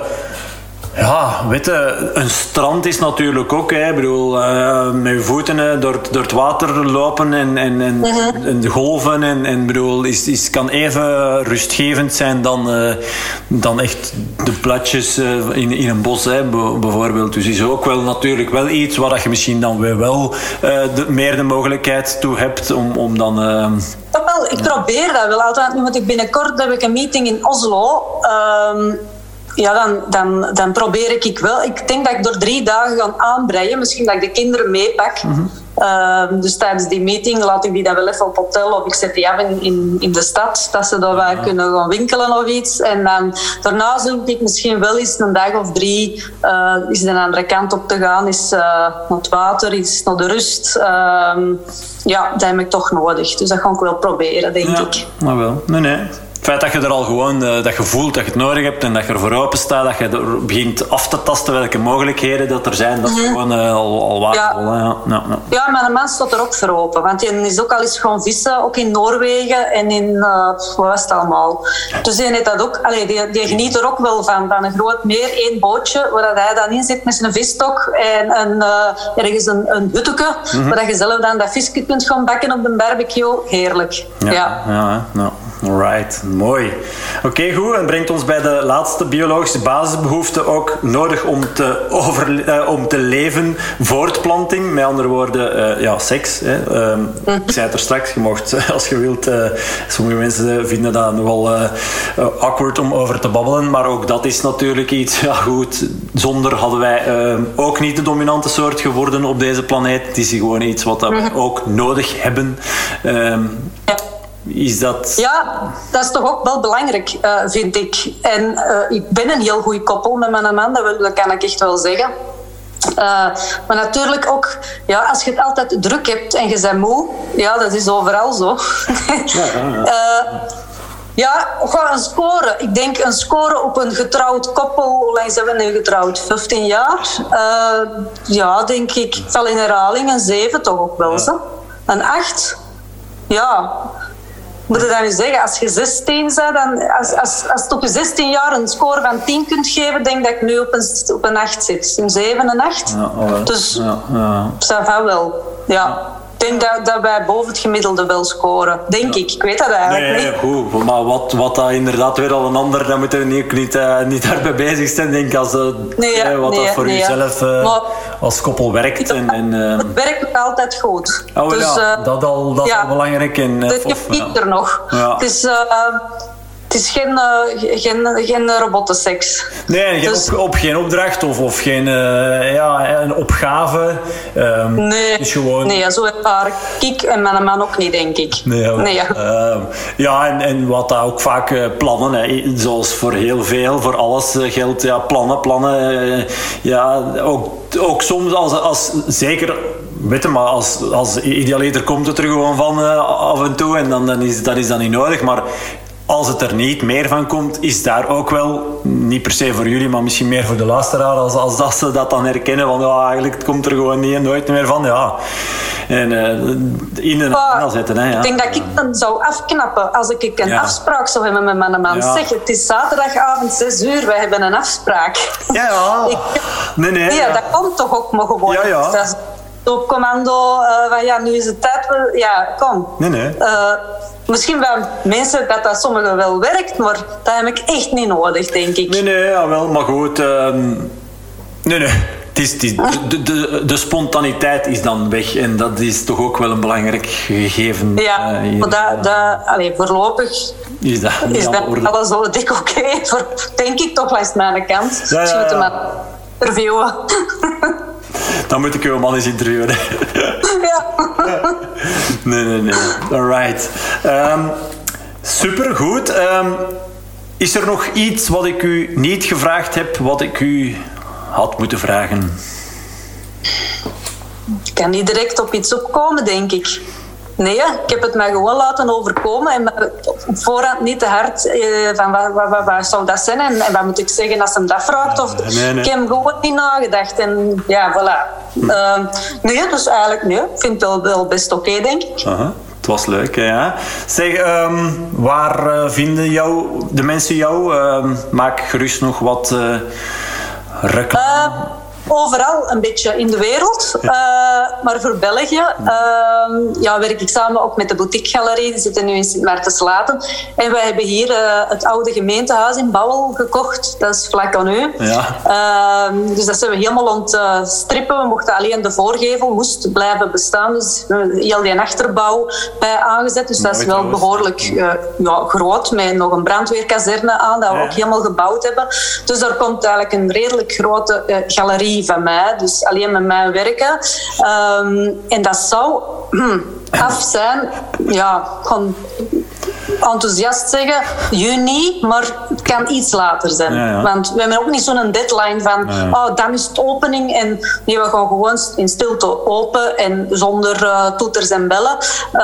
ja, weet je, een strand is natuurlijk ook, hè. Ik bedoel, uh, met je voeten uh, door, door het water lopen en, en, en, uh-huh. en de golven en, en bedoel, is, is, kan even rustgevend zijn dan, uh, dan echt de platjes uh, in, in een bos, hè, bijvoorbeeld. Dus is ook wel natuurlijk wel iets waar je misschien dan weer wel uh, de, meer de mogelijkheid toe hebt om, om dan... Uh, wel, ik ja. probeer dat wel altijd, want ik binnenkort heb ik een meeting in Oslo. Um, Ja, dan, dan, dan probeer ik wel. Ik denk dat ik door drie dagen ga aanbreien. Misschien dat ik de kinderen meepak. Mm-hmm. Uh, dus tijdens die meeting laat ik die dan wel even op hotel of ik zet die af in, in, in de stad. Dat ze daar ja. kunnen gaan winkelen of iets. En dan, daarna zoek ik misschien wel eens een dag of drie uh, eens de andere kant op te gaan. Eens uh, naar het water, eens naar de rust. Uh, ja, dat heb ik toch nodig. Dus dat ga ik wel proberen, denk ja, ik. Nou wel, nee, nee. Het feit dat je er al gewoon, uh, dat je voelt dat je het nodig hebt en dat je ervoor open staat, dat je er begint af te tasten welke mogelijkheden dat er zijn, dat is mm-hmm. gewoon uh, al, al waardevol. Ja. Ja, ja, ja. ja, maar een man staat er ook voor open. Want die is ook al eens gewoon vissen, ook in Noorwegen en in, uh, wat was het allemaal. Dus die, heeft dat ook, allee, die, die geniet er ook wel van, van een groot meer, één bootje, waar hij dan in zit met zijn visstok en een, uh, ergens een, een hutteke, mm-hmm. waar je zelf dan dat visje kunt gaan bakken op de barbecue. Heerlijk. Ja, ja. ja, ja. Alright, mooi. Oké, okay, goed. En brengt ons bij de laatste biologische basisbehoefte ook nodig om te, over, uh, om te leven. Voortplanting, met andere woorden, uh, ja, seks. Hè. Uh, mm-hmm. Ik zei het er straks, je mocht, als je wilt. Uh, sommige mensen vinden dat nogal uh, uh, awkward om over te babbelen, maar ook dat is natuurlijk iets. Ja, goed. Zonder hadden wij uh, ook niet de dominante soort geworden op deze planeet. Het is gewoon iets wat we mm-hmm. ook nodig hebben. Uh, ja. Is dat... Ja, dat is toch ook wel belangrijk, uh, vind ik. En uh, ik ben een heel goed koppel met mijn man, dat, wil, dat kan ik echt wel zeggen. Uh, maar natuurlijk ook, ja, als je het altijd druk hebt en je bent moe, ja, dat is overal zo. ja, ja, ja. uh, Ja, gewoon een score. Ik denk een score op een getrouwd koppel. Hoe lang zijn we nu getrouwd? vijftien jaar? Uh, ja, denk ik. Ik val in herhaling. Een zeven toch ook wel zo. Een acht? Ja. Moet je dat nu zeggen? Als je zestien bent, dan, als, als, als je op je zestien jaar een score van tien kunt geven, denk dat ik nu op een, op een acht zit. Een zeven, een acht. Ja, oh, dus, ja, ja. Ça va wel. Ja. Ik denk dat, dat wij boven het gemiddelde wel scoren. Denk ja. ik. Ik weet dat eigenlijk nee, niet. Goed, maar wat, wat dat inderdaad weer al een ander, daar moeten we niet, niet, uh, niet daarbij bezig zijn. Denk als uh, nee, ja, wat nee, dat voor nee, jezelf uh, maar, als koppel werkt. En, en, uh, het werkt altijd goed. Oh, dus, ja, uh, dat al, dat ja, al belangrijk. En, uh, dat of, je ja. er nog. Ja. Dus, uh, Het is geen, uh, geen, geen robottenseks. Nee, geen dus... op, op geen opdracht of, of geen uh, ja, een opgave. Um, nee, is gewoon... nee, zo ervaar ik en mijn man ook niet, denk ik. Nee, ja. Nee, ja. Uh, ja, en, en wat dat ook vaak uh, plannen, hè, zoals voor heel veel, voor alles uh, geldt, ja, plannen, plannen. Uh, ja, ook, ook soms als, als zeker... Weet je, maar als, als idealiter komt het er gewoon van uh, af en toe en dan, dan is dat is dan niet nodig. Maar als het er niet meer van komt, is daar ook wel, niet per se voor jullie, maar misschien meer voor de luisteraar, als, als dat ze dat dan herkennen van ja, eigenlijk het komt er gewoon niet en nooit meer van. Ja. En uh, in een uh, zetten. Hè, ja. Ik denk dat ik dan zou afknappen als ik een ja. afspraak zou hebben met mijn man. Ja. Zeg, het is zaterdagavond zes uur, wij hebben een afspraak. Ja, ja. ik, nee, nee. Ja, ja. dat komt toch ook maar gewoon. Ja, ja. Dat is op commando uh, van ja, nu is het tijd. Ja, kom. Nee, nee. Uh, Misschien bij mensen dat dat sommigen wel werkt, maar dat heb ik echt niet nodig, denk ik. Nee, nee, ja, wel, maar goed. Um, nee, nee. Het is, het is, de, de, de spontaniteit is dan weg en dat is toch ook wel een belangrijk gegeven. Ja, uh, maar dat, dat, allez, voorlopig is dat, is dat alles zo dik oké. Okay, denk ik toch langs mijn kant. Ja, ja, ja. Dus je moet hem interviewen. Dan moet ik uw man eens interviewen. Ja. Nee, nee, nee. Alright. Um, supergoed. Um, is er nog iets wat ik u niet gevraagd heb, wat ik u had moeten vragen? Ik kan niet direct op iets opkomen, denk ik. Nee, ik heb het mij gewoon laten overkomen en op voorhand niet te hard eh, van wat, wat, wat, wat zou dat zijn en, en wat moet ik zeggen als hem dat vraagt. Of, nee, nee. Ik heb gewoon niet nagedacht en ja, voilà. Hm. Uh, nee, dus eigenlijk nee, ik vind het wel, wel best oké, okay, denk ik. Aha, het was leuk, ja. Zeg, um, waar uh, vinden jou, de mensen jou? Uh, maak gerust nog wat uh, reclame. Uh, Overal een beetje in de wereld, ja. uh, maar voor België uh, ja, werk ik samen ook met de Boutique Galerie. Die zitten nu in Sint Maartenslaten. En wij hebben hier uh, het oude gemeentehuis in Bouwel gekocht. Dat is vlak aan u. Ja. Uh, dus dat zijn we helemaal ontstrippen. We mochten alleen de voorgevel moest blijven bestaan. Dus we hebben heel die achterbouw bij aangezet. Dus dat is wel behoorlijk uh, ja, groot. Met nog een brandweerkazerne aan, dat we ja. ook helemaal gebouwd hebben. Dus daar komt eigenlijk een redelijk grote uh, galerie van mij, dus alleen met mij werken. Um, en dat zou hmm, af zijn, ja, gewoon enthousiast zeggen, juni, maar het kan iets later zijn. Ja, ja. Want we hebben ook niet zo'n deadline van, ja, ja. oh, dan is het opening en nee, we gaan gewoon in stilte open en zonder uh, toeters en bellen.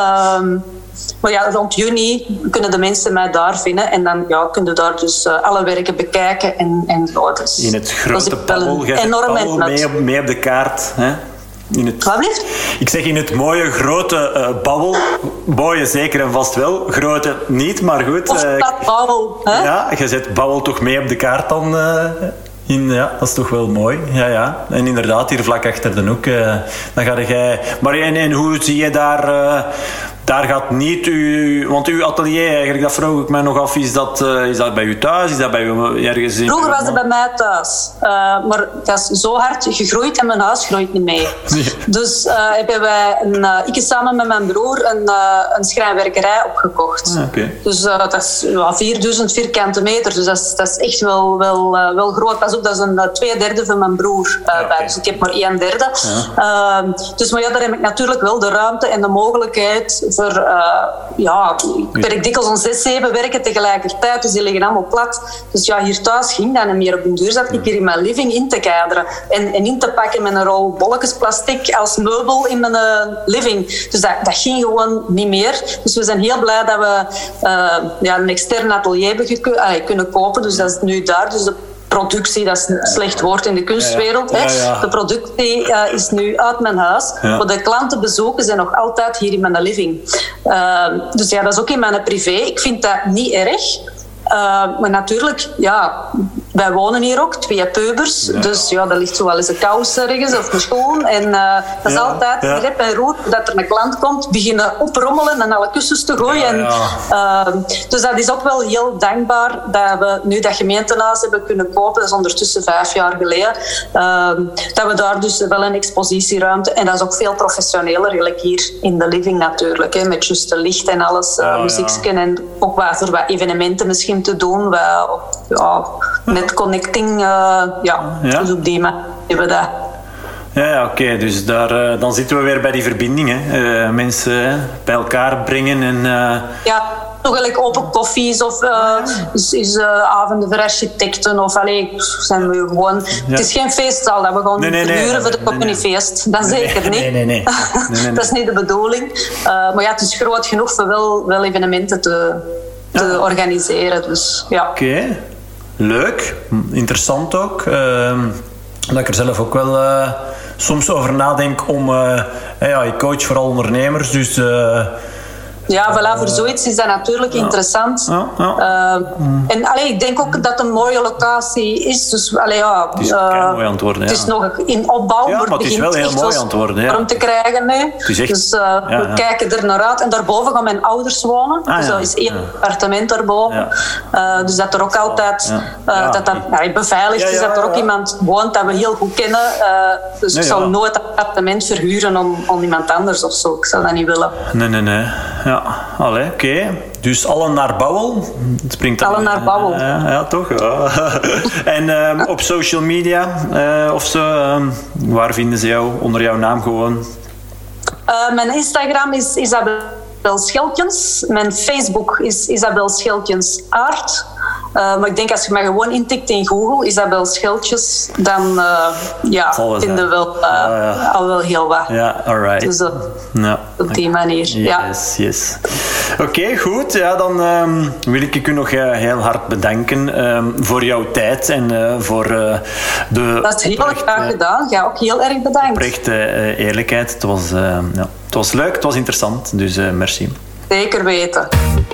Um, Maar ja, rond juni kunnen de mensen mij daar vinden. En dan ja, kunnen daar dus uh, alle werken bekijken en, en zo. Dus, in het grote Babbel. Je hebt Babbel mee op, mee op de kaart. Hè? In het, Wat blijft? Ik zeg in het mooie grote uh, Babbel. Mooie zeker en vast wel. Grote niet, maar goed. Of uh, Babbel. Hè? Ja, je zet Babbel toch mee op de kaart dan... Uh, In, ja, dat is toch wel mooi. Ja, ja. En inderdaad, hier vlak achter de hoek. Uh, dan ga jij... Maar en, en hoe zie je daar... Uh, daar gaat niet uw... Want uw atelier, eigenlijk, dat vroeg ik mij nog af. Is dat, uh, is dat bij u thuis? Is dat bij u ergens in... Vroeger was het bij mij thuis. Uh, maar dat is zo hard gegroeid en mijn huis groeit niet mee. Nee. Dus uh, hebben wij... Een, uh, ik samen met mijn broer een, uh, een schrijnwerkerij opgekocht. Ah, okay. Dus uh, dat is uh, vierduizend vierkante meter. Dus dat is, dat is echt wel, wel, uh, wel groot. Pas op, dat is een uh, twee derde van mijn broer uh, ja, okay. bij. Dus ik heb maar één derde. Ja. Uh, dus maar ja, daar heb ik natuurlijk wel de ruimte en de mogelijkheid... Voor, uh, ja, ik werk dikwijls om zes, zeven werken tegelijkertijd, dus die liggen allemaal plat. Dus ja, hier thuis ging dat niet meer. Op den duur zat ik hier in mijn living in te kaderen en, en in te pakken met een rol bolletjes plastic als meubel in mijn uh, living. Dus dat, dat ging gewoon niet meer. Dus we zijn heel blij dat we uh, ja, een extern atelier hebben geko- uh, kunnen kopen. Dus dat is nu daar. Dus de productie, dat is een slecht woord in de kunstwereld. Ja, ja. Ja, ja. De productie uh, is nu uit mijn huis. Ja. Maar de klantenbezoeken zijn nog altijd hier in mijn living. Uh, dus ja, dat is ook in mijn privé. Ik vind dat niet erg. Uh, maar natuurlijk, ja, wij wonen hier ook, twee peubers. Ja. Dus ja, dat ligt zo wel eens een kous ergens of een schoen. En uh, dat is ja. altijd ja. rep en roer dat er een klant komt, beginnen oprommelen en alle kussens te gooien. Ja, ja. En, uh, dus dat is ook wel heel dankbaar dat we nu dat gemeentehuis hebben kunnen kopen. Dat is ondertussen vijf jaar geleden. Uh, dat we daar dus wel een expositieruimte... En dat is ook veel professioneler, gelijk hier in de living natuurlijk. Hè, met juist de licht en alles, uh, ja, muziekje. Ja. En ook wat, voor wat evenementen misschien te doen. Wat, ja, met connecting, uh, ja, ja. Dus op die manier hebben we dat. Ja, ja oké. Okay. Dus daar, uh, dan zitten we weer bij die verbinding. Hè. Uh, mensen uh, bij elkaar brengen en... Uh... Ja. Nog gelijk open koffies of uh, is, is, uh, avonden voor architecten of allee, zijn we gewoon. Ja. Het is geen feestzaal dat we gewoon nee, nee, nee, huren voor de communiefeest. Nee, nee. Dat nee, zeker niet. Nee, nee, nee. nee, nee. Dat is niet de bedoeling. Uh, maar ja, het is groot genoeg voor wel, wel evenementen te, te ja. organiseren. Dus, ja. Oké, okay. Leuk, interessant ook. Uh, dat ik er zelf ook wel uh, soms over nadenk om. Uh, ja, ik coach vooral ondernemers, dus. Uh, Ja, voilà, voor zoiets is dat natuurlijk ja. interessant. Ja, ja. Uh, mm. En allee, ik denk ook dat het een mooie locatie is. Dus, allee, ja, het is uh, mooi aan het worden. Het ja. is nog in opbouw, ja, maar het is wel heel mooi aan het worden. Ja. Om te krijgen. Nee. Echt, dus uh, ja, we ja. kijken er naar uit. En daarboven gaan mijn ouders wonen. Ah, dus ja. dat is één ja. appartement daarboven. Ja. Uh, dus dat er ook altijd ja. Uh, ja. dat dat ja, beveiligd ja, ja, is, dat er ook ja. iemand woont dat we heel goed kennen. Uh, dus ja, ik zal ja. nooit een appartement verhuren om, om iemand anders of zo. Ik zou dat niet willen. Nee, nee, nee. Ja, allee, oké. Okay. Dus allen naar Bouwel. Het springt allen naar Bouwel. Uh, ja, ja, toch? Ja. En uh, op social media uh, of zo, uh, waar vinden ze jou? Onder jouw naam gewoon? Uh, mijn Instagram is Isabel Schelkens. Mijn Facebook is Isabel Schelkens Art. Uh, maar ik denk als je maar gewoon intikt in Google, Isabel Scheltjes, dan uh, ja, vinden we wel, uh, ja, ja. al wel heel wat. Ja, alright. Dus uh, ja. op die manier. Yes, ja. yes. Oké, okay, goed. Ja, dan um, wil ik u nog uh, heel hard bedanken um, voor jouw tijd en uh, voor uh, de... Dat is heel oprecht, graag gedaan. Ja, ook heel erg bedankt. Oprechte uh, eerlijkheid. Het was, uh, ja, het was leuk, het was interessant. Dus uh, merci. Zeker weten.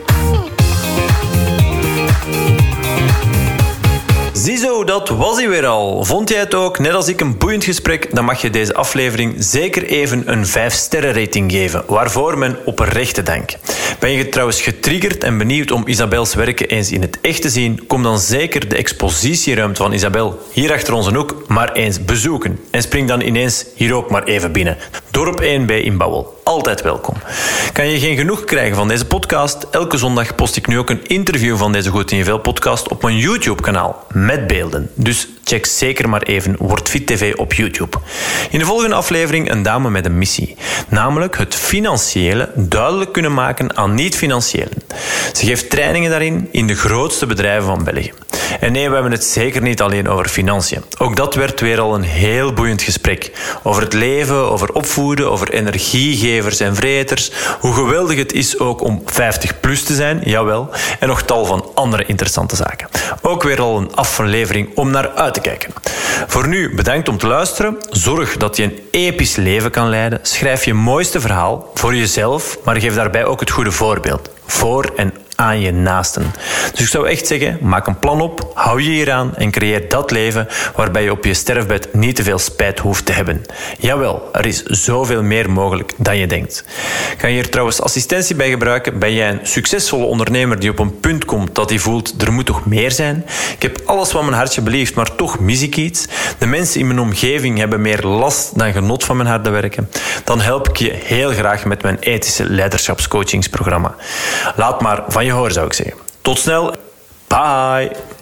Ziezo, dat was hij weer al. Vond jij het ook, net als ik, een boeiend gesprek? Dan mag je deze aflevering zeker even een vijf sterren rating geven. Waarvoor mijn oprechte dank. Ben je trouwens getriggerd en benieuwd om Isabels werken eens in het echt te zien? Kom dan zeker de expositieruimte van Isabel hier achter onze hoek maar eens bezoeken. En spring dan ineens hier ook maar even binnen. Dorp één B in Bouwel. Altijd welkom. Kan je geen genoeg krijgen van deze podcast? Elke zondag post ik nu ook een interview van deze Goed in je Vel podcast op mijn YouTube-kanaal. Met beelden. Dus check zeker maar even WordFit T V op YouTube. In de volgende aflevering een dame met een missie. Namelijk het financiële duidelijk kunnen maken aan niet-financiëlen. Ze geeft trainingen daarin in de grootste bedrijven van België. En nee, we hebben het zeker niet alleen over financiën. Ook dat werd weer al een heel boeiend gesprek. Over het leven, over opvoeden, over energiegevers en vreters. Hoe geweldig het is ook om vijftig plus te zijn, jawel. En nog tal van andere interessante zaken. Ook weer al een aflevering om naar uit te kijken. Voor nu bedankt om te luisteren. Zorg dat je een episch leven kan leiden. Schrijf je mooiste verhaal voor jezelf, maar geef daarbij ook het goede voorbeeld. Voor en aan je naasten. Dus ik zou echt zeggen, maak een plan op, hou je hieraan en creëer dat leven waarbij je op je sterfbed niet te veel spijt hoeft te hebben. Jawel, er is zoveel meer mogelijk dan je denkt. Kan je hier trouwens assistentie bij gebruiken? Ben jij een succesvolle ondernemer die op een punt komt dat hij voelt, er moet toch meer zijn? Ik heb alles wat mijn hartje belieft, maar toch mis ik iets. De mensen in mijn omgeving hebben meer last dan genot van mijn harde werken. Dan help ik je heel graag met mijn ethische leiderschapscoachingsprogramma. Laat maar van je horen, zou ik zeggen. Tot snel. Bye.